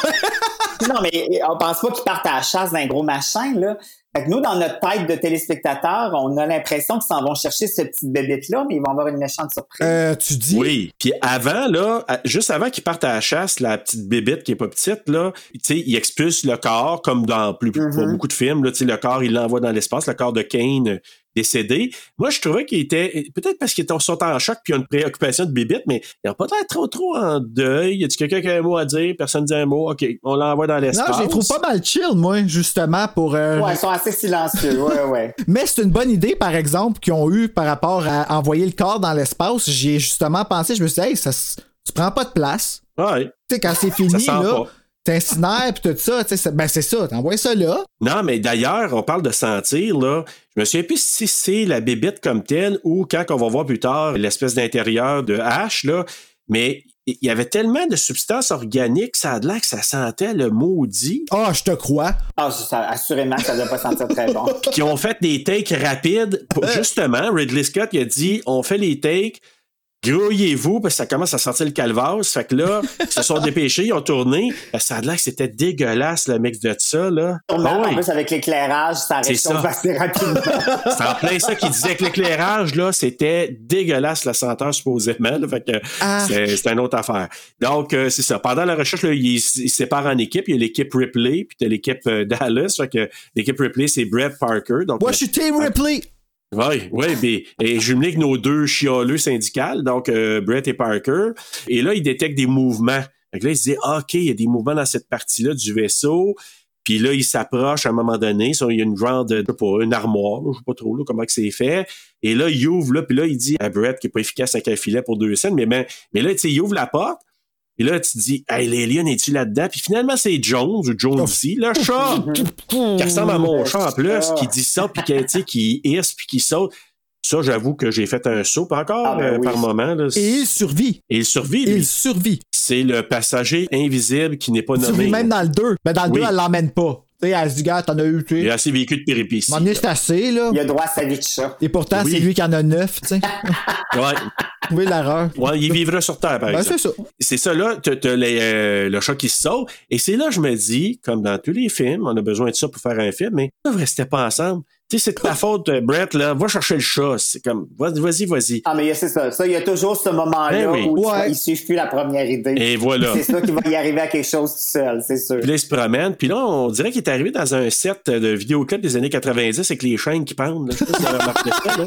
oui. Non, mais on pense pas qu'ils partent à la chasse d'un gros machin, là. Fait que nous, dans notre tête de téléspectateurs, on a l'impression qu'ils s'en vont chercher cette petite bébite-là, mais ils vont avoir une méchante surprise. Euh, tu dis? Oui. Puis avant, là, juste avant qu'ils partent à la chasse, la petite bébite qui est pas petite, là, tu sais, ils expulsent le corps, comme dans plus, mm-hmm. pour beaucoup de films, là, tu sais, le corps, ils l'envoient dans l'espace, le corps de Kane décédé. Moi, je trouvais qu'il était, peut-être parce qu'ils sont en choc puis il y a une préoccupation de bébite, mais il n'y a pas l'air trop, trop en deuil. Y a-t-il quelqu'un qui a un mot à dire? Personne dit un mot. OK, on l'envoie dans l'espace. Non, je les trouve pas mal chill, moi, justement, pour... Euh... Ouais, ils sont assez silencieux, ouais, ouais. Mais c'est une bonne idée, par exemple, qu'ils ont eu par rapport à envoyer le corps dans l'espace. J'y ai justement pensé, je me suis dit, hey, ça, tu prends pas de place. Ouais. Tu sais, quand c'est fini, là... Pas. T'incinères pis tout ça, tu sais, ben c'est ça, t'envoies ça là. Non, mais d'ailleurs, on parle de sentir, là. Je me souviens plus si c'est la bébite comme telle ou quand on va voir plus tard l'espèce d'intérieur de Ash, là. Mais il y avait tellement de substances organiques, ça a l'air que ça sentait le maudit. Ah, oh, je te crois. Ah, oh, assurément, ça ne doit pas sentir très bon. Puis qui ont fait des takes rapides. Pour, euh. Justement, Ridley Scott, il a dit, on fait les takes, grouillez-vous, parce que ça commence à sortir le calvaire. Ça fait que là, ils se sont dépêchés, ils ont tourné. Ça a l'air que c'était dégueulasse, le mix de ça, là. Oh, en oui. plus, avec l'éclairage, ça réchauffe assez rapidement. C'est en plein ça qu'il disait que l'éclairage, là, c'était dégueulasse, la senteur, supposément. Là, fait que ah. c'est, c'est une autre affaire. Donc, euh, c'est ça. Pendant la recherche, là, ils il séparent en équipe. Il y a l'équipe Ripley, puis t'as l'équipe euh, Dallas. Fait que l'équipe Ripley, c'est Brett Parker. Donc, moi, je suis Team Ripley! Oui, oui, et jumelé avec nos deux chialeux syndicales, donc euh, Brett et Parker. Et là, ils détectent des mouvements. Donc là, ils se disent, ah, OK, il y a des mouvements dans cette partie-là du vaisseau. Puis là, ils s'approchent à un moment donné. Il y a une genre de, pas, une armoire, je sais pas trop là, comment que c'est fait. Et là, il ouvre, là, puis là, il dit à Brett, qui est pas efficace avec un filet pour deux scènes, mais, ben, mais là, tu sais, il ouvre la porte. Et là, tu te dis, hey, l'alien est-tu là-dedans? Puis finalement, c'est Jones, ou Jones aussi, le chat, qui ressemble à mon chat en plus, qui dit ça, puis qui, qui hisse, puis qui saute. Ça, j'avoue que j'ai fait un saut encore ah, ben euh, oui. par moment. Là. Et il survit. Et il survit, lui. Et il survit. C'est le passager invisible qui n'est pas il nommé. Survit même dans le deux. Ben, dans le oui. deux, elle l'emmène pas. Tu sais, elle se dit, gars, t'en as eu, tu sais. Il a assez vécu de péripéties. M'en est c'est assez, là. Il a droit à sa vie de chat. Et pourtant, oui. c'est lui qui en a neuf, tu sais. Ouais. Trouvez l'erreur. Ouais, il vivra sur Terre, par ben, exemple. c'est ça. C'est ça, là, t'as, t'as les, euh, le chat qui se sauve. Et c'est là, je me dis, comme dans tous les films, on a besoin de ça pour faire un film, mais on ne restait pas ensemble. Tu sais, c'est de ta faute, Brett, là. Va chercher le chat. C'est comme, vas-y, vas-y. Ah, mais c'est ça. Ça, il y a toujours ce moment-là ben oui. où ouais. il suffit plus la première idée. Et voilà. C'est ça qui va y arriver à quelque chose tout seul, c'est sûr. Puis là, il se promène. Puis là, on dirait qu'il est arrivé dans un set de vidéoclips des années quatre-vingt-dix avec les chaînes qui pendent. Là. Je sais pas si vous avez remarqué ça, là.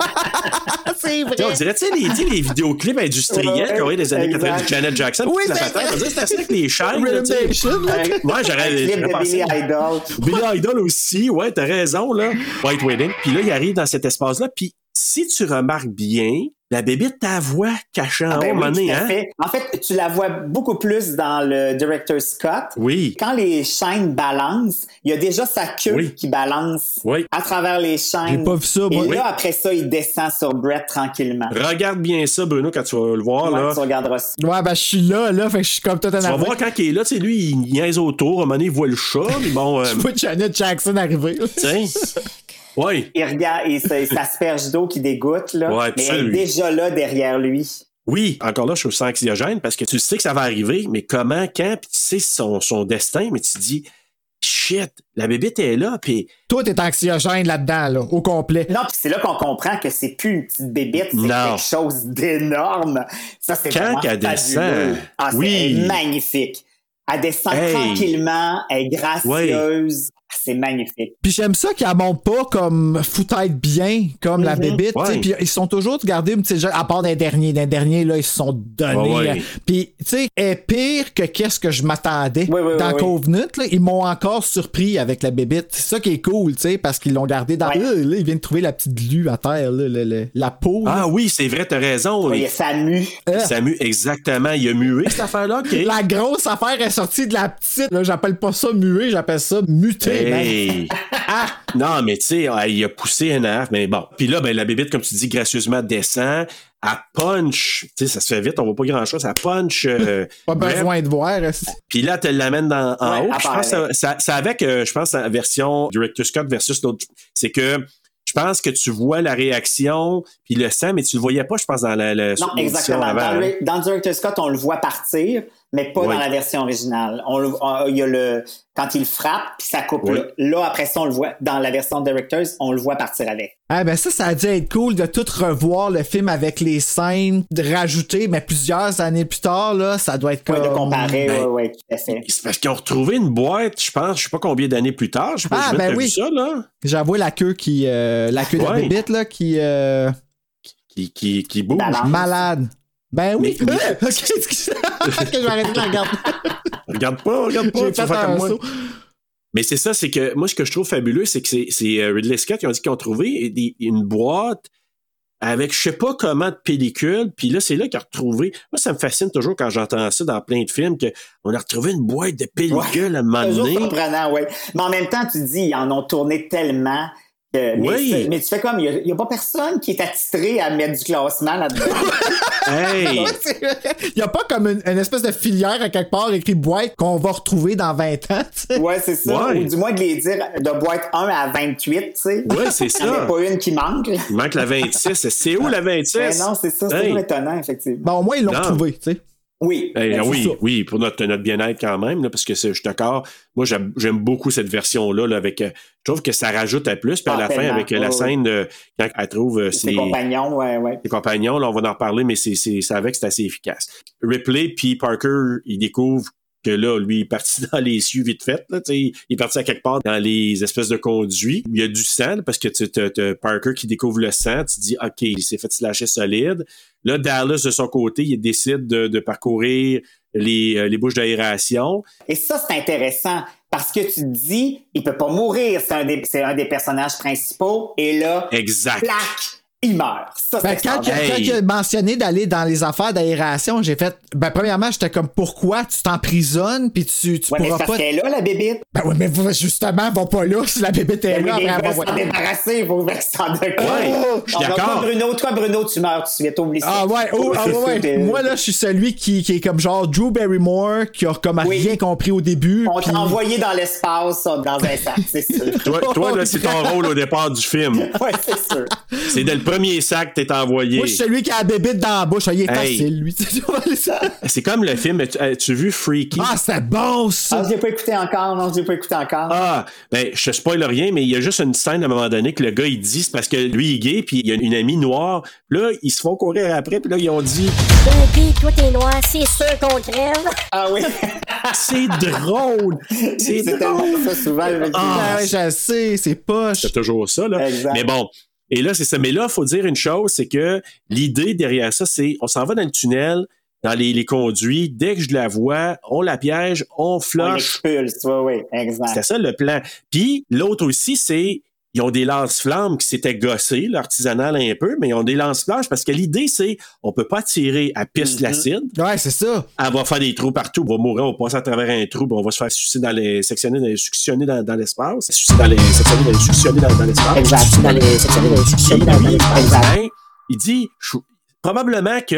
C'est vrai. T'sais, on dirait, tu sais, les, les vidéoclips industriels ouais, qu'on avait des années exact. quatre-vingt-dix, Janet Jackson. Oui, la patate. On dirait que c'était avec les chaînes. Là, ouais, j'aurais. Le clip de Billy Idol. Billy Idol aussi. Ouais, t'as raison, là. White Wedding. Puis là, il arrive dans cet espace-là. Puis si tu remarques bien, la bébite, ta voix cachée en ah ben haut, oui, monnaie, hein? Fait. En fait, tu la vois beaucoup plus dans le Director Scott. Oui. Quand les chaînes balancent, il y a déjà sa queue oui. qui balance oui. à travers les chaînes. J'ai pas vu ça, moi. Et oui. là, après ça, il descend sur Brett tranquillement. Regarde bien ça, Bruno, quand tu vas le voir, ouais, là. Tu regarderas ça. Ouais, ben, je suis là, là, fait que je suis comme tout un Tu vas voir quand il est là, tu sais, lui, il niaise autour. À un moment donné, il voit le chat, mais bon. Euh... Je vois Janet Jackson arriver. Tiens. Oui. Il regarde et ça, ça asperge d'eau qui dégoûte, là. Ouais, mais elle est lui. déjà là derrière lui. Oui, encore là, je trouve ça anxiogène parce que tu sais que ça va arriver, mais comment, quand, puis tu sais son, son destin, mais tu te dis, shit, la bébite est là, puis... Toi, t'es anxiogène là-dedans, là, au complet. Non, puis c'est là qu'on comprend que c'est plus une petite bébite, c'est non. quelque chose d'énorme. Ça, c'est quand vraiment qu'elle fabuleux. descend, Ah, oui. c'est magnifique. Elle descend hey. tranquillement, elle est gracieuse. Oui. C'est magnifique. Puis j'aime ça qu'elle monte pas comme foutette bien, comme mm-hmm. la bébite. Ouais. Puis ils sont toujours gardés, à part d'un dernier. D'un dernier, là, ils se sont donnés. Ouais, ouais. Puis, tu sais, elle est pire que qu'est-ce que je m'attendais. Ouais, ouais, dans ouais, Covenant, là, ils m'ont encore surpris avec la bébite. C'est ça qui est cool, tu sais, parce qu'ils l'ont gardé dans... Ouais. Là, là, ils viennent de trouver la petite glu à terre, là, la, la, la peau. Ah là. Oui, c'est vrai, t'as raison. Ouais, il a mue. Il s'est mue, exactement. Il a mué, cette affaire-là. Okay. La grosse affaire est sortie de la petite. Là, j'appelle pas ça muer, j'appelle ça muter. Hey. Ah! Non, mais tu sais, il a poussé un arbre, mais bon. Puis là, ben, la bébite, comme tu dis, gracieusement descend, elle punch, tu sais, ça se fait vite, on voit pas grand-chose, elle punch. Euh, pas besoin de voir. Puis là, tu l'amènes dans, en ouais, haut. Je pense que ça, c'est avec, euh, je pense, la version Director's Cut versus l'autre. C'est que je pense que tu vois la réaction, puis le sang, mais tu le voyais pas, je pense, dans la, la non, exactement. Avant, dans, le, dans Director's Cut, on le voit partir, mais pas oui. dans la version originale. On, on, il y a le quand il frappe, puis ça coupe oui. là. Là, après ça, on le voit. Dans la version Director's, on le voit partir avec. Ah ben ça, ça a dû être cool de tout revoir le film avec les scènes, de rajouter, mais plusieurs années plus tard, là, ça doit être comme... Oui, de comparer, ben, oui, oui, tout à fait. C'est parce qu'ils ont retrouvé une boîte, je pense, je sais pas combien d'années plus tard. Je sais pas, ah, je ben oui. vu ça, là. J'avoue la queue qui... Euh, la queue ouais. de la bébite, là, qui... Euh... Qui, qui, qui bouge. Malade. Malade. Ben oui. Mais, mais... ok, excusez. Ok, je vais arrêter de la regarder. Regarde pas, regarde pas. J'ai fait un saut. Mais c'est ça, c'est que moi, ce que je trouve fabuleux, c'est que c'est, c'est Ridley Scott qui ont dit qu'ils ont trouvé des, une boîte avec je sais pas comment de pellicule, puis là, c'est là qu'ils ont retrouvé... Moi, ça me fascine toujours quand j'entends ça dans plein de films, qu'on a retrouvé une boîte de pellicule ouais, à un moment donné. Toujours surprenant, oui. Mais en même temps, tu dis, ils en ont tourné tellement... Euh, oui. mais, mais tu fais comme, il n'y a, a pas personne qui est attitré à mettre du classement là-dedans. Hey! Il n'y a pas comme une, une espèce de filière à quelque part écrit boîte qu'on va retrouver dans vingt ans, tu sais. Ouais, c'est ça. Ouais. Ou du moins de les dire de boîte un à vingt-huit, tu sais. Ouais, c'est ça. Il n'y en a pas une qui manque. Il manque la vingt-six. C'est où la vingt-six? Ben non, c'est ça. C'est hey. étonnant, effectivement. Bon, au moins, ils l'ont retrouvé, tu sais. Oui. Eh, ben, oui, oui, pour notre, notre bien-être quand même, là, parce que c'est, je suis d'accord. Moi, j'aime, j'aime beaucoup cette version-là, là, avec, euh, je trouve que ça rajoute à plus, puis à ah, la fin, avec euh, la scène de, quand elle trouve euh, ses, ses compagnons, ouais, ouais. Ses compagnons, là, on va en reparler, mais c'est, c'est, c'est avec, c'est assez efficace. Ripley puis Parker, ils découvrent que là, lui, il est parti dans les cieux vite fait, là, tu sais, il est parti à quelque part dans les espèces de conduits. Il y a du sang, là, parce que tu as Parker qui découvre le sang, tu te dis, OK, il s'est fait slasher solide. Là, Dallas, de son côté, il décide de, de parcourir les, euh, les bouches d'aération. Et ça, c'est intéressant, parce que tu te dis, il peut pas mourir, c'est un des, c'est un des personnages principaux, et là, exact. Plaque! Il meurt. Ça, ben, quand, quand, quand il a mentionné d'aller dans les affaires d'aération, j'ai fait, ben, premièrement, j'étais comme, pourquoi tu t'emprisonnes pis tu, tu ouais, pourras mais pas. Parce qu'elle est là, la bébite. Ben, ouais, mais justement, va pas là si la bébite est ben, là. Il après, faut s'en débarrasser, il faut s'en débarrasser. Ouais, je suis d'accord. Toi, Bruno, toi, Bruno, tu meurs tout de suite, oublie ça. Ah, ouais, oh, ah, ouais, ouais. Moi, là, je suis celui qui, qui est comme genre Drew Barrymore, qui a comme oui. rien compris au début. On pis... t'a envoyé dans l'espace, ça, dans un sac, c'est sûr. toi, toi, là, c'est ton rôle au départ du film. Ouais, c'est sûr. C'est dès le premier sac que t'es envoyé. Moi, je suis celui qui a la bébite dans la bouche. Il est hey. facile, lui. C'est comme le film. Tu, tu as vu Freaky? Ah, c'est bon, ça! Ah, je l'ai pas écouté encore. Non, je l'ai pas écouté encore. Ah, ben, je spoil rien, mais il y a juste une scène à un moment donné que le gars, il dit, c'est parce que lui, il est gay, puis il y a une amie noire. Là, ils se font courir après, puis là, ils ont dit... Baby, toi, t'es noir, c'est sûr qu'on crève. Ah oui. C'est drôle. C'est, c'est drôle. Ça, souvent. Ah, ouais, je sais, c'est poche. C'est toujours ça, là. Exact. Mais bon... Et là, c'est ça. Mais là, il faut dire une chose, c'est que l'idée derrière ça, c'est on s'en va dans le tunnel, dans les, les conduits. Dès que je la vois, on la piège, on flush. On l'expulse, oui, oui, exact. C'était ça le plan. Puis l'autre aussi, c'est ils ont des lance-flammes qui s'étaient gossés, l'artisanal un peu, mais ils ont des lance-flammes parce que l'idée, c'est on peut pas tirer à piste mm-hmm. l'acide. Ouais, c'est ça. Elle va faire des trous partout. On va mourir, on va passer à travers un trou, on va se faire sucer dans les sectionner, dans les suctionner dans, dans l'espace. Sucer dans les sectionner, dans les suctionner dans, dans l'espace. Exact. Dans les sectionner, dans les suctionner dans, dans l'espace. Exact. Il dit, je, probablement que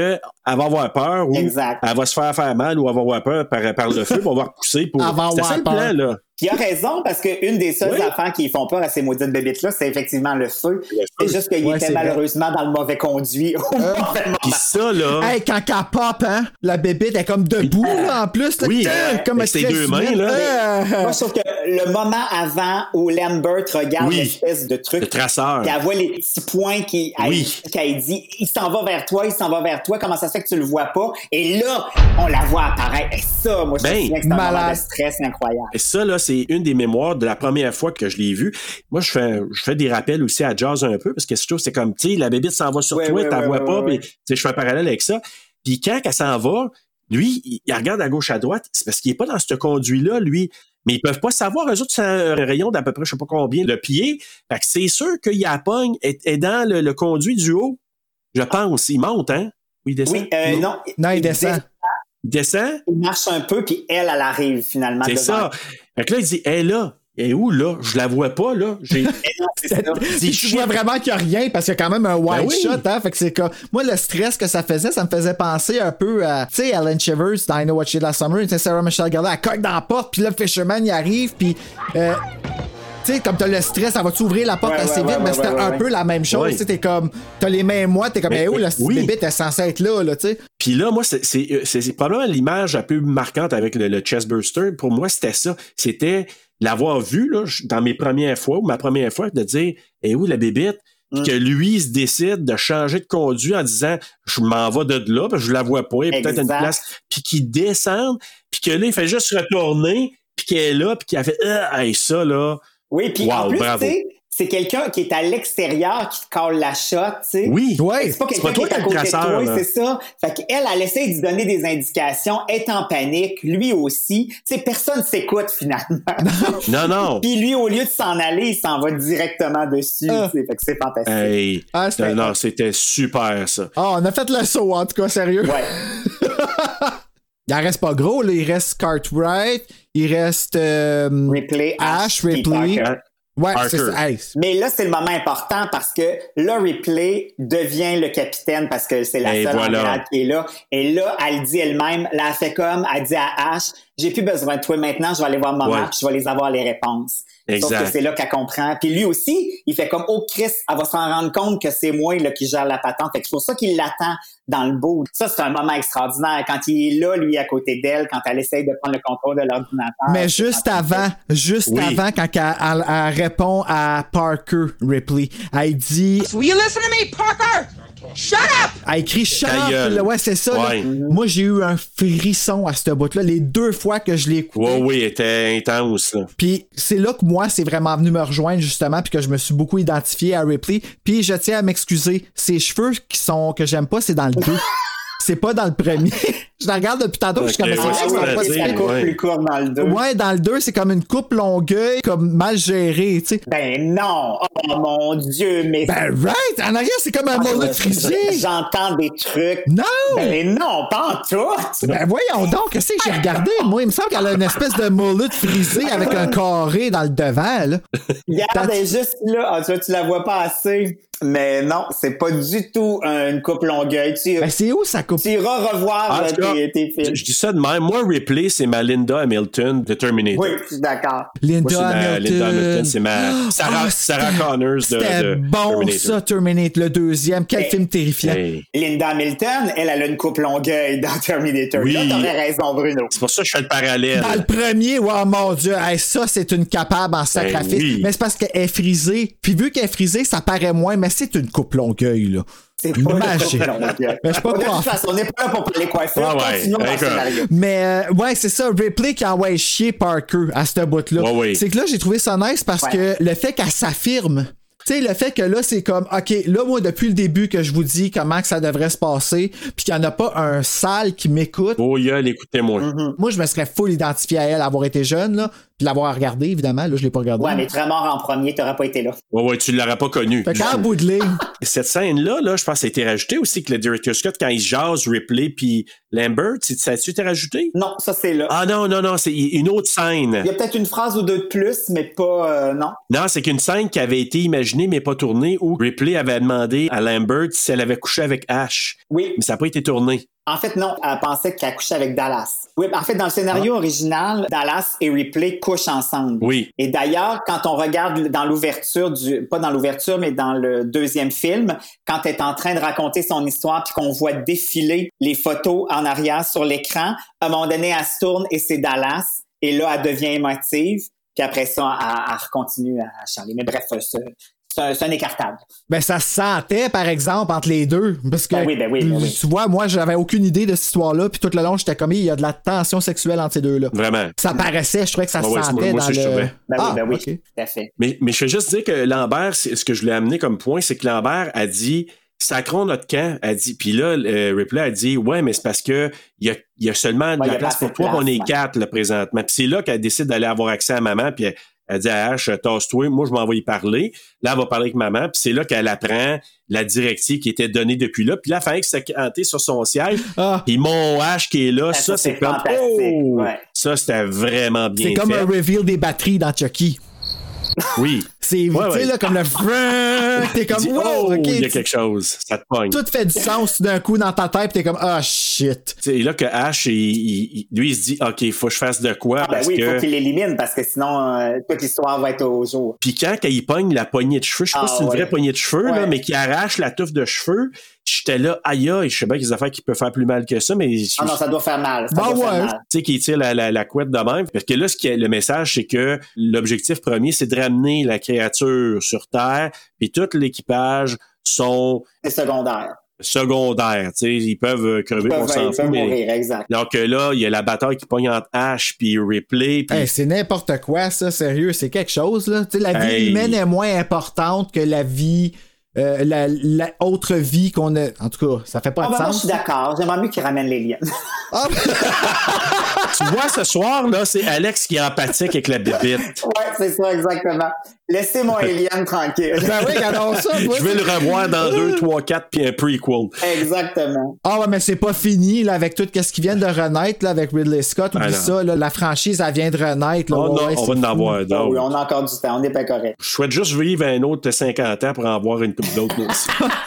elle va avoir peur ou Exact. elle va se faire faire mal ou elle va avoir peur par, par le feu, puis on va repousser pour. Elle va C'est avoir ça le peur. plan, là. Puis il a raison, parce qu'une des seules Oui. affaires qui font peur à ces maudites bébites-là, c'est effectivement le feu. C'est juste qu'il Ouais, était c'est malheureusement dans le mauvais conduit au mauvais moment. Puis ça, là. Hey, quand elle pop, hein, la bébite est comme debout, là, en plus. Là, Oui, Tiens, comme avec elle ses très deux mains, humaine. là. Euh, Moi, je trouve que le moment avant où Lambert regarde Oui. l'espèce de truc, Le traceur. puis elle voit les petits points qui, elle- Oui. qu'elle dit, il s'en va vers toi, il s'en va vers toi, comment ça se fait que tu le vois pas? Et là, on la voit apparaître. Et ça, moi, je Ben, me souviens que c'est un malade. moment de stress incroyable. Et ça, là, c'est une des mémoires de la première fois que je l'ai vu. Moi, je fais, je fais des rappels aussi à Jazz un peu, parce que c'est toujours, c'est comme, tu sais, la bébite s'en va sur Ouais, toi, ouais, t'en ouais, vois ouais, pas, ouais, puis, tu sais, je fais un parallèle avec ça. Puis quand elle s'en va, lui, il, il regarde à gauche, à droite, c'est parce qu'il est pas dans ce conduit-là, lui. Mais ils peuvent pas savoir, eux autres, c'est un rayon d'à peu près, je sais pas combien, le pied. Fait que c'est sûr qu'il y a la pogne, est, est dans le, le conduit du haut. Je pense. Il monte, hein? Oui, il descend. Oui, euh, non. Non, il descend. Il descend? Il marche un peu, puis elle, elle arrive finalement C'est devant. ça. Fait que là, il dit, elle est là. Elle est où, là? Je la vois pas, là. J'ai. C'est ça. Puis tu vois vraiment qu'il n'y a rien parce qu'il y a quand même un wide Ben oui. shot, hein. Fait que c'est comme. Moi, le stress que ça faisait, ça me faisait penser un peu à, tu sais, Alan Shivers dans I Know What You Did Last Summer, tu sais, Sarah Michelle Gellar, elle cogne dans la porte, puis là, le Fisherman, il arrive, puis. Euh, tu sais, comme t'as le stress, ça va-tu ouvrir la porte Ouais, assez ouais, vite? ouais, mais ouais, c'était ouais, un ouais. peu la même chose. Ouais. Tu sais, t'es comme. T'as les mains moites, t'es comme, Mais- eh, où, mais- le oui. bébé, t'es censé être là, là, tu sais. Puis là, moi, c'est, c'est, c'est, c'est probablement l'image la plus marquante avec le, le chestburster. Pour moi, c'était ça. C'était l'avoir vu, là, je- dans mes premières fois, ou ma première fois, de dire, eh où la bébite? Puis Mm. que lui se décide de changer de conduit en disant, je m'en vais de là, parce que je la vois pas, il y a peut-être une Exact. place. Puis qu'il descende, puis que là, il fait juste retourner, puis qu'elle est là, puis qu'il a fait, ah, hey, ça, là. Oui, puis Wow, en plus, tu bravo. sais, c'est quelqu'un qui est à l'extérieur qui te colle la shot, tu sais. Oui. Ouais. C'est pas C'est quelqu'un pas qui toi est à qui es le côté de traceur, toi, là. c'est ça. Fait qu'elle, elle essaie de lui donner des indications, est en panique, lui aussi. Tu sais, personne s'écoute finalement. Non, non. Puis lui, au lieu de s'en aller, il s'en va directement dessus. Ah. tu sais. Fait que c'est fantastique. Hey. Ah, c'était- non, c'était super, ça. Ah, on a fait le saut, en tout cas, sérieux. Ouais. Il en reste pas gros, là. Il reste Cartwright, il reste euh, Ripley, Ash, Ash, Ripley. Parker. Ouais, Parker. c'est ça. Hey, Mais là, c'est le moment important parce que là, Ripley devient le capitaine parce que c'est la Et seule voilà. en grade qui est là. Et là, elle dit elle-même, là, elle fait comme, elle dit à Ash, j'ai plus besoin de toi maintenant, je vais aller voir maman, Ouais. puis je vais les avoir les réponses. Sauf Exact. que c'est là qu'elle comprend. Puis lui aussi, il fait comme, oh Chris, elle va s'en rendre compte que c'est moi là, qui gère la patente. Fait que c'est pour ça qu'il l'attend dans le bout. Ça, c'est un moment extraordinaire. Quand il est là, lui, à côté d'elle, quand elle essaye de prendre le contrôle de l'ordinateur. mais c'est juste fantastique. avant, juste Oui. avant, quand elle, elle- elle répond à Parker, Ripley, elle dit, Will you listen to me, Parker? Shut up! elle écrit shut Ta up. gueule. Là, ouais, c'est ça. là. Ouais. Moi, j'ai eu un frisson à ce bout-là, les deux fois que je l'ai écouté. Ouais, oui, elle était intense, là. Puis c'est là que moi, c'est vraiment venu me rejoindre justement, puis que je me suis beaucoup identifié à Ripley. Puis je tiens à m'excuser, ses cheveux qui sont que j'aime pas, c'est dans le deux. C'est pas dans le premier. Je la regarde depuis tantôt, puis je suis Ok, comme ouais, c'est ouais, vrai, ouais, pas ouais, si pire. coupe ouais. plus court dans le dos. Ouais, dans le deux, c'est comme une coupe longueuil, comme mal gérée, tu sais. Ben non! Oh mon Dieu, mais... Ben right! En arrière, c'est comme un Ah, mollet je- frisé. J'entends des trucs. Non! Ben non, pas en tout! Ben voyons donc, qu'est-ce que j'ai regardé? Moi, il me semble qu'elle a une espèce de mullet frisé avec un carré dans le devant, là. Regarde, elle est juste là. Ah, tu vois, tu la vois pas assez. Mais non, c'est pas du tout une coupe longueuil. Tu, Ben c'est où ça coupe? tu iras revoir En là, tout cas, tes, tes films. je, je dis ça de même. Moi, Ripley, c'est ma Linda Hamilton de Terminator. Oui, je suis d'accord. Moi, Linda c'est ma Hamilton. Linda Hamilton. C'est ma Sarah, Ah, Sarah c'était- Connors de, C'était de bon, Terminator. ça, Terminator, le deuxième. Quel Hey. film terrifiant. Hey. Linda Hamilton, elle, elle a une coupe longueuil dans Terminator. Oui. Là, t'aurais raison, Bruno. C'est pour ça que je fais le parallèle. Dans le premier, oh mon Dieu, hey, ça, c'est une capable en sacrifice. Ben oui. Mais c'est parce qu'elle est frisée. Puis vu qu'elle est frisée, ça paraît moins, mais c'est une coupe longueuil, là. C'est pas Magique. une coupe longueuil. Mais je sais pas De toute quoi. façon, on n'est pas là pour parler coiffure. Ah ouais, Continuons dans le d'accord. scénario. Mais euh, ouais, c'est ça, Ripley qui envoie chier Parker à ce bout-là. Ouais, ouais. C'est que là, j'ai trouvé ça nice parce Ouais. que le fait qu'elle s'affirme, tu sais, le fait que là, c'est comme, OK, là, moi, depuis le début que je vous dis comment que ça devrait se passer, puis qu'il n'y en a pas un sale qui m'écoute, Oh, yeah, écoutez-moi. Mm-hmm. moi, je me serais full identifié à elle, avoir été jeune, là, Puis l'avoir regardé, évidemment. Là, je l'ai pas regardé. Ouais, mais tu serais mort en premier, t'aurais pas été là. Ouais, ouais, tu l'aurais pas connu. Fait qu'en bout de ligne. Cette scène-là, là, je pense que ça a été rajouté aussi que le director's cut, quand il jase Ripley puis Lambert, ça a-tu été rajouté? Non, ça c'est là. Ah non, non, non, c'est une autre scène. Il y a peut-être une phrase ou deux de plus, mais pas... Euh, non. Non, c'est qu'une scène qui avait été imaginée mais pas tournée où Ripley avait demandé à Lambert si elle avait couché avec Ash. Oui. Mais ça n'a pas été tourné. En fait, non, elle pensait qu'elle couchait avec Dallas. Oui, en fait, dans le scénario ah. original, Dallas et Ripley couchent ensemble. Oui. Et d'ailleurs, quand on regarde dans l'ouverture du, pas dans l'ouverture, mais dans le deuxième film, quand elle est en train de raconter son histoire puis qu'on voit défiler les photos en arrière sur l'écran, à un moment donné, elle se tourne et c'est Dallas. Et là, elle devient émotive. Puis après ça, elle, elle continue à charler. Mais bref, c'est, c'est, un, c'est un écartable. Ben, ça se sentait, par exemple, entre les deux. Parce que, ben oui, ben oui, ben oui. tu vois, moi, j'avais aucune idée de cette histoire-là. Puis tout le long, j'étais comme, il y a de la tension sexuelle entre ces deux-là. Vraiment. Ça paraissait, je trouvais que ça ah, se ouais, sentait moi, moi dans le... Ben ah, oui, ben oui, okay. Tout à fait. Mais, mais je veux juste dire que Lambert, c'est, ce que je l'ai amené comme point, c'est que Lambert a dit... Sacrons notre camp, a dit. Puis là, euh, Ripley a dit, ouais, mais c'est parce que il y a, y a seulement de ouais, la place pour toi, on est ouais. quatre là, présentement. Puis c'est là qu'elle décide d'aller avoir accès à maman, puis elle, elle dit à Ash, tasse-toi, moi je m'en vais y parler. Là, elle va parler avec maman, puis c'est là qu'elle apprend la directive qui était donnée depuis là. Puis là, il fallait que ça canté sur son siège. Ah. Puis mon Ash qui est là, ça, ça c'est, c'est comme oh! Ouais. Ça, c'était vraiment bien c'est fait. C'est comme un reveal des batteries dans Chucky. Oui. C'est, ouais, tu sais, ouais. là, comme le t'es comme, dis, wow, oh, ok. Il y a quelque chose. Ça te pogne. Tout fait du sens d'un coup dans ta tête, pis t'es comme, ah, oh, shit. C'est là que Ash, il, il, lui, il se dit, OK, il faut que je fasse de quoi. Ah, ben parce oui, il que... faut qu'il l'élimine parce que sinon, euh, toute l'histoire va être au jour. Puis quand, quand il pogne la poignée de cheveux, je sais pas ah, si c'est une ouais. vraie poignée de cheveux, ouais. là, mais qui arrache la touffe de cheveux, j'étais là, aïe, aïe, je sais bien qu'il y a des affaires qui peuvent faire plus mal que ça, mais. Ah non, ça doit faire mal. Ça bah doit ouais. faire mal. Tu sais, qui tire la, la, la couette de même. Parce que là, ce qui est, le message, c'est que l'objectif premier, c'est de ramener la créature sur Terre, puis tout l'équipage sont. C'est secondaire. Secondaires, tu sais, ils peuvent crever, ils on peuvent, s'en ils fout. Mais... mourir, exact. Donc là, il y a la bataille qui pogne entre Ash puis Ripley. Pis... Hey, c'est n'importe quoi, ça, sérieux, c'est quelque chose, là. Tu sais, la vie hey. humaine est moins importante que la vie... Euh, la, la autre vie qu'on a. En tout cas, ça fait pas oh, de ben sens. Moi, je suis d'accord. J'aimerais mieux qu'ils ramènent les liens. Ah, tu vois, ce soir, là, c'est Alex qui est empathique avec la bébite. Ouais, c'est ça, exactement. Laissez mon alien tranquille. Ben oui, regardons ça. Moi, je vais le revoir dans deux, trois, quatre puis un prequel. Exactement. Ah ouais, mais c'est pas fini, là, avec tout ce qui vient de renaître, là, avec Ridley Scott. Oublie ah, ça, là, la franchise, elle vient de renaître. Là, oh, ouais, non, on va en avoir d'autres. Oh, oui, on a encore du temps, on n'est pas correct. Je souhaite juste vivre un autre cinquante ans pour en voir une couple d'autres aussi.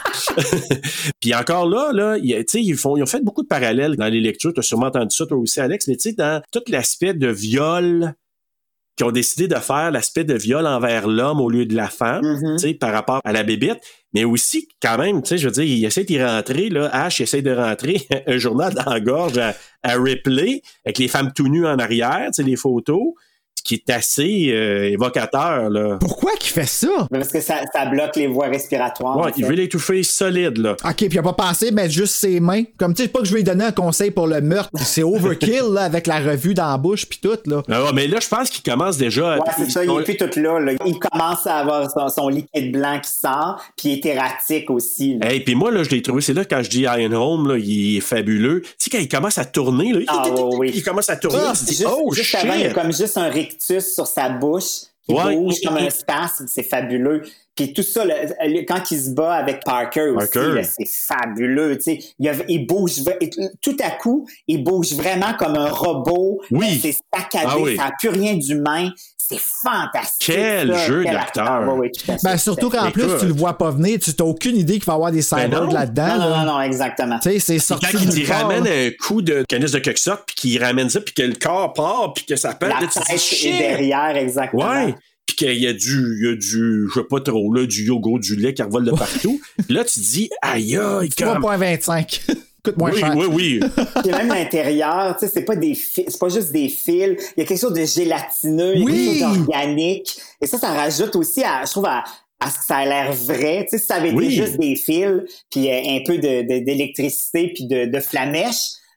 Puis encore là, là, ils, font, ils ont fait beaucoup de parallèles dans les lectures. Tu as sûrement entendu ça toi aussi, Alex, mais tu sais, dans tout l'aspect de viol qu'ils ont décidé de faire, l'aspect de viol envers l'homme au lieu de la femme, mm-hmm. tu sais, par rapport à la bébite, mais aussi, quand même, tu sais, je veux dire, il essaie d'y rentrer, là, Ash essaie de rentrer un journal dans la gorge à, à Ripley, avec les femmes tout nues en arrière, tu sais, les photos, qui est assez euh, évocateur, là. Pourquoi qu'il fait ça? Parce que ça, ça bloque les voies respiratoires. Ouais, il veut l'étouffer solide, là. OK, puis il a pas pensé mettre juste ses mains. Comme, tu sais, pas que je vais lui donner un conseil pour le meurtre. C'est overkill, là, avec la revue dans la bouche, puis tout, là. Ah ouais, mais là, je pense qu'il commence déjà... À... Ouais, c'est ça, il est plus tout là, là. Il commence à avoir son, son liquide blanc qui sort, puis il est erratique aussi, là. Hey, puis moi, là, je l'ai trouvé, c'est là, quand je dis Iron Home, là, il est fabuleux. Tu sais, quand il commence à tourner, là, ah, il, oh, oui. il commence à tourner, ah, il se dit, juste, oh, juste shit! Avant, il y a comme juste un rictus sur sa bouche qui ouais, bouge il, comme il, un spasme, c'est fabuleux. Puis tout ça, le, le, quand il se bat avec Parker aussi, Parker. Là, c'est fabuleux. Tu sais, il, il bouge, tout à coup, il bouge vraiment comme un robot. Oui. C'est saccadé, ah, oui. ça n'a plus rien d'humain. C'est fantastique. Quel ça. jeu Quel d'acteur. Oui, oui, ben, surtout qu'en plus, tu le vois pas venir, tu n'as aucune idée qu'il va y avoir des cyborgs ben là-dedans. Non, là. non, non, exactement. Tu sais, c'est sorti. Quand il ramène un coup de canisse de quelque sorte, puis qu'il ramène ça, puis que le corps part, puis que ça pète. La là, tête dis, est derrière, exactement. Ouais. Puis qu'il y a du, il y a du, je sais pas trop, là, du yogourt, du lait qui revole de partout. Puis là, tu te dis, aïe, aïe, trois virgule vingt-cinq. Coûte moins oui, cher. oui, oui, oui. Puis même l'intérieur, tu sais, c'est pas des fils, c'est pas juste des fils. Il y a quelque chose de gélatineux, il y a oui. quelque chose d'organique. Et ça, ça rajoute aussi à, je trouve, à, à ce que ça a l'air vrai. Tu sais, si ça avait oui. été juste des fils, puis un peu de, de, d'électricité, puis de, de flamèche,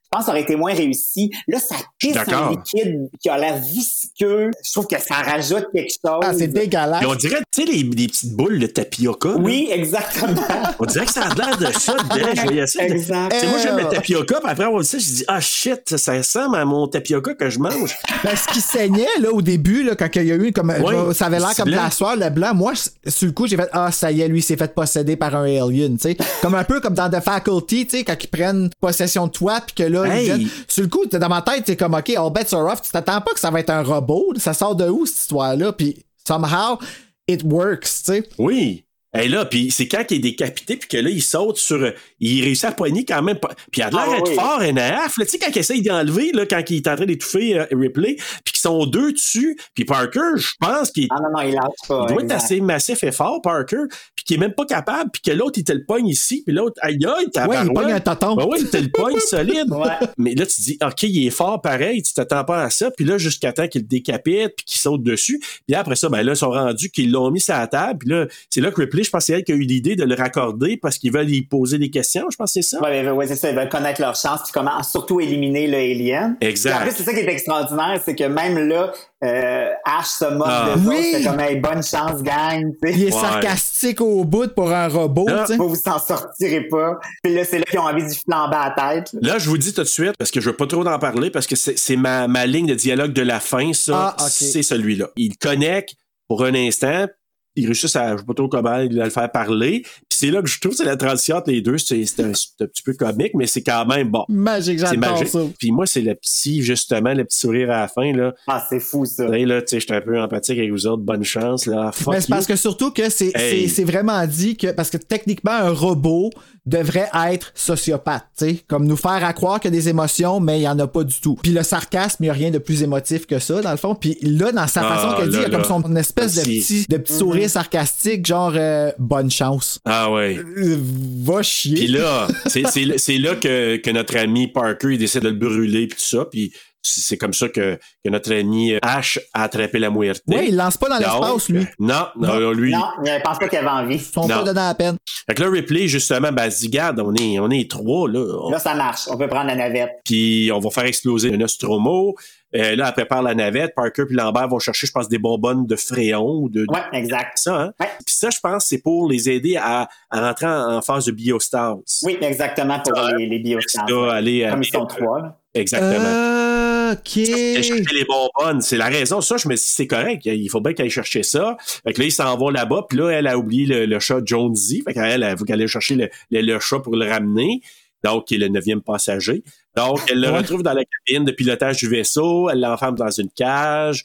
je pense que ça aurait été moins réussi. Là, ça pisse un liquide qui a l'air visqueux. Je trouve que ça rajoute quelque chose. Ah, c'est dégueulasse. Et on dirait, tu sais, les, les petites boules de tapioca. Oui, là. Exactement. On dirait que ça a l'air de ça dedans. Je voyais ça. Exact. Euh... Moi, j'aime le tapioca, puis après, on dit ça, je dis, ah shit, ça, ça ressemble à mon tapioca que je mange. Ben, ce qui saignait, là, au début, là, quand il y a eu, comme, oui, ça avait l'air comme de la soie, le blanc. Moi, sur le coup, j'ai fait, ah, ça y est, lui, il s'est fait posséder par un alien, tu sais. Comme un peu comme dans The Faculty, tu sais, quand ils prennent possession de toi, puis que là, hey. ils viennent. Sur le coup, t'es dans ma tête, t'es comme, OK, all bets are off. Tu t'attends pas que ça va être un robot. Ça sort de où, cette histoire-là? Puis, somehow, it works, tu sais. Oui. Et là, puis c'est quand il est décapité, puis que là, il saute sur... Il réussit à poigner quand même... Puis il a l'air ah, d'être oui. fort, N A F. Tu sais, quand il essaye d'enlever, là, quand il est en train d'étouffer euh, Ripley, puis qu'ils sont deux dessus, puis Parker, je pense qu'il... Ah non, non, il lâche pas. Il doit exact. être assez massif et fort, Parker, puis qu'il est même pas capable, puis que l'autre, il te le pogne ici, puis l'autre, aïe, aïe, t'as ouais, il pogne un tonton. Ben oui, il te le pogne solide. Ouais. Mais là, tu te dis, OK, il est fort pareil, tu t'attends pas à ça, puis là, jusqu'à temps qu'il le décapite, puis qu'il saute dessus, puis après ça, ben là, ils sont rendus qu'ils l'ont mis sur la table, puis là, c'est là que Ripley, je pense que c'est elle qui a eu l'idée de le raccorder parce qu'ils veulent y poser des questions, je pense que c'est ça. Oui, ouais, ouais, c'est ça. Ils veulent connaître leur chance puis comment surtout éliminer le alien. Exact. Puis en plus, c'est ça qui est extraordinaire, c'est que même là, euh, Ash se moque ah, de ça. oui. C'est comme, hey, bonne chance, gang. T'sais. Il est ouais. sarcastique au bout pour un robot. Là, t'sais. Vous vous en sortirez pas. Puis là, c'est là qu'ils ont envie d'y flamber à la tête. Là. là, je vous dis tout de suite, parce que je veux pas trop en parler, parce que c'est, c'est ma, ma ligne de dialogue de la fin, ça. Ah, okay. C'est celui-là. Il connecte pour un instant, il réussit à, je sais pas trop comment, il va le faire parler. Puis c'est là que je trouve que c'est la transition entre les deux. C'est, c'est, un, c'est un petit peu comique, mais c'est quand même bon. Magique, j'adore c'est magique. ça. Puis moi, c'est le petit, justement, le petit sourire à la fin, là. Ah, c'est fou, ça. Là, là tu sais, j'étais un peu empathique avec vous autres. Bonne chance, là. Fuck Mais c'est you. parce que surtout que c'est, hey. c'est, c'est vraiment dit que, parce que techniquement, un robot devrait être sociopathe, tu sais, comme nous faire à croire qu'il y a des émotions, mais il y en a pas du tout. Puis le sarcasme, il y a rien de plus émotif que ça, dans le fond. Puis là, dans sa ah, façon qu'elle dit, il y a comme son espèce de Merci. petit, de petit mm-hmm. sourire sarcastique, genre euh, bonne chance. Ah ouais. Euh, va chier. Puis là, c'est, c'est, c'est là que, que notre ami Parker, il décide de le brûler puis tout ça. Puis c'est comme ça que, que notre ami Ash a attrapé la muerte. Oui, il lance pas dans l'espace, lui. Non, non, non, lui. Non, je pense pas qu'il avait envie. Ils sont non. pas dedans à peine. Fait que là, Ripley, justement, ben, elle se dit, garde, on est, on est trois, là. On... Là, ça marche. On peut prendre la navette. Puis on va faire exploser le Nostromo. Euh, là, elle prépare la navette. Parker puis Lambert vont chercher, je pense, des bonbonnes de fréon ou de. Ouais, exact. Ça, hein? Ouais. Puis ça, je pense, c'est pour les aider à, à rentrer en, en phase de biostase. Oui, exactement, pour ça, les, les biostases. Là, aller, Comme aller, ils sont trois, là. Exactement. Euh, OK. Chercher les bonbonnes, c'est la raison. Ça, je me dis, c'est correct. Il faut bien qu'elle aille chercher ça. Fait que là, ils s'en vont là-bas. Puis là, elle a oublié le, le chat Jonesy. Fait qu'elle, elle faut qu'elle aille chercher le, le, le chat pour le ramener. Donc, qui est le neuvième passager. Donc, elle le retrouve dans la cabine de pilotage du vaisseau. Elle l'enferme dans une cage.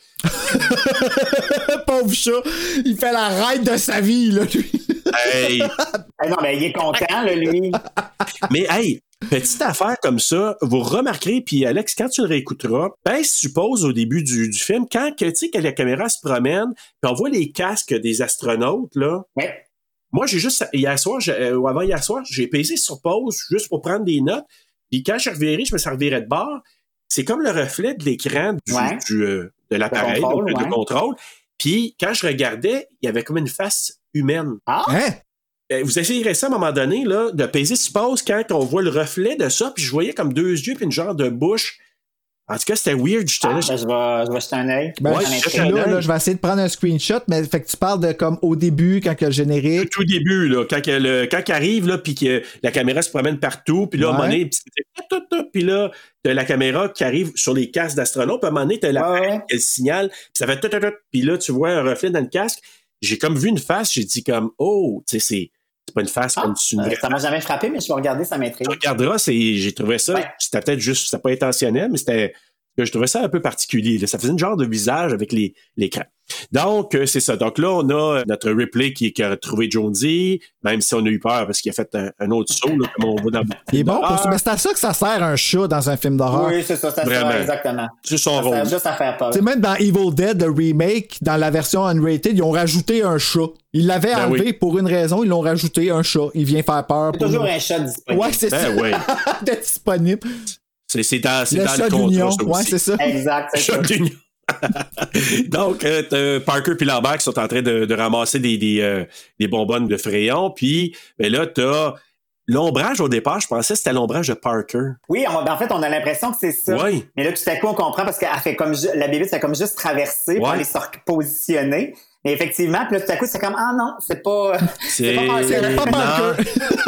Pauvre chat. Il fait la ride de sa vie, là, lui. Hey. Hey, non, mais il est content, là, lui. Mais, hey, petite affaire comme ça, vous remarquerez, puis Alex, quand tu le réécouteras, ben, suppose au début du, du film, quand, tu sais, que la caméra se promène, puis on voit les casques des astronautes, là. Ouais. Moi, j'ai juste, hier soir, ou avant hier soir, j'ai pesé sur pause juste pour prendre des notes. Puis quand je revirais, je me suis reviré de bord. C'est comme le reflet de l'écran du, ouais. du, euh, de l'appareil, le contrôle, donc, ouais. le contrôle. Puis quand je regardais, il y avait comme une face humaine. Ah! Hein? Vous essayerez ça à un moment donné, là, de peser sur pause quand on voit le reflet de ça, puis je voyais comme deux yeux puis une genre de bouche. En tout cas, c'était weird. J'étais ah, là, ben, je, vais, je vais jeter un œil. Ben, ouais, je, là, là, je vais essayer de prendre un screenshot, mais fait que tu parles de comme au début, quand il y a le générique. Tout au début, là, quand, le, quand il arrive, là, puis que la caméra se promène partout, puis là, ouais. à un moment donné, puis là, t'as la caméra qui arrive sur les casques d'astronautes, puis à un moment donné, t'as la ouais. qui le signale, puis ça fait tout, tout, tout, puis là, tu vois un reflet dans le casque. J'ai comme vu une face, j'ai dit comme, oh, tu sais, c'est. C'est pas une face ah, comme une euh, ça m'a jamais frappé, mais je vais regarder, ça m'intrigue. Tu regarderas, c'est, j'ai trouvé ça, ouais. C'était peut-être juste, c'était pas intentionnel, mais c'était, je trouvais ça un peu particulier. Là. Ça faisait une genre de visage avec les, l'écran. Donc, euh, c'est ça. Donc là, on a notre Ripley qui, qui a retrouvé Jonesy, même si on a eu peur parce qu'il a fait un, un autre saut, là, comme on voit dans le Il est bon pour ça. Mais c'est à ça que ça sert un chat dans un film d'horreur. Oui, c'est ça, ça Vraiment. sert exactement. C'est son ça rôle. sert juste à faire peur. C'est même dans Evil Dead, le remake, dans la version unrated, ils ont rajouté un chat. Ils l'avaient ben enlevé oui. pour une raison, ils l'ont rajouté un chat. Il vient faire peur. C'est pour toujours nous. un chat disponible. Ouais, c'est ben ça. Oui. D'être disponible. C'est, c'est dans, c'est le dans chat le contrat, ça ouais, aussi. c'est ça. Exact, c'est chat ça. d'union. Donc, euh, Parker puis Lambert qui sont en train de, de ramasser des, des, euh, des bonbonnes de Fréon. Puis, ben là, t'as l'ombrage, au départ, je pensais que c'était l'ombrage de Parker. Oui, on, en fait, on a l'impression que c'est ça. Oui. Mais là, tout à coup, on comprend parce qu'elle fait comme ju- la bébé, c'est comme juste traverser pour Ouais. aller se positionner. Mais effectivement, puis là, tout à coup, c'est comme, ah non, c'est pas, C'est, c'est pas Parker. c'est pas Parker.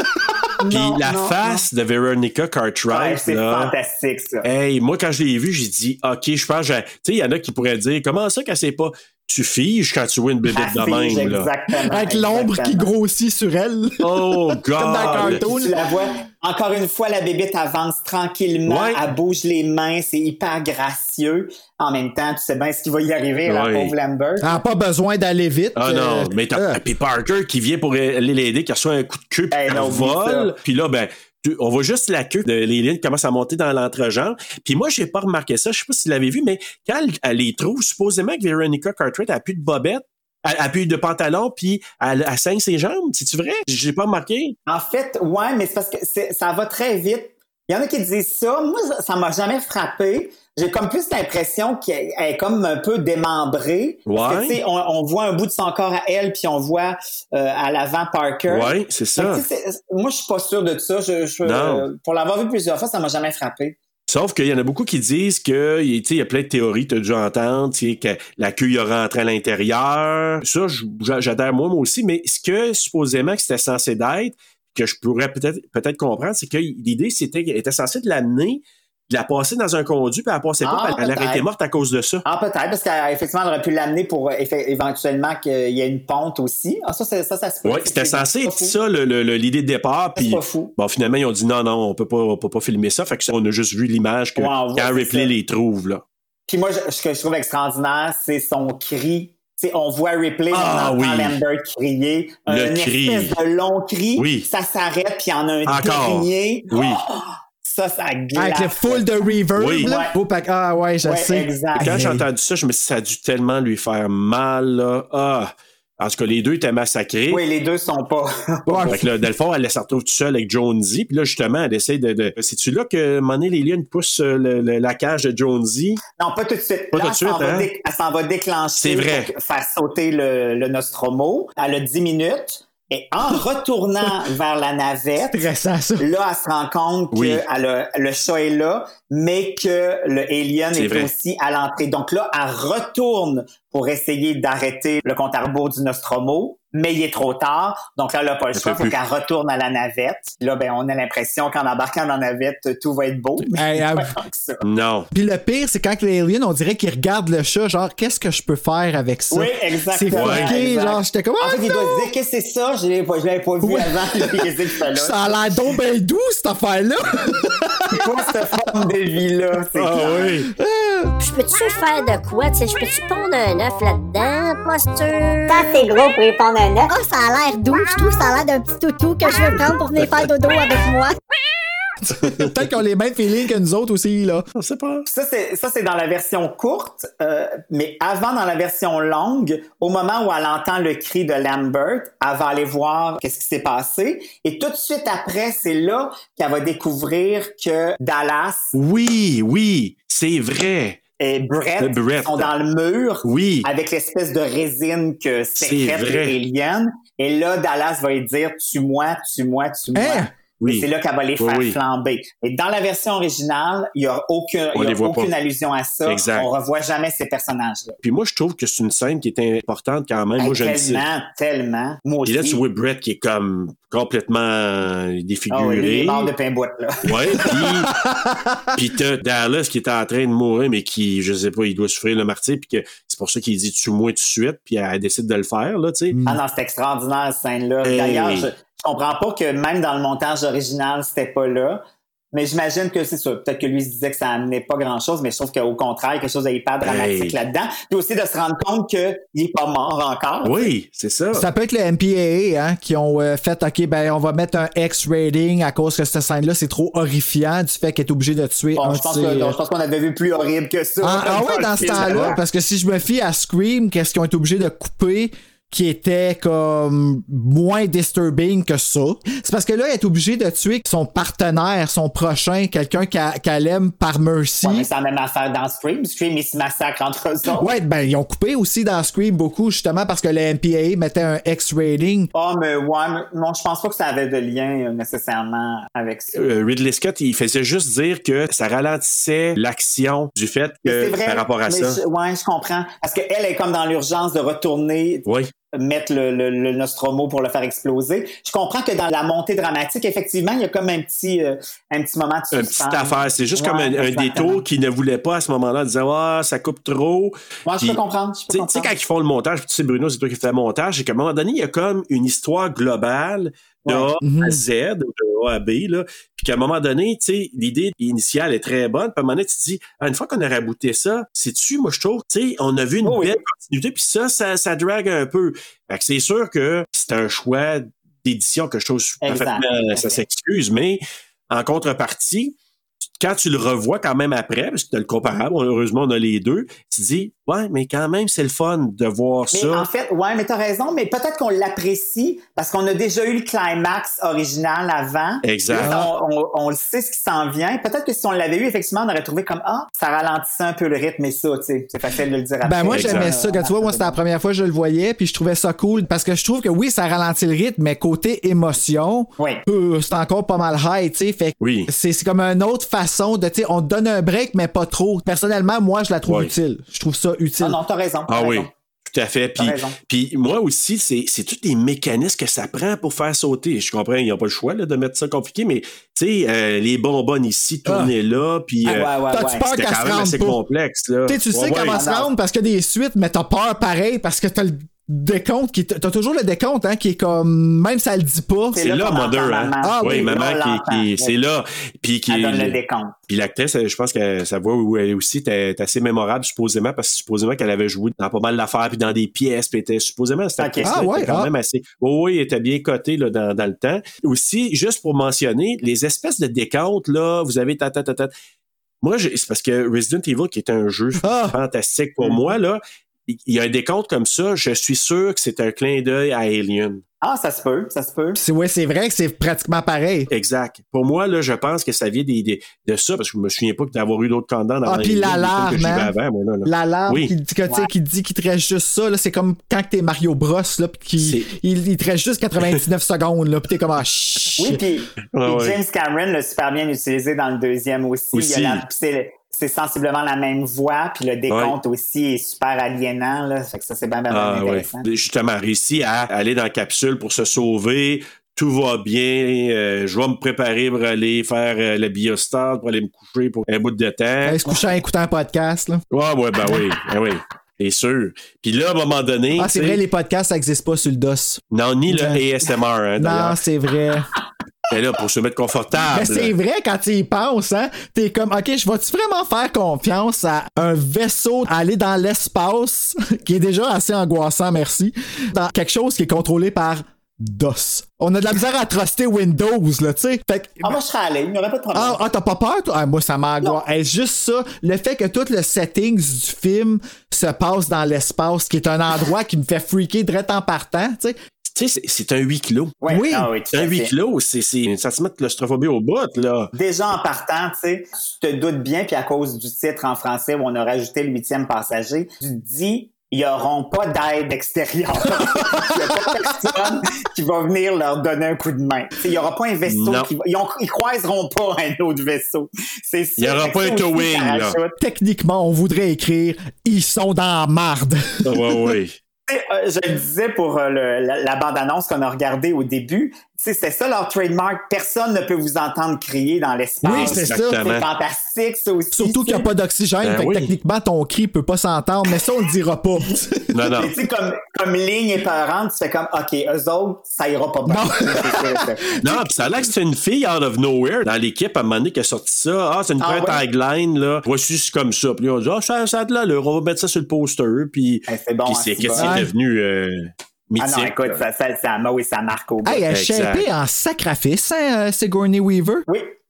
Puis Non, la non, face de Veronica Cartwright, Ouais, c'est là, fantastique, ça. hey, moi, quand je l'ai vu, j'ai dit, OK, je pense, que j'ai- tu sais, il y en a qui pourraient dire, comment ça qu'elle sait pas? Tu figes quand tu vois une bébête de Elle fige, même, là. exactement. Avec l'ombre qui exactement. grossit sur elle. Oh, God! Comme dans le cartoon. Tu la vois, encore une fois, la bébête avance tranquillement, Ouais. elle bouge les mains, c'est hyper gracieux. En même temps, tu sais bien ce qui va y arriver à Ouais. la pauvre Lambert. Elle n'a pas besoin d'aller vite. Ah euh, non, mais t'as euh. puis Parker qui vient pour aller l'aider, qui reçoit un coup de queue, puis Hey, elle non, oublie vole. ça. Puis là, ben, tu- on voit juste la queue de Léline qui commence à monter dans l'entrejambe. Puis moi, j'ai pas remarqué ça. Je sais pas si tu l'avais vu, mais quand elle, elle les trouve, supposément que Veronica Cartwright a plus de bobette, elle a plus de pantalon, puis elle, elle saigne ses jambes. C'est-tu vrai? J'ai pas remarqué. En fait, ouais, mais c'est parce que c'est, ça va très vite. Il y en a qui disent ça. Moi, ça, ça m'a jamais frappé. J'ai comme plus l'impression qu'elle est comme un peu démembrée. Ouais. Parce que, tu sais, on, on voit un bout de son corps à elle, puis on voit euh, à l'avant Parker. Ouais, c'est ça. Fait que, tu sais, c'est- moi, je suis pas sûr de ça. Je, je, Non. euh, pour l'avoir vu plusieurs fois, ça m'a jamais frappé. Sauf qu'il y en a beaucoup qui disent que, tu sais, il y a plein de théories, tu as dû entendre, tu sais, que la queue a rentré à l'intérieur. Ça, je- j'adhère moi, moi aussi, mais ce que supposément que c'était censé d'être, que je pourrais peut-être peut-être comprendre, c'est que l'idée, c'était qu'elle était censée de l'amener, de la passer dans un conduit, puis elle passait pas, Ah, puis elle, elle aurait peut-être. été morte à cause de ça. Ah, peut-être, parce qu'effectivement, elle aurait pu l'amener pour euh, effe- éventuellement qu'il y ait une ponte aussi. Ah, ça, c'est- ça, ça se peut. Oui, c'était effectivement. censé C'est être pas fou. ça, le- le- le- l'idée de départ. C'est Puis, pas fou. bon, finalement, ils ont dit non, non, on peut pas, on peut pas filmer ça. Fait que on a juste vu l'image que Ouais, on voit, quand c'est Ripley ça. les trouve, là. Puis moi, je- ce que je trouve extraordinaire, c'est son cri. Tu sais, on voit Ripley, Ah, on entend oui. Lambert crier. Le un cri. espèce de long cri. Oui. Ça s'arrête, puis il y en a un Encore. dernier. Oui. Oh, ça, ça glace. Avec le full de reverb. Oui. là. Ouais. Oh, pack- ah ouais, je Ouais, sais. exact. Quand Hey. j'ai entendu ça, je me suis dit, ça a dû tellement lui faire mal, là. Ah! En tout cas, les deux étaient massacrés. Oui, les deux sont pas. Fait que là, dans le fond, elle se retrouve toute seule avec Jonesy. Puis là, justement, elle essaie de... de... C'est-tu là que Monet Liliane pousse euh, le, le- la cage de Jonesy? Non, pas tout de suite. Pas Là, tout de elle s'en suite, va hein? dé- Elle s'en va déclencher. C'est vrai. Pour faire sauter le, le Nostromo. Elle a dix minutes. Et en retournant vers la navette, Stressant, ça. là, elle se rend compte que Oui. elle a- le chat est là, mais que le alien C'est est vrai. aussi à l'entrée. Donc là, elle retourne pour essayer d'arrêter le compte à rebours du Nostromo, mais il est trop tard. Donc là, elle n'a pas le Elle choix. peut Il faut plus. qu'elle retourne à la navette. Là, ben, on a l'impression qu'en embarquant dans la navette, tout va être beau. Mais Hey, c'est ah, pas tant que ça. Non. Puis le pire, c'est quand l'alien, on dirait qu'il regarde le chat, genre, qu'est-ce que je peux faire avec ça? Oui, C'est exactement. fucké, exact. genre, j'étais comme, En ah, fait, il doit non! se dire, qu'est-ce que c'est ça? Je l'ai pas, je l'avais pas vu Ouais. avant. Là, qu'est-ce que c'est là? Ça a l'air donc ben doux, cette affaire-là! C'est quoi cette forme de vie-là? C'est Ah clair. oui. Je peux-tu faire de quoi? Tu sais, je peux-tu pondre un œuf là-dedans? Pas sûr. Ça, c'est gros pour y pondre un œuf. Ah, ça a l'air doux. Je trouve que ça a l'air d'un petit toutou que je veux prendre pour venir faire dodo avec moi. Peut-être qu'ils ont les mêmes feelings que nous autres aussi, là. On sait pas. Ça, c'est, ça, c'est dans la version courte, euh, mais avant, dans la version longue, au moment où elle entend le cri de Lambert, elle va aller voir qu'est-ce qui s'est passé. Et tout de suite après, c'est là qu'elle va découvrir que Dallas Oui, oui, c'est vrai. et Brett, Euh, Brett. sont dans le mur Oui. avec l'espèce de résine que sécrète C'est vrai. l'alien. Et là, Dallas va lui dire « Tue-moi, tue-moi, tue-moi Hein? Oui. Et c'est là qu'elle va les Oui, faire oui. flamber. Et dans la version originale, il n'y a, aucun, On il y les a voit aucune pas. allusion à ça. Exact. On revoit jamais ces personnages-là. Puis moi, je trouve que c'est une scène qui est importante quand même. Hey, Moi, je le sais. tellement, tellement. Moi aussi. Et là, tu vois Brett qui est comme complètement défiguré. Ah oui, lui, il est mort de pain boîte, là. Ouais, puis puis t'as Dallas qui est en train de mourir, mais qui, je sais pas, il doit souffrir le martyr, puis que c'est pour ça qu'il dit tue-moi tout de suite, puis elle décide de le faire, là, tu sais. Ah non, c'est extraordinaire, cette scène-là. Hey. D'ailleurs, je, je comprends pas que même dans le montage original, c'était pas là. Mais j'imagine que c'est ça. Peut-être que lui se disait que ça amenait pas grand-chose, mais je trouve qu'au contraire, quelque chose de hyper dramatique Hey. là-dedans. Puis aussi de se rendre compte qu'il est pas mort encore. Oui, c'est ça. Ça peut être le M P A A hein, qui ont euh, fait OK, ben on va mettre un X-rating à cause que cette scène-là, c'est trop horrifiant du fait qu'elle est obligée de tuer Bon, un je pense de ses- que, non, je pense qu'on avait vu plus horrible que ça. Ah, ah ouais, dans le ce film. temps-là, parce que si je me fie à Scream, qu'est-ce qu'ils ont été obligés de couper, qui était comme moins disturbing que ça. C'est parce que là, elle est obligée de tuer son partenaire, son prochain, quelqu'un qu'elle aime par mercy. Ouais, mais c'est la même affaire dans Scream. Scream, ils se massacrent entre eux autres. Ouais, ben, ils ont coupé aussi dans Scream beaucoup, justement, parce que le M P A A mettait un X-rating. Ah, oh, mais ouais, mais non, je pense pas que ça avait de lien euh, nécessairement avec ça. Euh, Ridley Scott, il faisait juste dire que ça ralentissait l'action du fait que, vrai, par rapport à ça. Je, ouais, je comprends. Parce qu'elle est comme dans l'urgence de retourner. Oui. Mettre le, le, le Nostromo pour le faire exploser. Je comprends que dans la montée dramatique, effectivement, il y a comme un petit, euh, un petit moment de suspense. Une petite affaire. C'est juste ouais, comme un, un détour qu'ils ne voulaient pas à ce moment-là, en disant, ah, ça coupe trop. Moi, je peux comprendre. Tu sais, quand ils font le montage, tu sais, Bruno, c'est toi qui fais le montage, c'est qu'à un moment donné, il y a comme une histoire globale de ouais. A à Z, de A à B, là. Puis qu'à un moment donné, tu sais, l'idée initiale est très bonne. Puis à un moment donné, tu te dis, ah, une fois qu'on a rabouté ça, c'est-tu, moi, je trouve, tu sais, on a vu une oh, belle oui. continuité, puis ça, ça, ça drague un peu. Fait que c'est sûr que c'est un choix d'édition que je trouve parfaitement, ça s'excuse, mais en contrepartie, quand tu le revois quand même après, parce que tu as le comparable, heureusement, on a les deux, tu te dis, ouais, mais quand même, c'est le fun de voir mais ça. En fait, ouais, mais t'as raison, mais peut-être qu'on l'apprécie parce qu'on a déjà eu le climax original avant. Exact. Là, on, on, on le sait ce qui s'en vient. Peut-être que si on l'avait eu, effectivement, on aurait trouvé comme, ah, ça ralentissait un peu le rythme et ça, tu sais. C'est facile de le dire après. Ben, moi, j'aimais ça. Quand tu vois, moi, c'était la première fois que je le voyais, puis je trouvais ça cool parce que je trouve que oui, ça ralentit le rythme, mais côté émotion, oui. euh, c'est encore pas mal high, tu sais. Fait que oui. c'est, c'est comme une autre façon de, tu sais, on te donne un break, mais pas trop. Personnellement, moi, je la trouve oui. utile. Je trouve ça utile. Ah non, t'as raison. Ah t'as oui. raison. Tout à fait. Puis, puis moi aussi, c'est, c'est tous les mécanismes que ça prend pour faire sauter. Je comprends, il n'y a pas le choix là, de mettre ça compliqué, mais tu sais, euh, les bonbonnes ici, tourner ah. là, puis ah, ouais, ouais, euh, ouais. c'était quand même assez pas. complexe. Là. Tu sais, ouais, qu'elle ouais. va se rendre parce qu'il y a des suites, mais t'as peur pareil parce que t'as le décompte qui t'as toujours le décompte hein qui est comme même ça le dit pas c'est, c'est là Mother hein ah oui, oui maman qui, qui c'est là puis qui elle donne le décompte puis l'actrice je pense que sa voix où elle aussi était assez mémorable supposément parce que supposément qu'elle avait joué dans pas mal d'affaires puis dans des pièces puis était supposément c'était okay. ah, ouais, quand ah. même assez oui oui il était bien coté là dans, dans le temps aussi juste pour mentionner les espèces de décomptes là vous avez ta ta ta ta moi c'est parce que Resident Evil qui est un jeu ah. fantastique pour mm. moi là il y a un décompte comme ça, je suis sûr que c'est un clin d'œil à Alien. Ah, ça se peut, ça se peut. C'est, ouais, c'est vrai que c'est pratiquement pareil. Exact. Pour moi, là, je pense que ça vient des, des, de ça, parce que je me souviens pas d'avoir eu d'autres candidats dans ah, puis l'alarme, que avant, moi, là, là. L'alarme oui. qui, que, ouais. qui dit qu'il te reste juste ça, là, c'est comme quand t'es Mario Bros, là, pis il, il te reste juste quatre-vingt-dix-neuf secondes, là, pis t'es comme, ah, chut. Oui, pis, ah, ouais. James Cameron l'a super bien utilisé dans le deuxième aussi. aussi. Il y a la, c'est, c'est sensiblement la même voix, puis le décompte ouais. aussi est super aliénant, là. Fait que ça, c'est bien, bien, bien ah, intéressant. Ouais. Justement, réussi à aller dans la capsule pour se sauver. Tout va bien. Euh, je vais me préparer pour aller faire euh, le biostar, pour aller me coucher pour un bout de temps. Aller se coucher en écoutant un podcast, là. Ouais, ouais, ben oui, ben oui. C'est sûr. Puis là, à un moment donné... Ah, c'est vrai, les podcasts, ça n'existe pas sur le D O S. Non, ni le A S M R, hein, d'ailleurs. Non, c'est vrai. C'est là pour se mettre confortable. Mais c'est vrai quand tu y penses, hein. T'es comme, OK, je vais-tu vraiment faire confiance à un vaisseau aller dans l'espace, qui est déjà assez angoissant, merci, dans quelque chose qui est contrôlé par D O S. On a de la misère à truster Windows, là, tu sais. Fait que... Ah, moi, je serais allé. Il n'y aurait pas de problème. Ah, ah t'as pas peur, toi? Ah, moi, ça m'angoisse. Hey, juste ça, le fait que tout le settings du film se passe dans l'espace, qui est un endroit qui me fait freaker direct en partant, tu sais. Tu sais, c'est, c'est un huis clos. Ouais, oui, ah oui c'est un huis clos. C'est, c'est un sentiment de claustrophobie au bout, là. Déjà, en partant, tu sais, tu te doutes bien, puis à cause du titre en français où on a rajouté le huitième passager, tu te dis, ils n'auront pas d'aide extérieure. Il n'y a pas personne qui va venir leur donner un coup de main. Il n'y aura pas un vaisseau non. qui va... Ils, ont... Ils croiseront pas un autre vaisseau. C'est il n'y aura pas un towing, là. Techniquement, on voudrait écrire « Ils sont dans la marde ». Oui, oui. Euh, je le disais pour euh, le, la, la bande-annonce qu'on a regardée au début, c'est ça leur trademark. Personne ne peut vous entendre crier dans l'espace. Oui, c'est Exactement. ça. C'est fantastique, ça aussi. Surtout qu'il n'y a pas d'oxygène, ben fait oui. que techniquement, ton cri peut pas s'entendre, mais ça, on le dira pas. Non, non. Tu sais, comme, comme ligne épeurante, tu fais comme, OK, eux autres, ça ira pas bien. Non, non pis ça a l'air que c'est une fille out of nowhere dans l'équipe à un moment donné qui a sorti ça. Ah, c'est une vraie ah, ouais? tagline, là. Voici, c'est comme ça. Puis on dit, ah, ça, ça a de l'allure, on va mettre ça sur le poster. Puis, hey, c'est bon, puis c'est, qu'est-ce qui est devenu, euh, mythique. Ah non, écoute, ça, ça, ça, oui, ça marque au bout. Hey, elle a chapé en sacrifice, hein, Sigourney Weaver? Oui.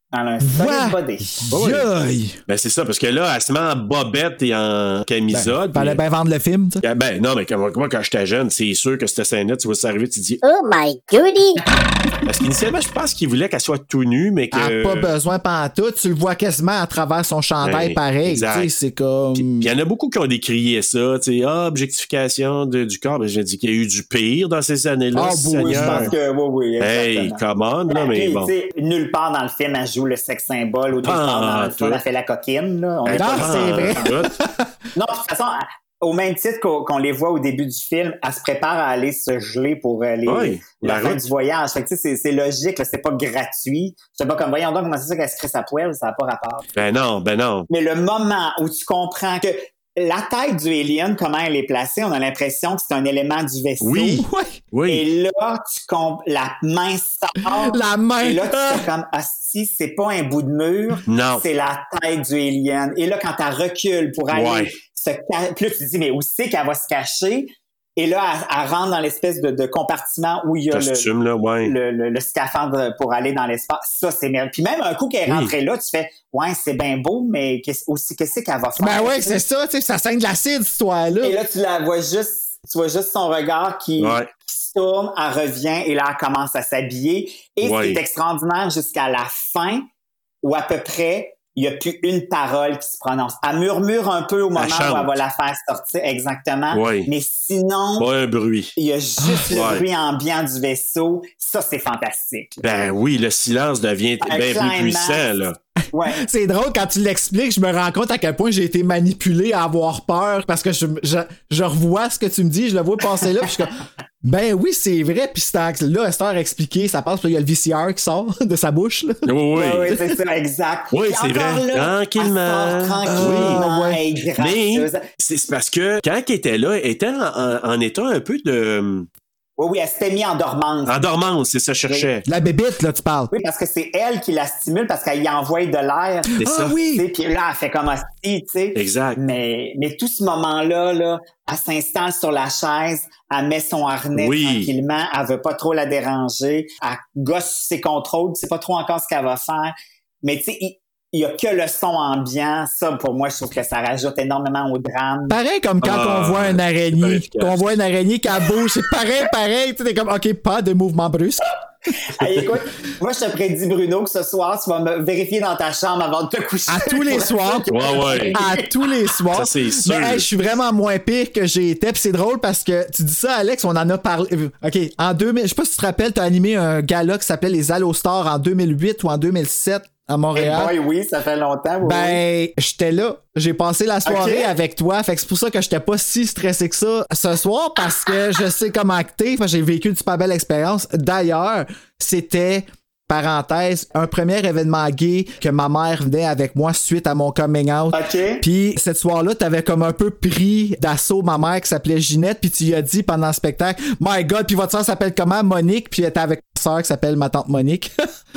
Elle a un solide body. Yoï! Ben, c'est ça, parce que là, elle se met en bobette et en camisole. Ben, fallait bien vendre le film, tu sais. Ben, non, mais comme, moi, quand j'étais jeune, c'est sûr que cette scène-là, tu vas s'arriver, tu te dis. Oh my goodie! Parce qu'initialement, je pense qu'il voulait qu'elle soit tout nue, mais que. Elle n'a pas besoin pantoute. Tu le vois quasiment à travers son chandail ben, pareil. Tu sais, c'est comme. Puis il y en a beaucoup qui ont décrié ça, tu sais, ah, objectification de, du corps. Ben, j'ai dit qu'il y a eu du pire dans ces années-là. Ah, oui, je pense que, oui, oui. Hey, come on, là, mais puis, bon. Nulle part dans le film, elle joue le sexe symbole, ou nulle Ah, part dans le tout. film, elle fait la coquine, là. On Ben, est pas ah, c'est vrai. tout. Non, de toute façon, au même titre qu'on, qu'on les voit au début du film, elle se prépare à aller se geler pour aller oui, la, la fin route. du voyage. Fait que, tu sais, c'est, c'est logique, là, c'est pas gratuit. C'est pas comme, voyons donc comment c'est ça qu'elle se crée sa poêle, ça n'a pas rapport. Ben non, ben non. Mais le moment où tu comprends que la tête du alien, comment elle est placée, on a l'impression que c'est un élément du vaisseau. Oui, oui. Et là, tu comp- la main sort. La main. Et là, tu fais comme, hostie, c'est pas un bout de mur. Non. C'est la tête du alien. Et là, quand elle recule pour aller Ouais. se cacher, puis là, tu te dis, mais où c'est qu'elle va se cacher? Et là, elle, elle rentre dans l'espèce de, de compartiment où il y a Costume, le, là, ouais. le, le, le scaphandre pour aller dans l'espace. Ça, c'est merveilleux. Puis même un coup qu'elle est Oui. rentrée là, tu fais, ouais, c'est bien beau, mais qu'est-ce, aussi, qu'est-ce qu'elle va faire? Ben ouais, c'est ça, tu sais, ça saigne de l'acide, cette histoire-là. Et là, tu la vois juste, tu vois juste son regard qui, Ouais. qui se tourne, elle revient et là, elle commence à s'habiller. Et Ouais. c'est extraordinaire jusqu'à la fin où à peu près, il n'y a plus une parole qui se prononce. Elle murmure un peu au moment chante. où elle va la faire sortir, exactement. Ouais. Mais sinon, Pas un bruit. il y a juste le Ouais. bruit ambiant du vaisseau. Ça, c'est fantastique. Ben oui, le silence devient Un bien plus climax. puissant, là. Ouais. C'est drôle quand tu l'expliques, je me rends compte à quel point j'ai été manipulé à avoir peur parce que je, je, je revois ce que tu me dis, je le vois passer là, puis je suis comme, ben oui, c'est vrai, puis c'est en- là, Esther a expliqué, ça passe, puis là, il y a le V C R qui sort de sa bouche. Là. Oui, oui. Ouais, ouais, c'est ça, exact. Oui, Puis c'est encore vrai. là, Tranquillement. elle sort tranquillement. Oui, elle est Mais gracieuse. c'est c'est parce que quand elle était là, elle était en, en- en état un peu de. Oui, oui, elle s'était mise en dormance. En dormance, c'est ça, je cherchais. La bébite, là, tu parles. Oui, parce que c'est elle qui la stimule parce qu'elle y envoie de l'air. C'est ça. Ah oui! Tu sais, puis là, elle fait comme hostie, tu sais. Exact. Mais, mais tout ce moment-là, là, elle s'installe sur la chaise, elle met son harnais Oui. tranquillement, elle veut pas trop la déranger, elle gosse ses contrôles, tu sais pas trop encore ce qu'elle va faire. Mais tu sais, il, il y a que le son ambiant. Ça, pour moi, je trouve que ça rajoute énormément au drame. Pareil comme quand Ah, on voit un super araignée, efficace. qu'on voit une araignée qui bouge, c'est pareil, pareil, tu sais, t'es comme, ok, pas de mouvement brusque. Hey, écoute, moi, je te prédis, Bruno, que ce soir, tu vas me vérifier dans ta chambre avant de te coucher. À tous les soirs. Ouais, ouais. À tous les soirs. Ça, c'est sûr. Mais hey, je suis vraiment moins pire que j'ai été. Puis c'est drôle parce que tu dis ça, Alex, on en a parlé. OK, en deux mille, je sais pas si tu te rappelles, tu as animé un gala qui s'appelait les Allo Stars en deux mille huit ou en deux mille sept à Montréal. Hey boy, oui, ça fait longtemps. Oui, Ben, j'étais là. J'ai passé la soirée Ok. avec toi. Fait que c'est pour ça que j'étais pas si stressé que ça ce soir parce que je sais comment acter. J'ai vécu une super belle expérience. D'ailleurs, c'était, parenthèse, un premier événement gay que ma mère venait avec moi suite à mon coming out. OK. Puis cette soir-là, t'avais comme un peu pris d'assaut ma mère qui s'appelait Ginette, puis tu lui as dit pendant le spectacle, My God, puis votre soeur s'appelle comment? Monique, puis elle était avec ma soeur qui s'appelle ma tante Monique.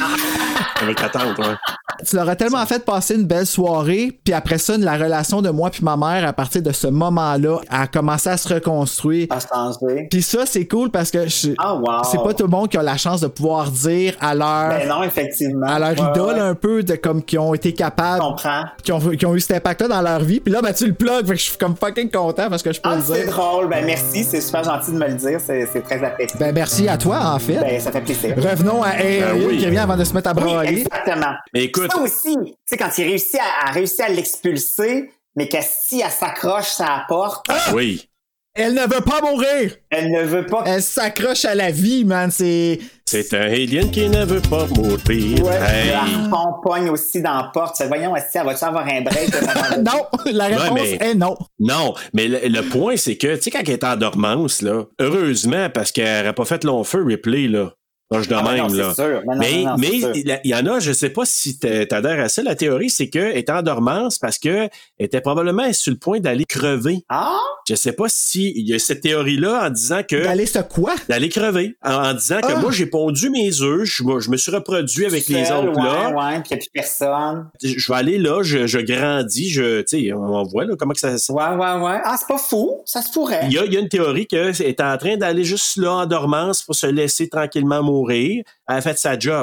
Avec ta tante, ouais. Tu leur as tellement fait passer une belle soirée, puis après ça, la relation de moi puis ma mère, à partir de ce moment-là, a commencé à se reconstruire. À changer. Puis ça, c'est cool parce que je- Ah, wow. c'est pas tout le monde qui a la chance de pouvoir dire à leur, Ben non, effectivement. à leur Ouais, idole ouais. un peu de comme qui ont été Je capables, comprends. qui ont, qui ont eu cet impact-là dans leur vie. Puis là, ben tu le plugs, fait que je suis comme fucking content parce que je peux Ah, le c'est dire. drôle. Ben merci, c'est super gentil de me le dire. C'est, c'est très apprécié. Ben merci à toi, en fait. Ben, ça fait plaisir. Revenons à Ariel Ben oui. qui revient avant de se mettre à Oui, brailler. exactement. Mais écoute, Ça aussi, tu sais, quand il réussit à, à réussir à l'expulser, mais que si elle s'accroche à la porte, oui. Elle ne veut pas mourir! elle ne veut pas. Elle s'accroche à la vie, man. C'est. C'est un alien qui ne veut pas mourir. Ouais, Hey. la pompogne aussi dans la porte. Tu sais, voyons, si elle va-tu avoir un break? Non, la réponse Ouais, mais- est non. Non, mais le, le point, c'est que, tu sais, quand elle est en dormance, là, heureusement, parce qu'elle n'aurait pas fait long feu, Ripley, là. Proche de Ah, même, non, c'est là. sûr. Non, non, mais non, non, mais c'est sûr. il y en a, je sais pas si t'a- t'adhères à ça, la théorie, c'est qu'elle était en dormance parce qu'elle était probablement sur le point d'aller crever. Ah? Je sais pas si il y a cette théorie-là en disant que... D'aller se quoi? D'aller crever. En, en disant que Ah. moi, j'ai pondu mes œufs, je, me- je me suis reproduit avec les Seul, autres là. Ouais, ouais, puis il n'y a plus personne. Je vais aller là, je, je grandis, je, tu sais, on voit là comment que ça... ça- Ouais, ouais, ouais. Ah, c'est pas fou. Ça se pourrait. Il y a, il y a une théorie qu'elle est en train d'aller juste là en dormance pour se laisser tranquillement mourir. Elle a fait sa job.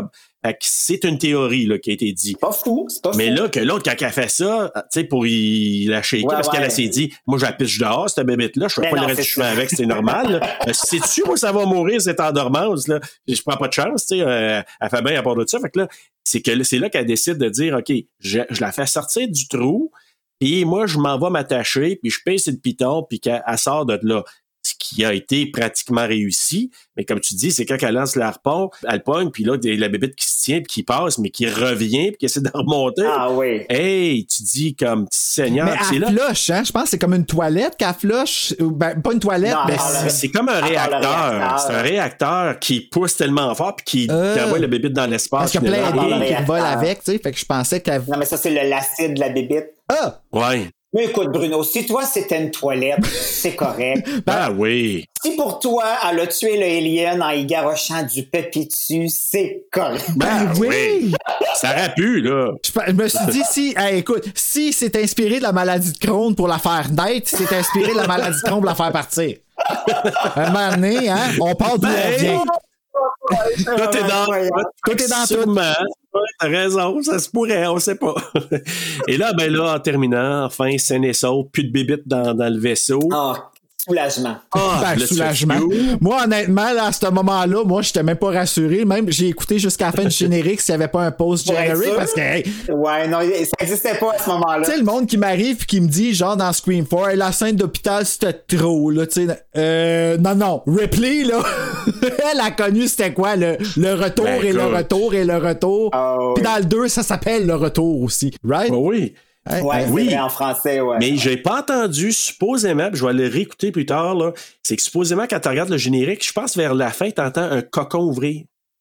Fait que c'est une théorie là, qui a été dit. Pas fou, c'est pas Mais fou. là, que l'autre, quand elle fait ça, tu sais, pour y la shaker, Ouais, parce ouais. qu'elle s'est dit, moi, je la piche dehors, cette bébête-là, je fais Ben pas non, le c'est réchauffement ça. avec, c'est normal. Là. Sais-tu, moi, ça va mourir, c'est en dormance, là. Je prends pas de chance, tu sais, euh, elle fait bien à part de ça. Fait que là, c'est que c'est là qu'elle décide de dire, OK, je, je la fais sortir du trou, puis moi, je m'en vais m'attacher, puis je pèse le piton, puis qu'elle elle sort de là. Ce qui a été pratiquement réussi. Mais comme tu dis, c'est quand elle lance l'harpon, elle pogne, puis là, la bébête qui se tient, puis qui passe, mais qui revient, puis qui essaie de remonter. Ah oui. Hey, tu dis comme Seigneur, Mais c'est elle là. flush, hein? Je pense que c'est comme une toilette qu'elle flush. Ou Ben, pas une toilette, Non, mais non, c'est- le- C'est comme un Ah, le réacteur. réacteur. C'est un réacteur qui pousse tellement fort, puis qui Euh. envoie le bébé dans l'espace. parce qu'il y a plein finalement. dans le d'eau qui réacteur. vole avec, tu sais. Fait que je pensais qu'elle. Non, mais ça, c'est le l'acide de la bébite. Ah! Ouais. Mais écoute, Bruno, si toi, c'était une toilette, c'est correct. Ah oui. Si pour toi, elle a tué le alien en y garochant du pépi dessus, c'est correct. Ben oui. oui. Ça aurait pu, là. Je, pa- je me suis dit, si, hey, écoute, si c'est inspiré de la maladie de Crohn pour la faire naître, c'est inspiré de la maladie de Crohn pour la faire partir. Un moment donné, hein, on part d'où on vient. Toi, t'es dans, Toi, t'es dans tout. Sûrement. Ouais, t'as raison, ça se pourrait, on sait pas. Et là, ben là, en terminant, enfin, saine et sauve, plus de bébites dans, dans le vaisseau. Ah, soulagement. Ah, Ben, là, tu soulagement. fais fou. Moi, honnêtement, là, à ce moment-là, moi, j'étais même pas rassuré. Même, j'ai écouté jusqu'à la fin du générique s'il y avait pas un post-générique Ouais, ça. parce que, hey, Ouais, non, ça n'existait pas à ce moment-là. tu sais, le monde qui m'arrive pis qui me dit, genre, dans Scream quatre, hey, la scène d'hôpital, c'était trop, là, tu sais. Euh, non, non. Ripley, là, elle a connu c'était quoi, le, le retour Ben, et le écoute. retour et le retour. Ah, oui. Puis dans le deux, ça s'appelle le retour aussi. Right? Ben oui. Hey, Ouais, hey, c'est oui. vrai en français, ouais. Mais j'ai pas entendu, supposément, puis je vais le réécouter plus tard, là, c'est que supposément, quand tu regardes le générique, je pense vers la fin, t'entends un cocon ouvrir.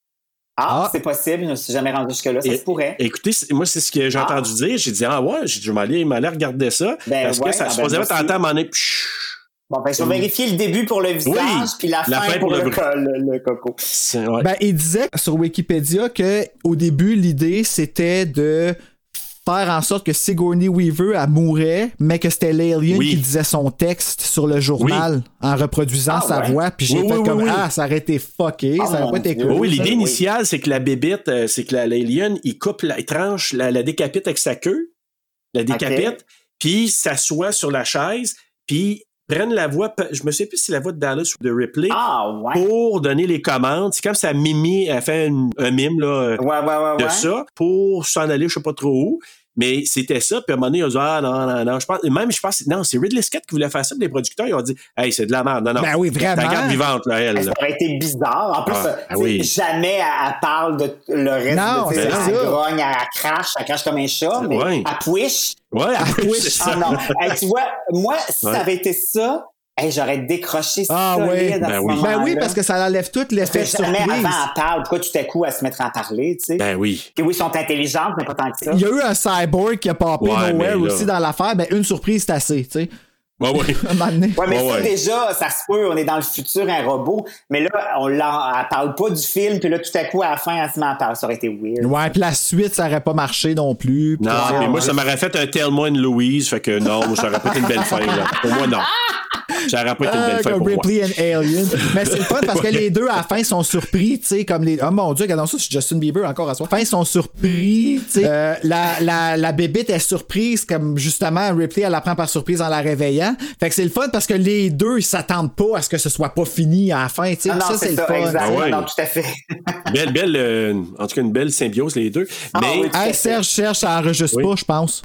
Ah, Ah. c'est possible, je ne suis jamais rendu jusque-là, ça Et- se pourrait. Écoutez, c'est- moi, c'est ce que j'ai Ah. entendu dire. J'ai dit, ah ouais, j'ai dit, je vais aller, je vais aller regarder ça. Ben parce ouais, que ça, ah ben supposément, moi aussi. t'entends à un moment donné, pshhh. Bon, ben, je vais vérifier le début pour le visage, Oui, puis la, fin, pour, le, vrai. co- le, le coco. C'est- ouais. Ben, il disait sur Wikipédia que au début, l'idée, c'était de faire en sorte que Sigourney Weaver, elle mourait, mais que c'était l'alien Oui. qui disait son texte sur le journal en reproduisant Ah, sa ouais. voix. Puis j'ai Oui, fait oui, comme, oui, oui. ah, ça aurait été fucké, Oh, ça aurait mon pas été Dieu. cool. Oui, oui, l'idée Oui. initiale, c'est que la bébite, euh, c'est que la- l'alien, il coupe, la, il tranche, la, la décapite avec sa queue, la décapite, puis s'assoit sur la chaise, puis prennent la voix, je me sais plus si c'est la voix de Dallas ou de Ripley, Ah, ouais. pour donner les commandes. C'est comme ça, Mimi a fait un, un mime là, euh, Ouais, ouais, ouais, de ouais. ça pour s'en aller, je sais pas trop où. Mais c'était ça, puis à un moment donné, ils ont dit, ah non, non, non, je pense, même, je pense, non, c'est Ridley Scott qui voulait faire ça, puis les producteurs, ils ont dit, hey, c'est de la merde, non, non. Ben oui, vraiment. La garde vivante, là, elle. Ça là. aurait été bizarre. En plus, Ah, euh, ah tu sais, oui. jamais elle, elle parle de le reste Non, de tu sais, c'est elle ça. grogne, elle crache, elle crache comme un chat, mais Ouais. elle puiche. Ouais, oui, c'est Ah ça. non. Hey, tu vois, moi, si Ouais. ça avait été ça, hey, j'aurais décroché Ah, solide ouais. à Ben ce oui. moment-là. Ben oui, parce que ça enlève tout Parce l'effet que jamais surprise. avant elle parle. Pourquoi tout à coup elle se mettrait à parler, tu sais? Ben oui. Puis oui, ils sont intelligentes, mais pas tant que ça. Il y a eu un cyborg qui a popé Ouais, nowhere mais là- aussi dans l'affaire. Ben, une surprise, c'est assez, tu sais. Ouais, ouais. Un moment donné. Ouais, mais Ouais, ça, ouais. déjà, ça se peut, on est dans le futur, un robot. Mais là, on l'en, elle parle pas du film, puis là, tout à coup, à la fin, elle se met à parler. Ça aurait été weird. Ouais, puis la suite, ça aurait pas marché non plus. Puis Non, ça- mais moi, ça m'aurait fait un Thelma and Louise, fait que non, moi, ça aurait pas été une belle fin, là. Pour moi, non. Ça aurait pas été une Ah, belle fin comme pour moi. Ripley and Alien. Mais c'est le fun parce que les deux à la fin sont surpris, tu sais, comme les. Oh mon dieu, regardons ça, c'est Justin Bieber encore à soi. À la fin, ils sont surpris, tu sais. Euh, la, la, la bébite est surprise, comme justement Ripley, elle la prend par surprise en la réveillant. Fait que c'est le fun parce que les deux, ils s'attendent pas à ce que ce soit pas fini à la fin, tu sais. Ah non, ça, c'est c'est ça, le fun. exact. Ah ouais. Non, tout à fait. Belle, belle, euh, en tout cas, une belle symbiose, les deux. Ah Mais, oui. Hey, Serge cherche, ça enregistre Oui. pas, je pense.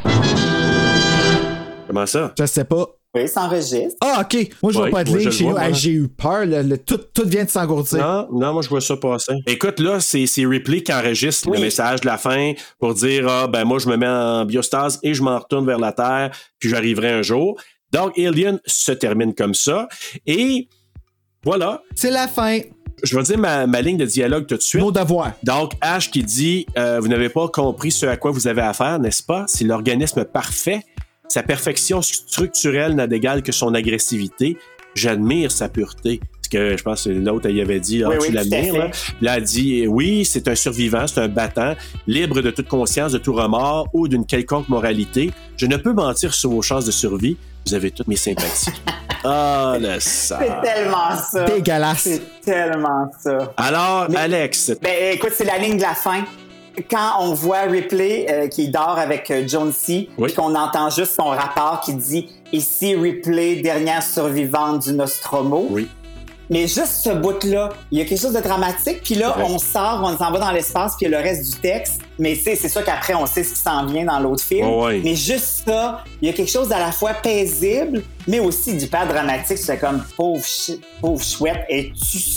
comment ça? Je sais pas. Oui, ça enregistre. Ah, ok. Moi, je vois Oui, pas de moi, je ligne le chez vois, nous. moi. Hey, j'ai eu peur, là. Le- tout, tout vient de s'engourdir. Non, non, moi, je vois ça passer. Écoute, là, c'est, c'est Ripley qui enregistre Oui. le message de la fin pour dire, ah, ben, moi, je me mets en biostase et je m'en retourne vers la Terre, puis j'arriverai un jour. Donc, Alien se termine comme ça. Et voilà. C'est la fin. Je vais dire ma, ma ligne de dialogue tout de suite. Nos devoirs. Donc, Ash qui dit euh, vous n'avez pas compris ce à quoi vous avez affaire, n'est-ce pas? C'est l'organisme parfait. Sa perfection structurelle n'a d'égal que son agressivité. J'admire sa pureté. Ce que je pense que l'autre, elle y avait dit, ah, Oui, tu oui, tout à l'admires. fait. Là. Puis là, elle dit oui, c'est un survivant, c'est un battant, libre de toute conscience, de tout remords ou d'une quelconque moralité. Je ne peux mentir sur vos chances de survie. Vous avez toutes mes sympathies. Ah, le sang. C'est tellement ça. Dégueulasse. C'est tellement ça. Alors, Mais- Alex. Ben, écoute, c'est la ligne de la fin. quand on voit Ripley euh, qui dort avec euh, Jonesy, oui. puis qu'on entend juste son rapport qui dit « Ici Ripley, dernière survivante du Nostromo oui. ». Mais juste ce bout-là, il y a quelque chose de dramatique. Puis là, on sort, on s'en va dans l'espace, puis il y a le reste du texte. Mais c'est sûr qu'après, on sait ce qui s'en vient dans l'autre film. Oh ouais. Mais juste ça, il y a quelque chose à la fois paisible, mais aussi du pas dramatique. C'est comme « Pauvre, ch- pauvre chouette, es-tu seule? »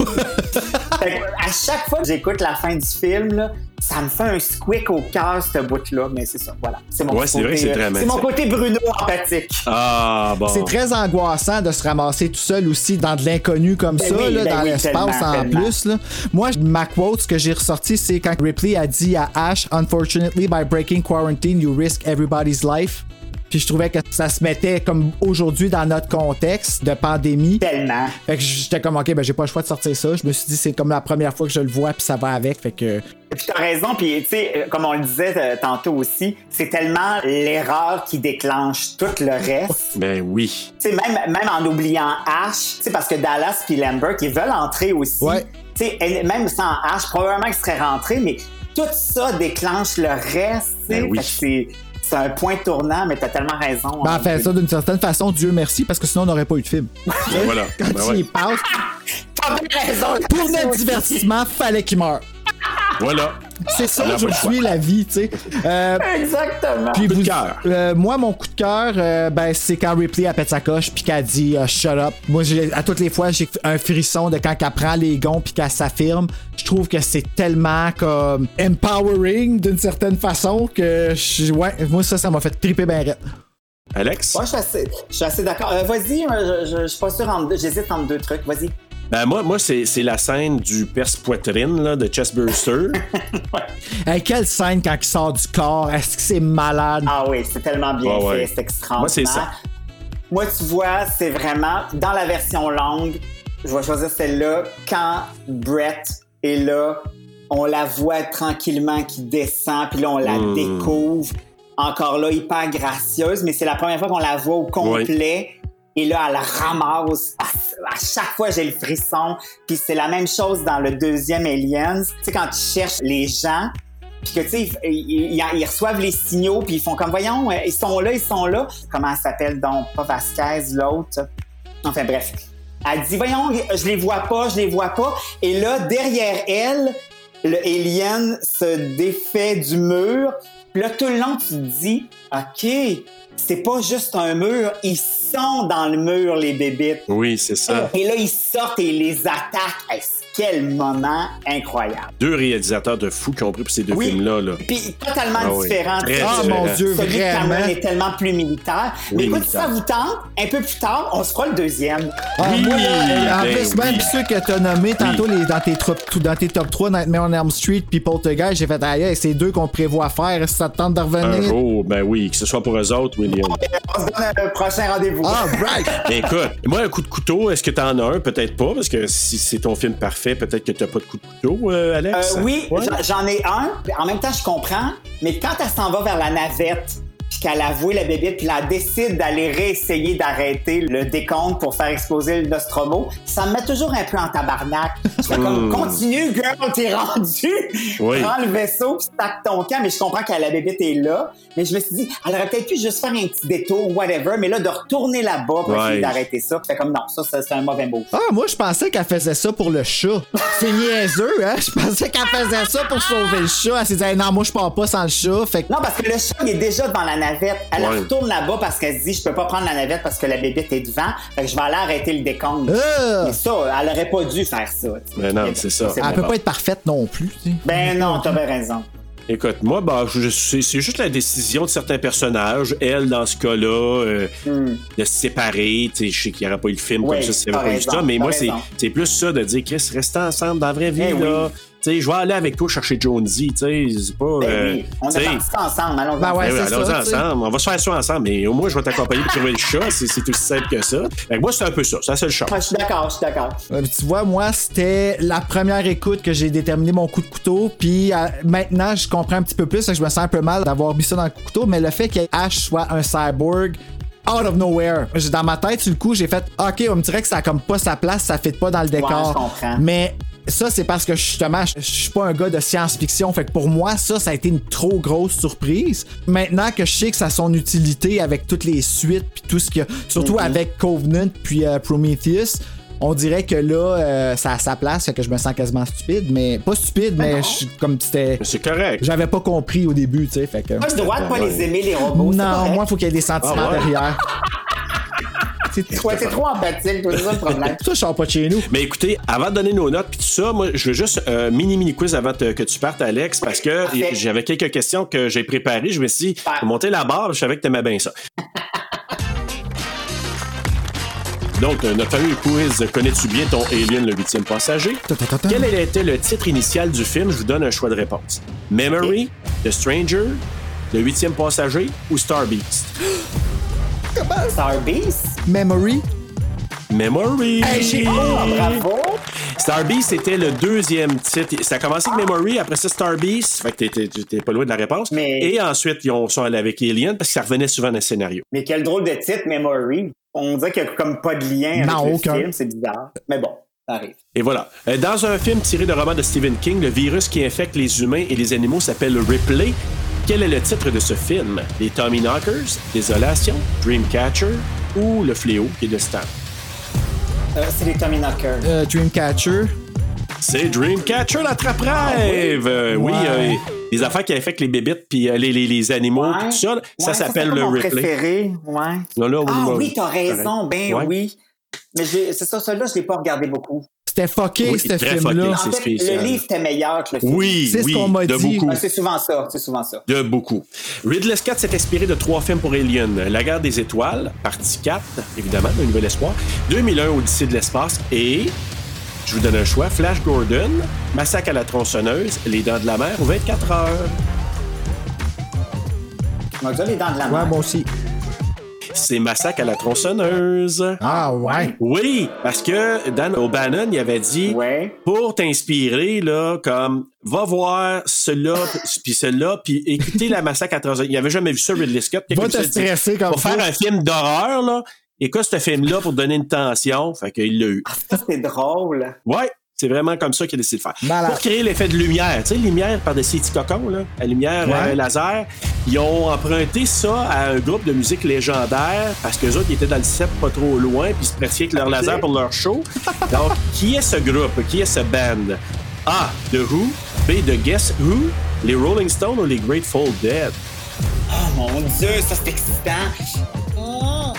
À chaque fois que j'écoute la fin du film, là, ça me fait un squeak au cœur, ce bout-là. Mais c'est ça, voilà. C'est mon, ouais, c'est vrai que c'est c'est mon côté Bruno empathique. Ah, bon. C'est très angoissant de se ramasser tout seul aussi dans de l'inconnu comme ben ça, oui, là, ben dans oui, l'espace tellement, en tellement. plus. Là. Moi, ma quote, ce que j'ai ressorti, c'est quand Ripley a dit à Ash, « Unfortunately, by breaking quarantine, you risk everybody's life. » Puis je trouvais que ça se mettait comme aujourd'hui dans notre contexte de pandémie. Tellement. Fait que j'étais comme, OK, ben j'ai pas le choix de sortir ça. Je me suis dit, c'est comme la première fois que je le vois, puis ça va avec. Fait que. Puis t'as raison, puis tu sais, comme on le disait euh, tantôt aussi, c'est tellement l'erreur qui déclenche tout le reste. Ben oui. Tu sais, même, même en oubliant Ash, tu sais, parce que Dallas puis Lambert, ils veulent entrer aussi. Ouais. Tu sais, même sans Ash, probablement qu'ils seraient rentrés, mais tout ça déclenche le reste, tu sais. Ben oui. Fait que c'est... C'est un point tournant, mais t'as tellement raison. Ben, hein, fait ça d'une certaine façon, Dieu merci, parce que sinon on n'aurait pas eu de film. Ben voilà. Quand ben il ouais. y passe, T'as bien raison. pour notre divertissement, fallait qu'il meure. Voilà. C'est ça On a pas le aujourd'hui la vie, tu sais. Euh, Exactement. Puis Coup de vous, cœur. euh, moi, mon coup de cœur, euh, ben, c'est quand Ripley a pète sa coche puis qu'elle dit euh, shut up. Moi, j'ai, à toutes les fois, j'ai un frisson de quand elle prend les gonds puis qu'elle s'affirme. Je trouve que c'est tellement comme empowering d'une certaine façon que je, ouais, moi, ça, ça m'a fait triper ben raide. Alex? Ouais, je suis assez, je suis assez d'accord. Euh, vas-y, euh, je, je, je suis pas sûr entre deux. J'hésite entre deux trucs. Vas-y. Ben moi, moi c'est, c'est la scène du perce-poitrine là, de Chestburster. Hey, quelle scène quand il sort du corps. Est-ce que c'est malade? Ah oui, c'est tellement bien Ah ouais. fait, c'est extraordinaire. Moi, c'est ça. Moi, tu vois, c'est vraiment, dans la version longue, je vais choisir celle-là, quand Brett est là, on la voit tranquillement qui descend, puis là, on la mmh. découvre. Encore là, hyper gracieuse, mais c'est la première fois qu'on la voit au complet. Oui. Et là, elle ramasse. À chaque fois, j'ai le frisson. Puis c'est la même chose dans le deuxième Aliens. Tu sais, quand tu cherches les gens, puis que, tu sais, ils, ils, ils reçoivent les signaux, puis ils font comme, voyons, ils sont là, ils sont là. Comment elle s'appelle donc? Pas Vasquez, l'autre. Enfin, bref. Elle dit, voyons, je les vois pas, je les vois pas. Et là, derrière elle, le alien se défait du mur. Puis là, tout le long, tu te dis, OK, c'est pas juste un mur, ils sont dans le mur, les bébites. Oui, c'est ça. Et là, ils sortent et ils les attaquent. Hey, quel moment incroyable. Deux réalisateurs de fous qui ont pris pour ces deux oui. films-là. Là. Puis totalement ah différents. Oui. Ah, différent. mon Dieu, celui vraiment. de Cameron est tellement plus militaire. Oui, Mais écoute, militaire. si ça vous tente, un peu plus tard, on se fera le deuxième. Ah, oui, moi, là, en ben plus, même oui. ceux que t'as nommés tantôt les, dans, tes trop, dans tes top trois, Nightmare on Elm Street puis Poltergeist, j'ai fait aïe, c'est deux qu'on prévoit faire. Si ça te tente de revenir. Un jour, ben oui, que ce soit pour eux autres, William. On se donne un prochain rendez-vous. Ah, right! Écoute, moi, un coup de couteau, est-ce que t'en as un? Peut-être pas, parce que si c'est ton film parfait, peut-être que t'as pas de coup de couteau, euh, Alex? Euh, oui, ouais? j'en ai un. En même temps, je comprends. Mais quand elle s'en va vers la navette, puis qu'elle a voué la bébête, puis elle décide d'aller réessayer d'arrêter le décompte pour faire exploser le Nostromo, ça me met toujours un peu en tabarnak. Je fais comme, Mm. continue, girl, t'es rendu. Oui. Prends le vaisseau, puis stack ton camp. Mais je comprends que la bébête est là. Mais je me suis dit, elle aurait peut-être pu juste faire un petit détour, whatever, mais là, de retourner là-bas pour Ouais. essayer d'arrêter ça. Je fais comme, non, ça, ça c'est un mauvais mot. Ah, moi, je pensais qu'elle faisait ça pour le chat. C'est niaiseux, hein? Je pensais qu'elle faisait ça pour sauver le chat. Elle s'est dit, hey, non, moi, je pars pas sans le chat. Fait que... Non, parce que le chat, il est déjà devant la navette. Elle Ouais. retourne là-bas parce qu'elle se dit, je peux pas prendre la navette parce que la bébête est devant. Fait que je vais aller arrêter le décompte. Euh! Mais ça, elle aurait pas dû faire ça. t'sais. Ben non, c'est ça. Elle bon. peut pas être parfaite non plus. T'sais. Ben non, t'as bien raison. Écoute, moi, bah, je, c'est, c'est juste la décision de certains personnages. Elle, dans ce cas-là, euh, Mm. de se séparer. Tu sais, je sais qu'il n'y aurait pas eu le film Oui, comme ça s'il n'y t'as avait pas eu raison, ça. Mais t'as moi, c'est, raison. c'est plus ça de dire, Chris, restez ensemble dans la vraie vie, Eh là. oui. Tu sais, je vais aller avec toi chercher Jonesy, tu sais, c'est pas... Ben euh, oui, on tu a sais, parti ça ensemble. Allons Ben ouais, ben oui, c'est allons-y ça, t'sais. ensemble. On va se faire ça ensemble, mais au moins, je vais t'accompagner pour trouver le chat. C'est, c'est aussi simple que ça. Fait que moi, c'est un peu ça. C'est la seule chose. Ouais, je suis d'accord, je suis d'accord. Euh, tu vois, moi, c'était la première écoute que j'ai déterminé mon coup de couteau. Puis euh, maintenant, je comprends un petit peu plus. Que je me sens un peu mal d'avoir mis ça dans le coup de couteau. Mais le fait qu'Ash soit un cyborg out of nowhere. Dans ma tête, sur le coup, j'ai fait OK, on me dirait que ça a comme pas sa place, ça fit pas dans le décor. Ouais, je comprends. Mais ça, c'est parce que justement, je je suis pas un gars de science-fiction. Fait que pour moi, ça, ça a été une trop grosse surprise. Maintenant que je sais que ça a son utilité avec toutes les suites, puis tout ce qu'il y a, surtout mm-hmm. avec Covenant, puis euh, Prometheus, on dirait que là, euh, ça a sa place, fait que je me sens quasiment stupide, mais pas stupide, mais, mais je, comme c'était. C'est correct. J'avais pas compris au début, tu sais, fait que. Moi, je dois pas ouais. les aimer, les robots. Non, moi, il faut qu'il y ait des sentiments ah, ouais. derrière. Toi, t'es trop empathique, toi, c'est ça le problème. Ça, je sors pas de chez nous. Mais écoutez, avant de donner nos notes puis tout ça, moi, je veux juste un euh, mini-mini quiz avant te, que tu partes, Alex, parce que Parfait. j'avais quelques questions que j'ai préparées. Je me suis dit, pour monter la barre, je savais que t'aimais bien ça. Donc, notre fameux quiz, connais-tu bien ton Alien, le huitième passager? Ta-ta-ta-ta. Quel était le titre initial du film? Je vous donne un choix de réponse. Memory, okay. The Stranger, le huitième passager ou Star Beast? Star Beast? Memory? Memory! Hey, j'ai... Oh, bravo! Star Beast, c'était le deuxième titre. Ça a commencé avec ah. Memory, après ça Star Beast. Fait que t'es, t'es, t'es pas loin de la réponse. Mais... Et ensuite, ils ont, sont allés avec Alien parce que ça revenait souvent dans le scénario. Mais quel drôle de titre, Memory. On dirait qu'il y a comme pas de lien avec non, le aucun. film, c'est bizarre. Mais bon, ça arrive. Et voilà. Dans un film tiré de roman de Stephen King, le virus qui infecte les humains et les animaux s'appelle le Ripley. Quel est le titre de ce film? Les Tommy Knockers, Désolation, Dreamcatcher ou Le Fléau qui est de Stan? Euh, c'est les Tommy Knockers. Euh, Dreamcatcher. C'est Dreamcatcher, l'attrape-rêve! Ah, oui, euh, oui euh, les affaires qui affectent les bébites puis euh, les, les, les animaux ouais. tout ça, ouais, ça s'appelle ça, le Ripley. Préféré. Ouais. Là, là, ah on, oui, t'as raison, ben ouais. oui. Mais j'ai, c'est ça, celui-là, je l'ai pas regardé beaucoup. C'était fucké, oui, ce film-là. En fait, le livre était meilleur que le film. Oui, c'est oui, ce qu'on m'a de dit. beaucoup. Ouais, c'est souvent ça, c'est souvent ça. De beaucoup. Ridley Scott s'est inspiré de trois films pour Alien. La guerre des étoiles, partie quatre, évidemment, Le Nouvel Espoir, deux mille un, Odyssée de l'espace, et, je vous donne un choix, Flash Gordon, Massacre à la tronçonneuse, Les Dents de la mer ou vingt-quatre heures. On a déjà Les Dents de la mer. Ouais, moi aussi. C'est Massacre à la tronçonneuse. Ah ouais? Oui, parce que Dan O'Bannon, il avait dit, ouais. pour t'inspirer, là, comme, va voir cela, puis cela, puis écoutez la Massacre à la tronçonneuse. Il avait jamais vu ça, Ridley Scott. Va te stresser comme ça. Pour faire un film d'horreur, là, écoute ce film-là pour donner une tension, fait qu'il l'a eu. Ah, ça, c'est drôle. Ouais. C'est vraiment comme ça qu'il a décidé de faire. Malade. Pour créer l'effet de lumière, tu sais, lumière par des petits cocons, là, la lumière ouais. euh, laser, ils ont emprunté ça à un groupe de musique légendaire parce qu'eux autres, ils étaient dans le set pas trop loin puis ils se pratiquaient avec leur laser pour leur show. Donc, qui est ce groupe? Qui est ce band? A. The Who. B. The Guess Who. Les Rolling Stones ou les Grateful Dead? Oh mon Dieu, ça c'est excitant! Oh.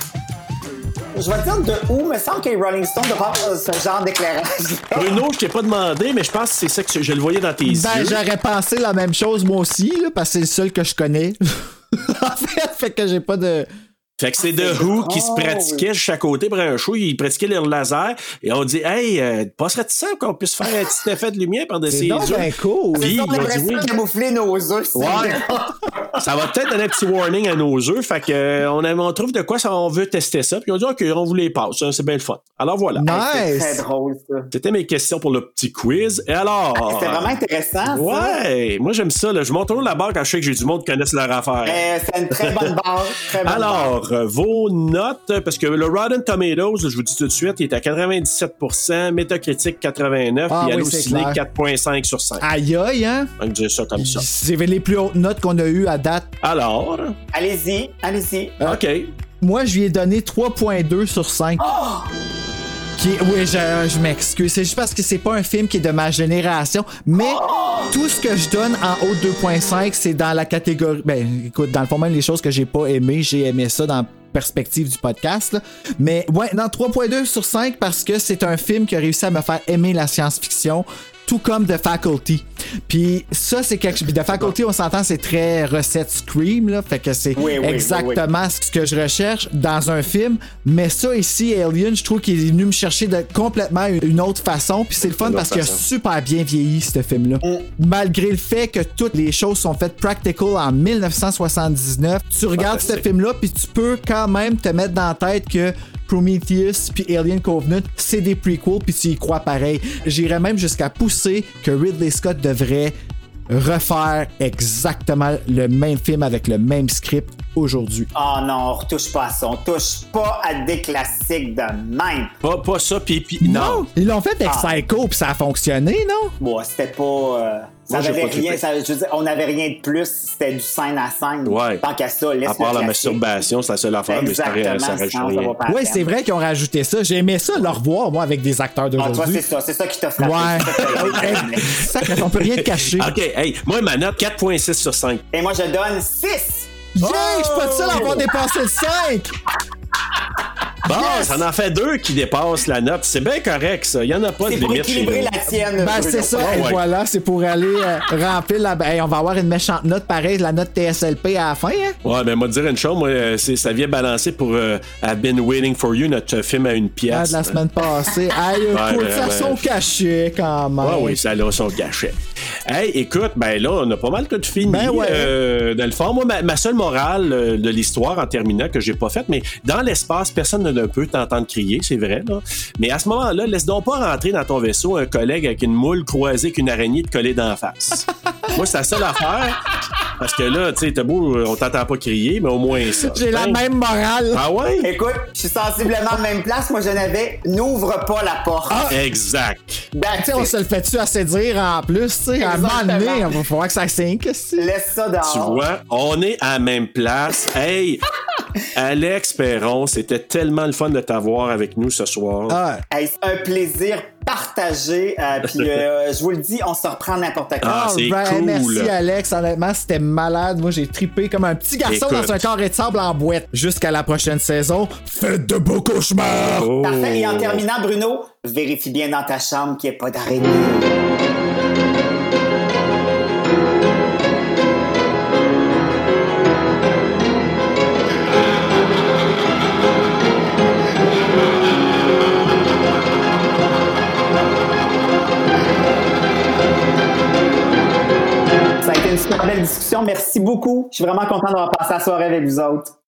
Je vais dire de où, me semble que les Rolling Stones doivent avoir ce genre d'éclairage. Bruno, je t'ai pas demandé, mais je pense que c'est ça que je le voyais dans tes ben, yeux. J'aurais pensé la même chose moi aussi, là, parce que c'est le seul que je connais. En fait, fait que j'ai pas de... Fait que c'est The Who qui se pratiquait chaque côté pour un show, ils pratiquaient leur laser et on dit hey, euh, passerait-tu ça qu'on puisse faire un petit effet de lumière par dessus les yeux? C'est cool. Puis, on a oui. camoufler nos œufs. Ouais. Ça va peut-être donner un petit warning à nos œufs. Fait que euh, on, a, on trouve de quoi ça, on veut tester ça. Puis on dit OK, on vous les passe. C'est bien le fun. Alors voilà. Nice. C'est très drôle ça. C'était mes questions pour le petit quiz. Et alors. C'était vraiment intéressant. Ça. Ouais. Moi j'aime ça. Là. Je monte toujours la barre quand je sais que j'ai du monde qui connaisse leur affaire. Euh, c'est une très bonne barre. Très bonne alors, barre. vos notes, parce que le Rotten Tomatoes, je vous dis tout de suite, il est à quatre-vingt-dix-sept pour cent, Metacritic quatre-vingt-neuf, ah, et oui, Allociné quatre virgule cinq sur cinq. Aïe aïe, hein? On va dire ça comme ça. C'est les plus hautes notes qu'on a eues à date. Alors? Allez-y, allez-y. Euh, OK. Moi, je lui ai donné trois virgule deux sur cinq. Oh! Qui est, oui, je, je m'excuse. C'est juste parce que c'est pas un film qui est de ma génération. Mais oh! tout ce que je donne en haut de deux virgule cinq, c'est dans la catégorie... Ben, écoute, dans le fond, même les choses que j'ai pas aimées, j'ai aimé ça dans perspective du podcast. Là. Mais ouais, dans trois virgule deux sur cinq parce que c'est un film qui a réussi à me faire aimer la science-fiction, tout comme The Faculty. Puis ça, c'est quelque chose... The Faculty, on s'entend, c'est très recette Scream, là. Fait que c'est oui, oui, exactement oui, oui. ce que je recherche dans un film. Mais ça, ici, Alien, je trouve qu'il est venu me chercher de complètement une autre façon. Puis c'est le fun parce qu'il a super bien vieilli, ce film-là. Mm. Malgré le fait que toutes les choses sont faites practical en dix-neuf cent soixante-dix-neuf, tu regardes ce film-là, puis tu peux quand même te mettre dans la tête que Prometheus puis Alien Covenant, c'est des prequels puis tu y crois pareil. J'irais même jusqu'à pousser que Ridley Scott devrait refaire exactement le même film avec le même script aujourd'hui. Oh non, on retouche pas à ça. On touche pas à des classiques de même. Pas, pas ça, pis, pis non. non. Ils l'ont fait avec Ah. Psycho, puis ça a fonctionné, non? Bon, c'était pas... Euh, ça Moi, j'ai avait pas rien, trippé. ça, je veux dire, on n'avait rien de plus. C'était du scène à scène. Ouais. Tant qu'à ça, laisse À part la le classique. masturbation, c'est la seule affaire, mais ça, Exactement, ça rajoute sinon, ça rien. va pas à Oui, peine. c'est vrai qu'ils ont rajouté ça. J'ai aimé ça, le revoir, moi, avec des acteurs Ah, toi, d'aujourd'hui. c'est ça. C'est ça qui t'a frappé. Ouais. C'est ça qui t'a frappé. Sacré, on peut rien te cacher. OK, hey, moi, ma note, quatre virgule six sur cinq. Et moi, je donne six. Yeah, je suis pas le seul à avoir dépassé le cinq! Bon, Yes! ça en fait deux qui dépassent la note. C'est bien correct, ça. Il n'y en a pas de C'est pour limite chez équilibrer nous. la tienne. Ben, Bruno. c'est ça, Ah et ouais. voilà, c'est pour aller euh, remplir la. Ben, on va avoir une méchante note pareille, la note T S L P à la fin, hein? Ouais, ben, moi, te dire une chose, moi, euh, c'est, ça vient balancer pour euh, I've Been Waiting for You, notre film à une Ah, pièce. de la semaine passée. Hey, écoute, ben, ça ben, son cachet quand même. Ah oui, ça là, son cachet. Hey, écoute, ben là, on a pas mal tout fini. Ben ouais. euh, dans le fond, moi, ma, ma seule morale euh, de l'histoire en terminant que j'ai pas faite, mais dans l'espace, personne ne peut t'entendre crier, c'est vrai, là. Mais à ce moment-là, laisse donc pas rentrer dans ton vaisseau un collègue avec une moule croisée qu'une araignée te coller d'en face. Moi, c'est la seule affaire. Parce que là, tu sais, t'as beau, on t'entend pas crier, mais au moins ça. J'ai la Ben, même morale. Ah ouais? Écoute, je suis sensiblement à la même place. Moi, je n'avais n'ouvre pas la porte. Ah. Exact. That's Tu sais, on it. se le fait-tu assez dire en plus, tu sais, à un moment donné, Exactement. il va falloir que ça sinque, aussi. Laisse ça dehors. Tu vois, on est à la même place. Hey, Alex Perron, c'était tellement le fun de t'avoir avec nous ce soir. Ah, Hey, c'est un plaisir partagé. Euh, Puis, euh, je vous le dis, on se reprend n'importe quand. Ah, c'est ben, cool. Merci Alex, honnêtement c'était malade. Moi j'ai trippé comme un petit garçon Écoute. dans un carré de sable en boîte. Jusqu'à la prochaine saison, faites de beaux cauchemars. Oh. Parfait. Et en terminant, Bruno, vérifie bien dans ta chambre qu'il n'y ait pas d'araignée. Ça a été une super belle discussion. Merci beaucoup. Je suis vraiment content d'avoir passé la soirée avec vous autres.